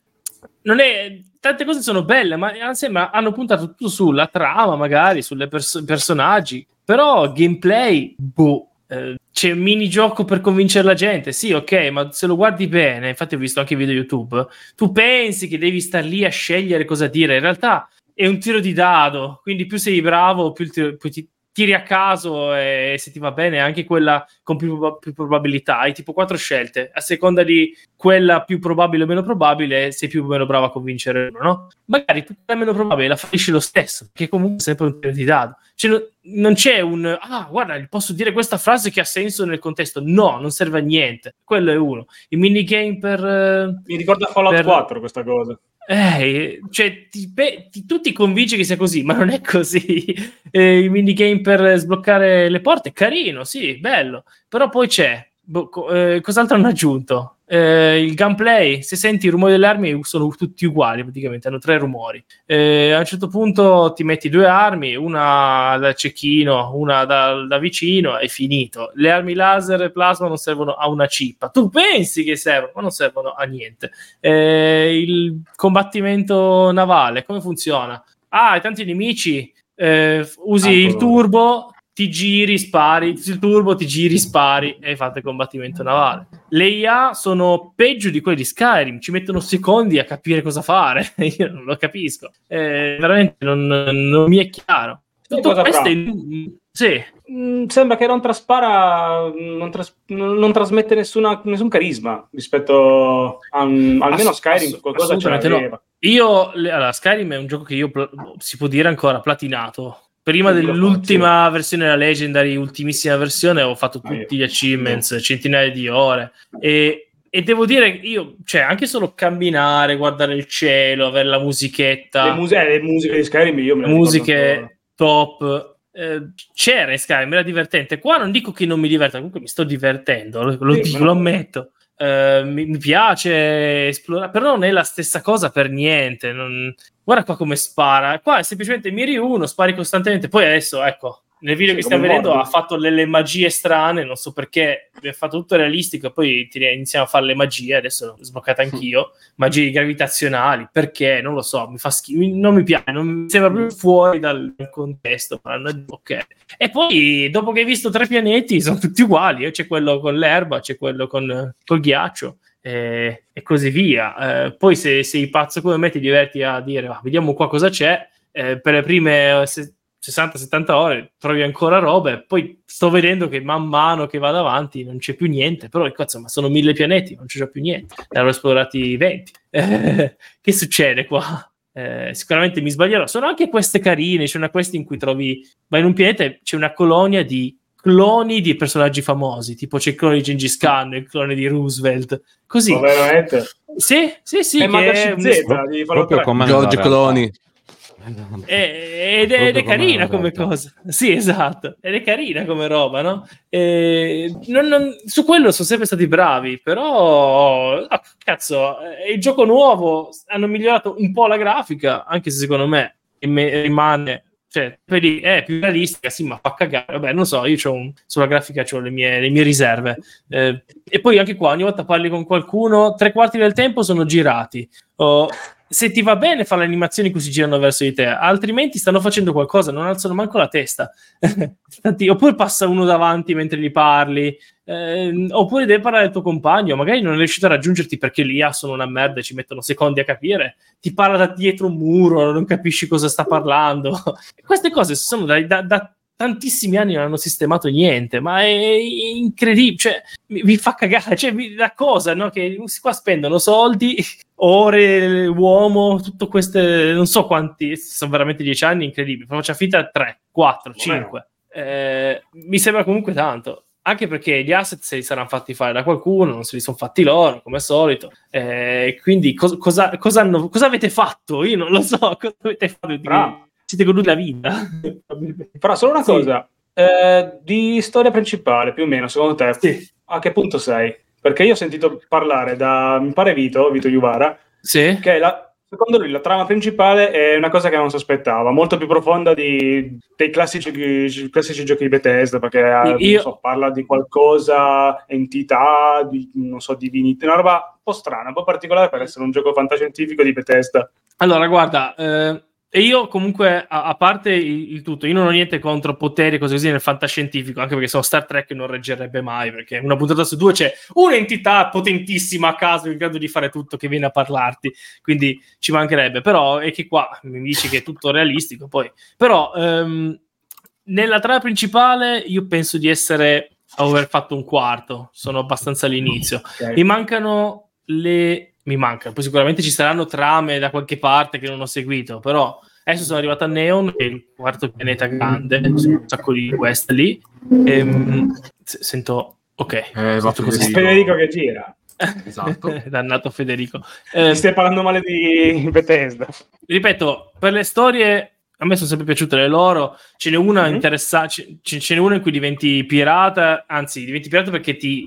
Tante cose sono belle, ma sembra hanno puntato tutto sulla trama, magari, sulle personaggi. Però gameplay, c'è un minigioco per convincere la gente, sì, ok, ma se lo guardi bene, infatti ho visto anche video YouTube, tu pensi che devi star lì a scegliere cosa dire, in realtà è un tiro di dado, quindi più sei bravo, più ti tiri a caso, e se ti va bene anche quella con più probabilità. Hai tipo 4 scelte, a seconda di quella più probabile o meno probabile sei più o meno bravo a convincere uno, no? Magari quella meno probabile la fallisci lo stesso, perché comunque è sempre un tiro di dado. Cioè, non c'è guarda, gli posso dire questa frase che ha senso nel contesto. No, non serve a niente. Quello è uno. Il minigame mi ricorda Fallout 4 questa cosa. Cioè tu ti convinci che sia così, ma non è così. Il minigame per sbloccare le porte è carino, sì, bello, però poi c'è cos'altro hanno aggiunto? Il gameplay, se senti i rumori delle armi sono tutti uguali, praticamente hanno 3 rumori. A un certo punto ti metti 2 armi, una da cecchino, una da vicino, è finito. Le armi laser e plasma non servono a una cippa, tu pensi che servono, ma non servono a niente. Il combattimento navale come funziona? Hai tanti nemici, usi il turbo, ti giri, spari, il turbo, ti giri, spari e fate combattimento navale. Le IA sono peggio di quelle di Skyrim, ci mettono secondi a capire cosa fare. Io non lo capisco, veramente non mi è chiaro. Tutto questo sì. Sembra che non trasmette nessun carisma rispetto a almeno Skyrim, qualcosa ce l'aveva. No. Skyrim è un gioco che io si può dire ancora platinato. Prima dell'ultima versione della Legendary, ultimissima versione, ho fatto tutti gli achievements, centinaia di ore, e devo dire io, cioè, anche solo camminare, guardare il cielo, avere la musichetta, le musiche di Skyrim, io me le musiche top, c'era in Skyrim, era divertente. Qua non dico che non mi diverta, comunque mi sto divertendo, lo ammetto. Mi piace esplorare, però non è la stessa cosa per niente. Guarda qua come spara. Qua è semplicemente miri uno, spari costantemente. Poi adesso, ecco, nel video che stiamo vedendo ha fatto delle magie strane, non so perché, ha fatto tutto realistico e poi iniziamo a fare le magie, adesso l'ho sbloccata anch'io, magie gravitazionali, perché? Non lo so, mi fa schifo, non mi piace, non mi sembra più fuori dal contesto, ok. E poi, dopo che hai visto 3 pianeti, sono tutti uguali, c'è quello con l'erba, c'è quello col ghiaccio, e così via. Poi se sei pazzo come me ti diverti a dire, vediamo qua cosa c'è, per le prime 60-70 ore trovi ancora roba, e poi sto vedendo che man mano che vado avanti non c'è più niente, però cazzo, ma sono 1000 pianeti, non c'è già più niente, ne avrò esplorati 20. Che succede qua? Sicuramente mi sbaglierò. Sono anche queste carine, c'è una quest in cui vai in un pianeta e c'è una colonia di cloni di personaggi famosi, tipo c'è il clone di Gengis Khan, il clone di Roosevelt, così. Veramente? Sì. È Magashi Z di proprio come George Clooney. Ed è carina come cosa, sì, esatto, ed è carina come roba, no? Su quello sono sempre stati bravi, però cazzo, il gioco nuovo hanno migliorato un po' la grafica, anche se secondo me rimane, cioè, è più realistica, sì, ma fa cagare. Vabbè, non so, io sulla grafica ho le mie riserve. E poi anche qua, ogni volta parli con qualcuno, 3/4 del tempo sono girati. Se ti va bene, fa le animazioni così girano verso di te, altrimenti stanno facendo qualcosa, non alzano manco la testa. Oppure passa uno davanti mentre gli parli, oppure deve parlare al tuo compagno, magari non è riuscito a raggiungerti perché l'IA sono una merda e ci mettono secondi a capire, ti parla da dietro un muro, non capisci cosa sta parlando. Queste cose sono da tantissimi anni non hanno sistemato niente, ma è incredibile, cioè mi fa cagare, cioè la cosa, no, che qua spendono soldi, ore, uomo, tutto queste, non so quanti, sono veramente 10 anni, incredibile, faccia finta 3, 4, 5, mi sembra comunque tanto, anche perché gli asset se li saranno fatti fare da qualcuno, non se li sono fatti loro, come al solito, quindi cosa avete fatto? Io non lo so, cosa avete fatto? Siete goduti la vita. Però solo una cosa, di storia principale, più o meno, secondo te, sì. A che punto sei? Perché io ho sentito parlare da, mi pare Vito Iuvara, sì. Che secondo lui la trama principale è una cosa che non sospettava, molto più profonda dei classici giochi di Bethesda, perché non so, parla di qualcosa, entità, non so, divinità, una roba un po' strana, un po' particolare per essere un gioco fantascientifico di Bethesda. Allora, guarda, e io comunque, a parte il tutto, io non ho niente contro poteri e cose così nel fantascientifico, anche perché sono Star Trek non reggerebbe mai, perché una puntata su 2 c'è un'entità potentissima a caso in grado di fare tutto che viene a parlarti, quindi ci mancherebbe. Però è che qua mi dici che è tutto realistico, poi però nella trama principale io penso di aver fatto un quarto, sono abbastanza all'inizio. Okay. Mi mancano, poi sicuramente ci saranno trame da qualche parte che non ho seguito, però adesso sono arrivato a Neon, che è il quarto pianeta grande, sono un sacco di quest lì, sento Federico che gira. Esatto. Dannato Federico. Ti stai parlando male di Bethesda. Ripeto, per le storie a me sono sempre piaciute le loro. Ce n'è una interessante, ce n'è una in cui diventi pirata, anzi diventi pirata perché ti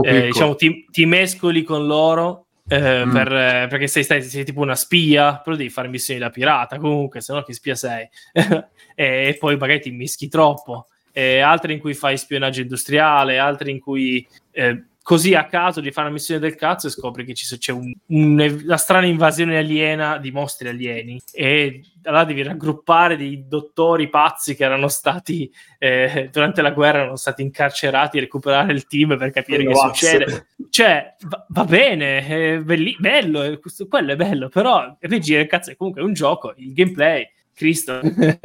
mescoli con loro, perché sei tipo una spia, però devi fare missioni da pirata comunque, se no che spia sei. E poi magari ti mischi troppo. Altre in cui fai spionaggio industriale, altre in cui così a caso di fare una missione del cazzo e scopri che c'è una strana invasione aliena di mostri alieni, e allora devi raggruppare dei dottori pazzi che erano stati durante la guerra, erano stati incarcerati, e recuperare il team per capire che succede. Cioè va bene, è bello, quello è bello, però cazzo, è comunque un gioco, il gameplay, Cristo,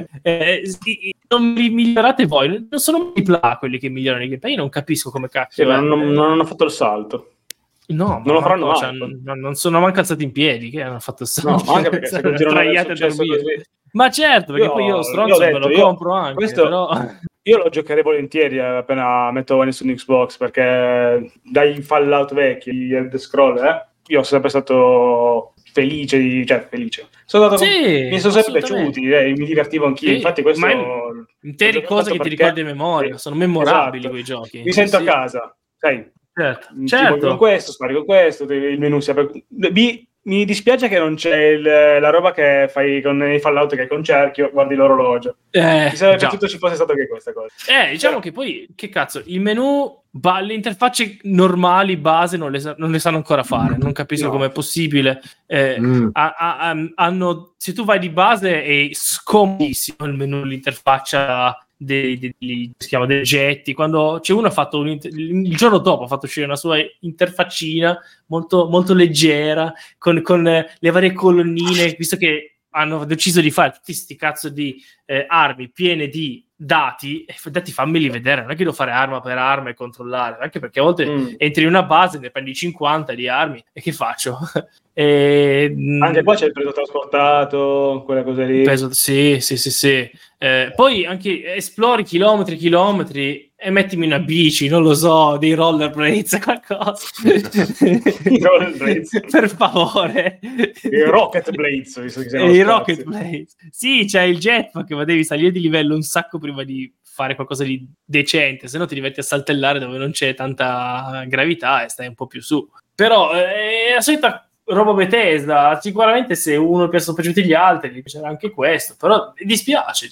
non li migliorate voi, non sono i PLA quelli che migliorano i gameplay, io non capisco come cazzo. Non hanno fatto il salto. No, non lo faranno mai. Cioè, non sono manco alzati in piedi che hanno fatto il salto. No, anche perché se continuano a così. Ma certo, perché poi io lo stronzo me lo compro anche, questo, però... Io lo giocherei volentieri appena metto su Xbox, perché dai Fallout vecchi, gli Elder Scroll, io sono sempre stato felice. Mi sono sempre piaciuti, mi divertivo anch'io. Sì, infatti questo intere cose che ti ricordi a memoria, sono memorabili quei giochi. Mi sento a casa, sai? Certo. Con questo, spari con questo, il menu mi dispiace che non c'è la roba che fai con i Fallout, che con cerchio guardi l'orologio. Mi sarebbe piaciuto ci fosse stato anche questa cosa. Diciamo che poi, che cazzo, il menu, le interfacce normali, base, non le sanno ancora fare. Non capisco come è possibile. Se tu vai di base è scomodissimo il menu, l'interfaccia dei oggetti. Quando c'è uno ha fatto il giorno dopo ha fatto uscire una sua interfaccina molto, molto leggera con le varie colonnine, visto che hanno deciso di fare tutti sti cazzo di armi piene di dati fammeli vedere, non è che devo fare arma per arma e controllare, anche perché a volte entri in una base, ne prendi 50 di armi e che faccio? Anche qua c'è il peso trasportato, quelle cose lì. Sì. Poi anche esplori chilometri e mettimi una bici, non lo so, dei rollerblades, qualcosa. I rollerblades. Per favore. I rocket blades. I rocket blades. Sì, c'è il jetpack, ma devi salire di livello un sacco prima di fare qualcosa di decente, se no ti diverti a saltellare dove non c'è tanta gravità e stai un po' più su. Però è la solita roba Bethesda, sicuramente se uno sono piaciuti gli altri gli piacerà anche questo, però dispiace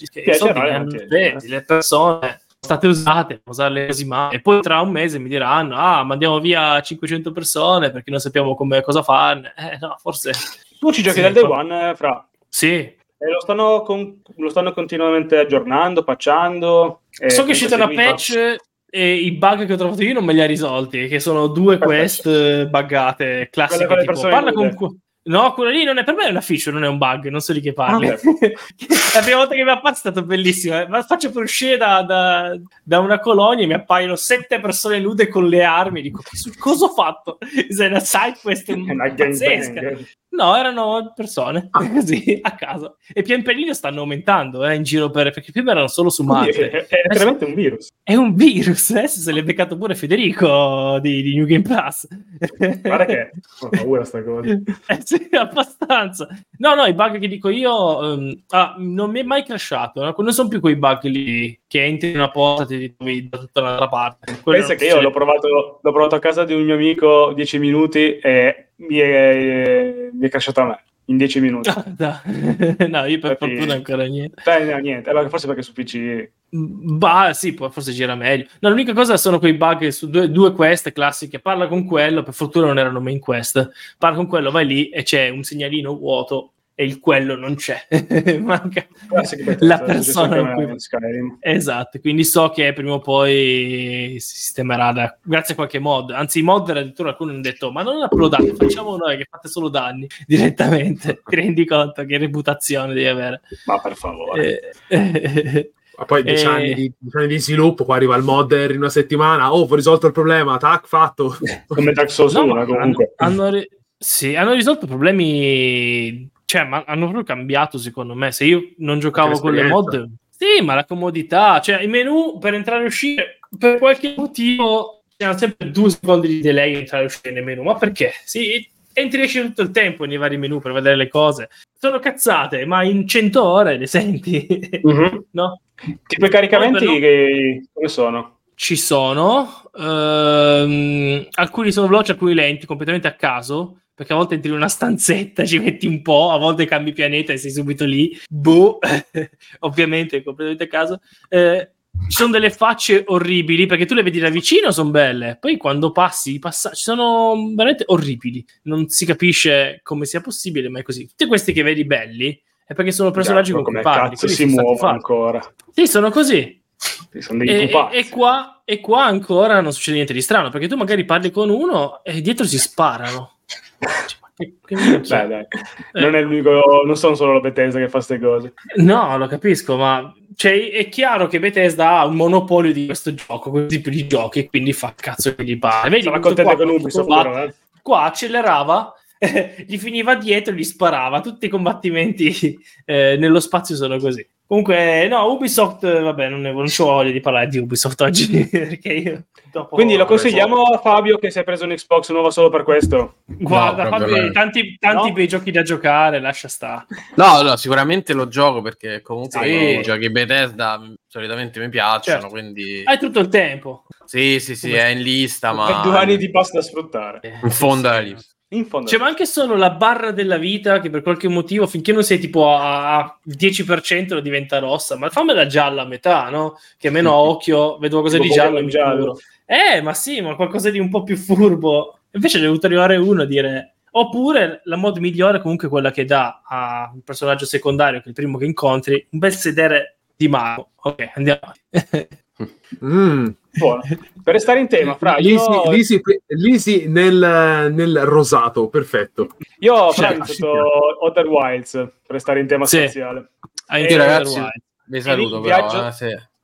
le persone state usate, usarle così male, e poi tra un mese mi diranno mandiamo via 500 persone perché non sappiamo cosa farne. No, forse tu ci giochi dal day one, Fra? Sì. E lo stanno continuamente aggiornando, patchando. So che è uscita una patch e i bug che ho trovato io non me li ha risolti, che sono 2 quest buggate classiche, tipo parla con no, quello lì non è, per me è una feature, non è un bug, non so di che parli. La prima volta che mi appare è stato bellissimo, ma faccio per uscire da una colonia e mi appaiono 7 persone nude con le armi e dico cosa ho fatto? È una side quest pazzesca. No, erano persone così a caso, e pian pianino stanno aumentando in giro perché prima erano solo su Marte. È veramente un virus. È un virus, se l'è beccato pure Federico di New Game Plus. Guarda che ho paura sta cosa. Sì, abbastanza. No, i bug che dico io non mi è mai crashato, no? Non sono più quei bug lì che entri in una porta e ti trovi da tutta un'altra parte. Pensa che io l'ho provato a casa di un mio amico 10 minuti e mi è crashato a me in 10 minuti. No, io per fortuna ancora niente. Niente, allora forse perché su PC sì, forse gira meglio. No, l'unica cosa sono quei bug su due quest classiche. Parla con quello, per fortuna non erano main quest. Parla con quello, vai lì e c'è un segnalino vuoto e il quello non c'è. Manca la persona in cui... Esatto, quindi so che prima o poi si sistemerà grazie a qualche mod. Anzi, i mod addirittura alcuni hanno detto ma non uploadate, facciamo noi che fate solo danni direttamente. Ti rendi conto che reputazione devi avere? Ma per favore. Ma poi 10 anni di sviluppo, poi arriva il modder in una settimana, ho risolto il problema, tac, fatto. Come Dark Souls 1 comunque. Hanno risolto problemi, cioè ma hanno proprio cambiato secondo me. Se io non giocavo con le mod, sì, ma la comodità, cioè i menu per entrare e uscire, per qualche motivo c'erano sempre 2 secondi di delay entrare e uscire nei menu, ma perché? Sì, entri e esci tutto il tempo nei vari menu per vedere le cose, sono cazzate, ma in 100 ore le senti. No? Tipo i caricamenti come sono? Ci sono alcuni sono veloci, alcuni lenti, completamente a caso, perché a volte entri in una stanzetta, ci metti un po', a volte cambi pianeta e sei subito lì, ovviamente completamente a caso. Ci sono delle facce orribili perché tu le vedi da vicino, sono belle, poi quando passi sono veramente orribili, non si capisce come sia possibile, ma è così. Tutti questi che vedi belli è perché sono personaggi con cui parli, cazzo si muovono ancora. Sì, sono così. Sono dei pupazzi. E qua ancora non succede niente di strano, perché tu magari parli con uno e dietro si sparano. Dai. Non è l'unico, non sono solo la Bethesda che fa queste cose. No, lo capisco, ma è chiaro che Bethesda ha un monopolio di questo gioco, questo tipo di giochi, e quindi fa cazzo che gli pare. Vedi, sarà contento con Ubisoft, qua accelerava, gli finiva dietro e gli sparava. Tutti i combattimenti nello spazio sono così. Comunque, no, Ubisoft, vabbè, non c'ho voglia di parlare di Ubisoft oggi, perché io quindi lo consigliamo a Fabio che si è preso un Xbox nuova solo per questo? Guarda, no, Fabio, tanti bei giochi da giocare, lascia stare. No, sicuramente lo gioco, perché comunque i giochi Bethesda solitamente mi piacciono, certo. Quindi... Hai tutto il tempo. Sì, è in lista, ma... 2 anni di pass da sfruttare. In fondo alla lista. C'è ma anche solo la barra della vita che per qualche motivo finché non sei tipo a 10% diventa rossa, ma fammela gialla a metà, no? Che almeno a occhio vedo qualcosa di giallo e mi giuro. Ma sì, ma qualcosa di un po' più furbo. Invece deve arrivare uno a dire... Oppure la mod migliore è comunque quella che dà a un personaggio secondario, che è il primo che incontri, un bel sedere di mago. Ok, andiamo Buono. Per restare in tema, Fra, Lisi nel rosato, perfetto. Io ho fatto Outer Wilds per restare in tema spaziale. Anche ragazzi vi saluto, però,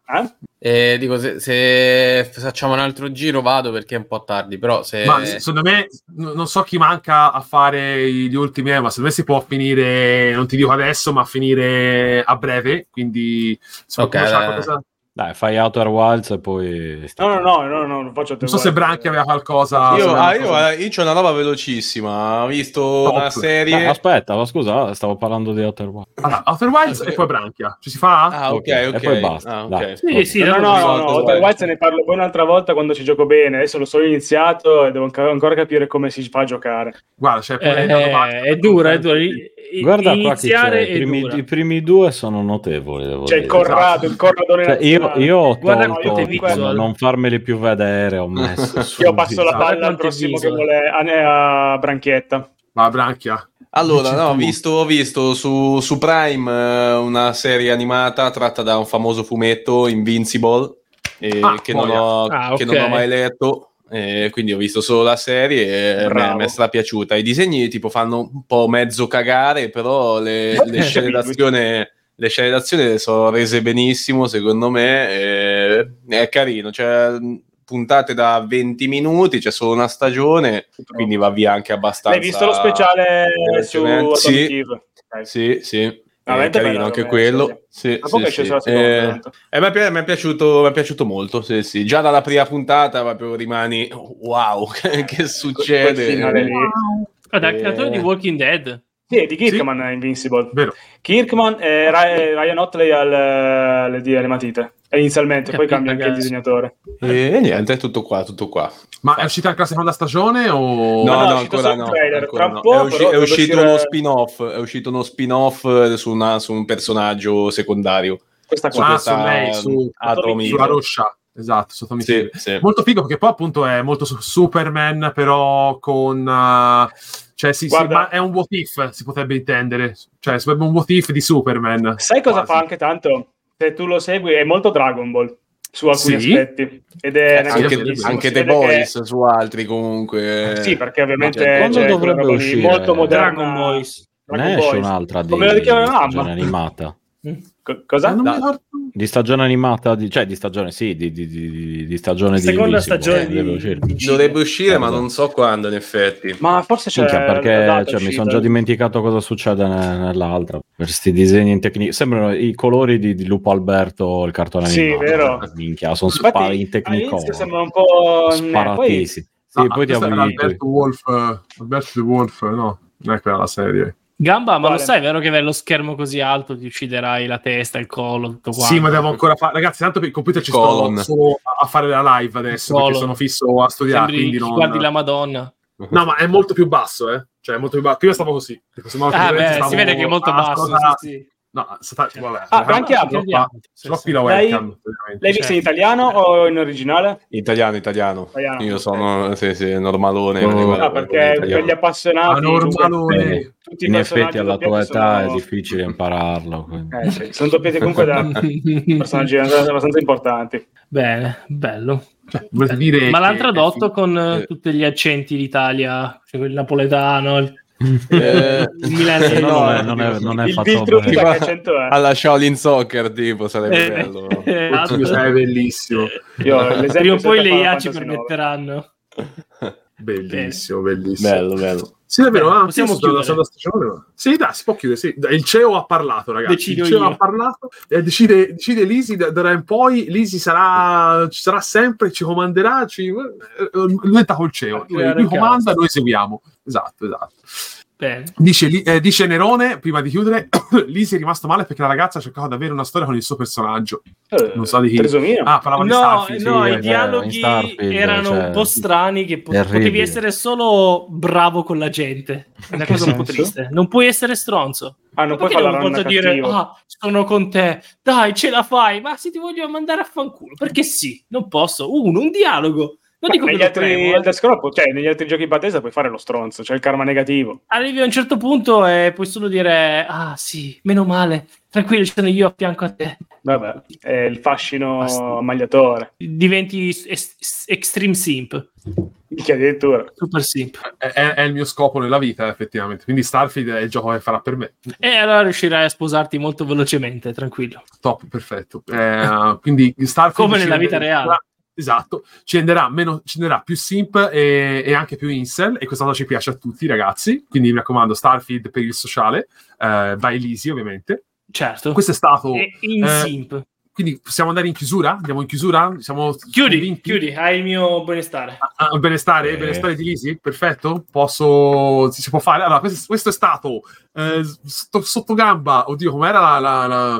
Dico, se facciamo un altro giro vado perché è un po' tardi, però Ma secondo me, non so chi manca a fare gli ultimi, ma secondo me si può finire, non ti dico adesso, ma finire a breve, quindi se qualcosa... Dai, fai Outer Wilds e poi... No, non faccio Outer Non so se Branchi aveva qualcosa... Io c'ho una roba velocissima. Ho visto una serie... aspetta, scusa, stavo parlando di Outer Wilds. Allora, Outer Wilds e poi Branchia. Ci si fa? Ok. E poi basta. Sì, no, Outer Wilds ne parlo poi un'altra volta quando ci gioco bene. Adesso l'ho solo iniziato e devo ancora capire come si fa a giocare. Guarda, cioè, è dura. Guarda iniziare qua i primi due sono notevoli, devo dire. Il Corradone io ho tolto non farmeli più vedere, ho messo io passo la palla al prossimo che vuole a Branchietta. Ma Branchia. Allora, ho visto su Prime una serie animata tratta da un famoso fumetto, Invincible, che non ho mai letto. Quindi ho visto solo la serie e mi è strapiaciuta. I disegni tipo fanno un po' mezzo cagare, però le scene d'azione sono rese benissimo, secondo me. È carino, cioè puntate da 20 minuti, c'è solo una stagione, quindi va via anche abbastanza. Hai visto lo speciale su Atomic Eve? Sì. È carino anche quello. Sì. Mi è piaciuto molto. Sì. Già dalla prima puntata proprio rimani wow, che succede? Guarda, il creatore di Walking Dead. Sì, di Kirkman è Invincible. Vero. Kirkman e Ryan Otley alle animatite. Inizialmente, poi cambia anche il disegnatore. E niente, è tutto qua. Ma è uscita anche la seconda stagione o... No, ancora no. È uscito uno spin-off su un personaggio secondario. Questa qua. Su lei, sulla Roscia. Esatto, su Tommy sì. Molto figo perché poi appunto è molto Superman, però con... cioè ma è un what if, si potrebbe intendere. Cioè, sarebbe un what if di Superman. Sai cosa fa anche tanto? Se tu lo segui, è molto Dragon Ball su alcuni aspetti. Ed è anche The Boys su altri comunque. Sì, perché ovviamente quando dovrebbe uscire molto moderna. Dragon Boys. Ne esce un'altra di stagione animata. Cosa? Di stagione animata, di stagione, sì, di stagione seconda di stagione dovrebbe uscire, ma non so quando in effetti. Ma forse c'è perché mi sono già dimenticato cosa succede nell'altra. Questi disegni in tecnica sembrano i colori di Lupo Alberto, il cartone animato. Sì, vero. Minchia, sono spari in tecnicolor. Sembra un po' sparatissimi. Sì, poi ti Alberto the Wolf, no, non è quella la serie. Gamba, ma lo sai, vero che lo schermo così alto ti ucciderai la testa, il collo, tutto qua? Sì, ma devo ancora fare... Ragazzi, tanto per il computer ci sto solo a fare la live adesso, perché sono fisso a studiare, quindi non... guardi la Madonna. No, ma è molto più basso, Cioè, è molto più basso. Prima stavo così. Si vede che è molto basso, sì. No, vabbè. Anche altro. Ce l'ho qui la webcam. L'hai vista in italiano o in originale? Italiano. Io sono normalone. Perché per gli appassionati... normalone. In effetti alla tua età è difficile impararlo. Sì. Sono doppiati comunque da personaggi abbastanza importanti. Bene, bello. Ma l'hanno tradotto con tutti gli accenti d'Italia, cioè il napoletano, il milanese. Non è fatto alla Shaolin Soccer, tipo, sarebbe bello. Sarebbe bellissimo. Prima o poi le IA ci permetteranno. Bellissimo. Bello. Sì, davvero, possiamo chiudere. Sì, dai, si può chiudere, sì. Il CEO ha parlato, ragazzi. Il CEO ha parlato e decide Lisi d'ora in poi. Lisi ci sarà sempre, ci comanderà, lui diventa col CEO. Lui comanda, noi seguiamo. Esatto. Bene. Dice Nerone, prima di chiudere, Lisi è rimasto male perché la ragazza cercava di avere una storia con il suo personaggio. Non so di chi. Parlava di Starfield. No, i dialoghi erano un po' strani, che potevi essere solo bravo con la gente. È una cosa un po' triste. Non puoi essere stronzo. Non puoi parlare dire sono con te, dai, ce la fai, ma se ti voglio mandare a fanculo, perché sì, non posso. Un dialogo. Non dico negli che altri Elder Scrolls, cioè negli altri giochi Bethesda puoi fare lo stronzo, cioè il karma negativo. Arrivi a un certo punto e puoi solo dire sì, meno male, tranquillo, ci sono io a fianco a te. Vabbè, è il fascino magliatore. Diventi extreme simp. Che addirittura. Super simp. È il mio scopo nella vita, effettivamente. Quindi Starfield è il gioco che farà per me. E allora riuscirai a sposarti molto velocemente, tranquillo. Top, perfetto. Quindi Starfield come nella vita reale. Esatto, ci renderà più simp e anche più incel, e questa cosa ci piace a tutti, ragazzi. Quindi mi raccomando, Starfield per il sociale, by Lisi, ovviamente. Certo. Questo è stato in simp. Quindi possiamo andare in chiusura? Andiamo in chiusura? Chiudi, hai il mio benestare. Benestare di Lisi? Perfetto. Si può fare. Allora, questo è stato Sottogamba. Oddio, com'era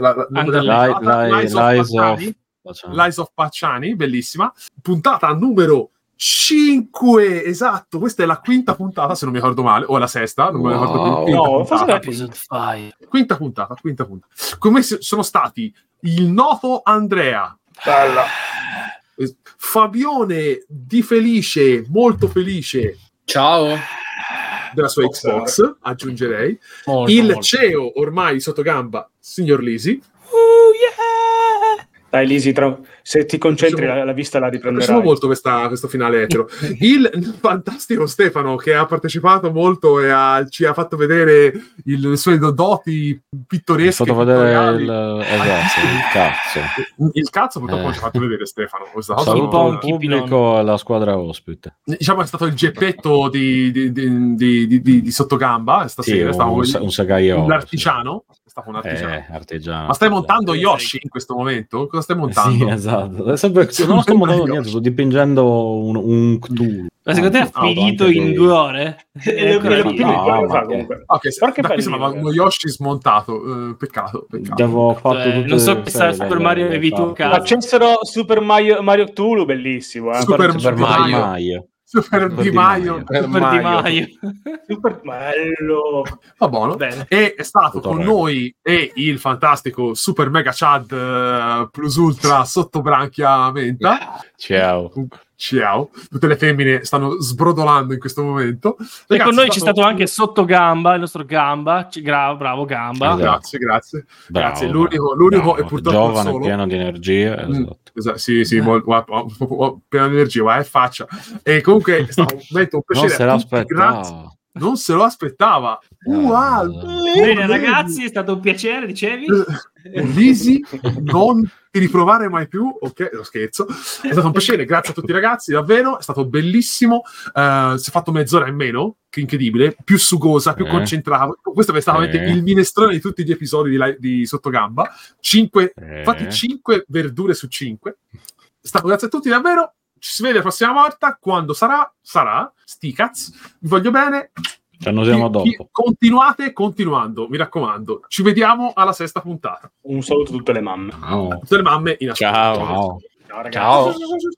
Lies of Pacciani, bellissima. Puntata numero 5, esatto. Questa è la quinta puntata, se non mi ricordo male, o la sesta, non mi ricordo più. No, Quinta puntata. Come sono stati il noto Andrea, bella. Fabione Di Felice, molto felice, ciao, della sua Xbox, aggiungerei, il CEO ormai di Sottogamba, signor Lisi. Dai Lisi, se ti concentri la vista la riprenderai. Mi piace molto questo finale etero. Il fantastico Stefano, che ha partecipato molto e ci ha fatto vedere le sue doti pittoresche. Mi ha fatto vedere il cazzo purtroppo non ci ha fatto vedere Stefano. Saluto il pubblico e la squadra ospite. Diciamo che è stato il geppetto di Sottogamba stasera. Sì, un sagaio. L'artigiano. Artigiano. Ma stai montando Yoshi in questo momento? Cosa stai montando? Sì, esatto. Non sto montando niente, sto dipingendo un Cthulhu. Ma secondo te ha finito in 2 ore? Qui sembrava uno Yoshi smontato. Peccato. Avevo fatto non so che Super Mario avevi tu facessero Super Mario Cthulhu, bellissimo. Super Mario. Super Di Maio. Super bello. Va buono. Bene. E è stato con noi e il fantastico Super Mega Chad Plus Ultra Sottobranchia Menta. Ciao. Tutte le femmine stanno sbrodolando in questo momento. Ragazzi, e con noi c'è stato anche Sottogamba, il nostro Gamba. Bravo Gamba. Grazie. Grazie. L'unico e purtroppo giovane, solo. pieno di energia. Esatto. Sì, pieno di energia, faccia. E comunque è stato un piacere. Non se lo aspettava. Bene, ragazzi, è stato un piacere, dicevi? Lisi, non ti riprovare mai più. Ok, lo scherzo. È stato un piacere, grazie a tutti ragazzi, davvero, è stato bellissimo. Si è fatto mezz'ora in meno, che incredibile, più sugosa, più concentrato. Questo è stato il minestrone di tutti gli episodi di Sottogamba. 5 verdure su 5. È stato grazie a tutti, davvero. Ci si vede la prossima volta, quando sarà, sti cazzi, vi voglio bene. Ci annusiamo dopo. Continuando, mi raccomando. Ci vediamo alla sesta puntata. Un saluto a tutte le mamme. Tutte le mamme in ascolto. Ciao ragazzi. Ciao.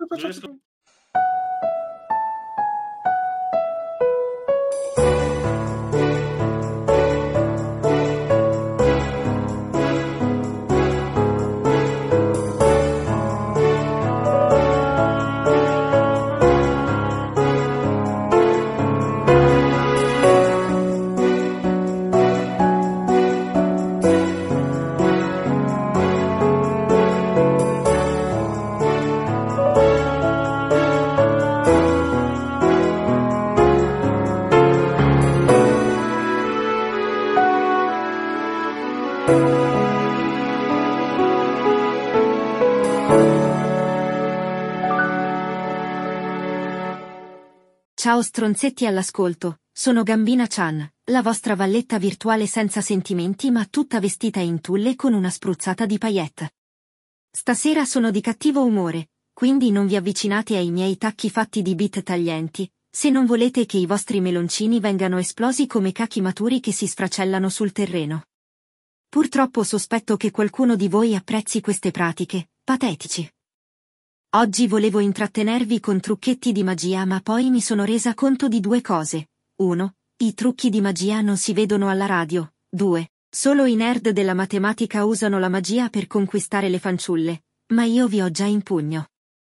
Ciao stronzetti all'ascolto, sono Gambina Chan, la vostra valletta virtuale senza sentimenti ma tutta vestita in tulle con una spruzzata di paillette. Stasera sono di cattivo umore, quindi non vi avvicinate ai miei tacchi fatti di bit taglienti, se non volete che i vostri meloncini vengano esplosi come cachi maturi che si sfracellano sul terreno. Purtroppo sospetto che qualcuno di voi apprezzi queste pratiche, patetici. Oggi volevo intrattenervi con trucchetti di magia ma poi mi sono resa conto di 2 cose. 1. I trucchi di magia non si vedono alla radio. 2. Solo i nerd della matematica usano la magia per conquistare le fanciulle, ma io vi ho già in pugno.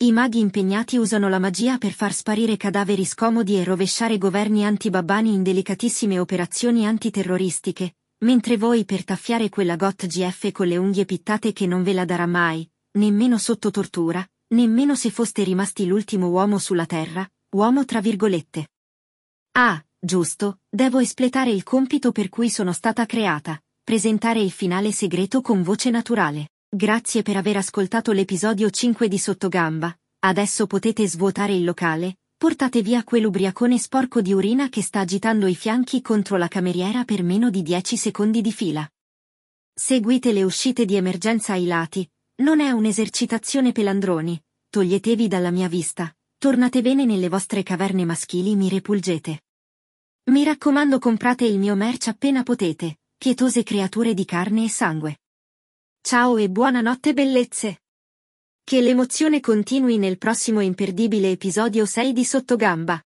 I maghi impegnati usano la magia per far sparire cadaveri scomodi e rovesciare governi antibabbani in delicatissime operazioni antiterroristiche, mentre voi per taffiare quella GOT GF con le unghie pittate che non ve la darà mai, nemmeno sotto tortura, nemmeno se foste rimasti l'ultimo uomo sulla terra, uomo tra virgolette. Ah, giusto, devo espletare il compito per cui sono stata creata, presentare il finale segreto con voce naturale. Grazie per aver ascoltato l'episodio 5 di Sottogamba, adesso potete svuotare il locale, portate via quell'ubriacone sporco di urina che sta agitando i fianchi contro la cameriera per meno di 10 secondi di fila. Seguite le uscite di emergenza ai lati, non è un'esercitazione pelandroni, toglietevi dalla mia vista, tornate bene nelle vostre caverne maschili, mi repulgete. Mi raccomando, comprate il mio merch appena potete, pietose creature di carne e sangue. Ciao e buonanotte bellezze! Che l'emozione continui nel prossimo imperdibile episodio 6 di Sottogamba.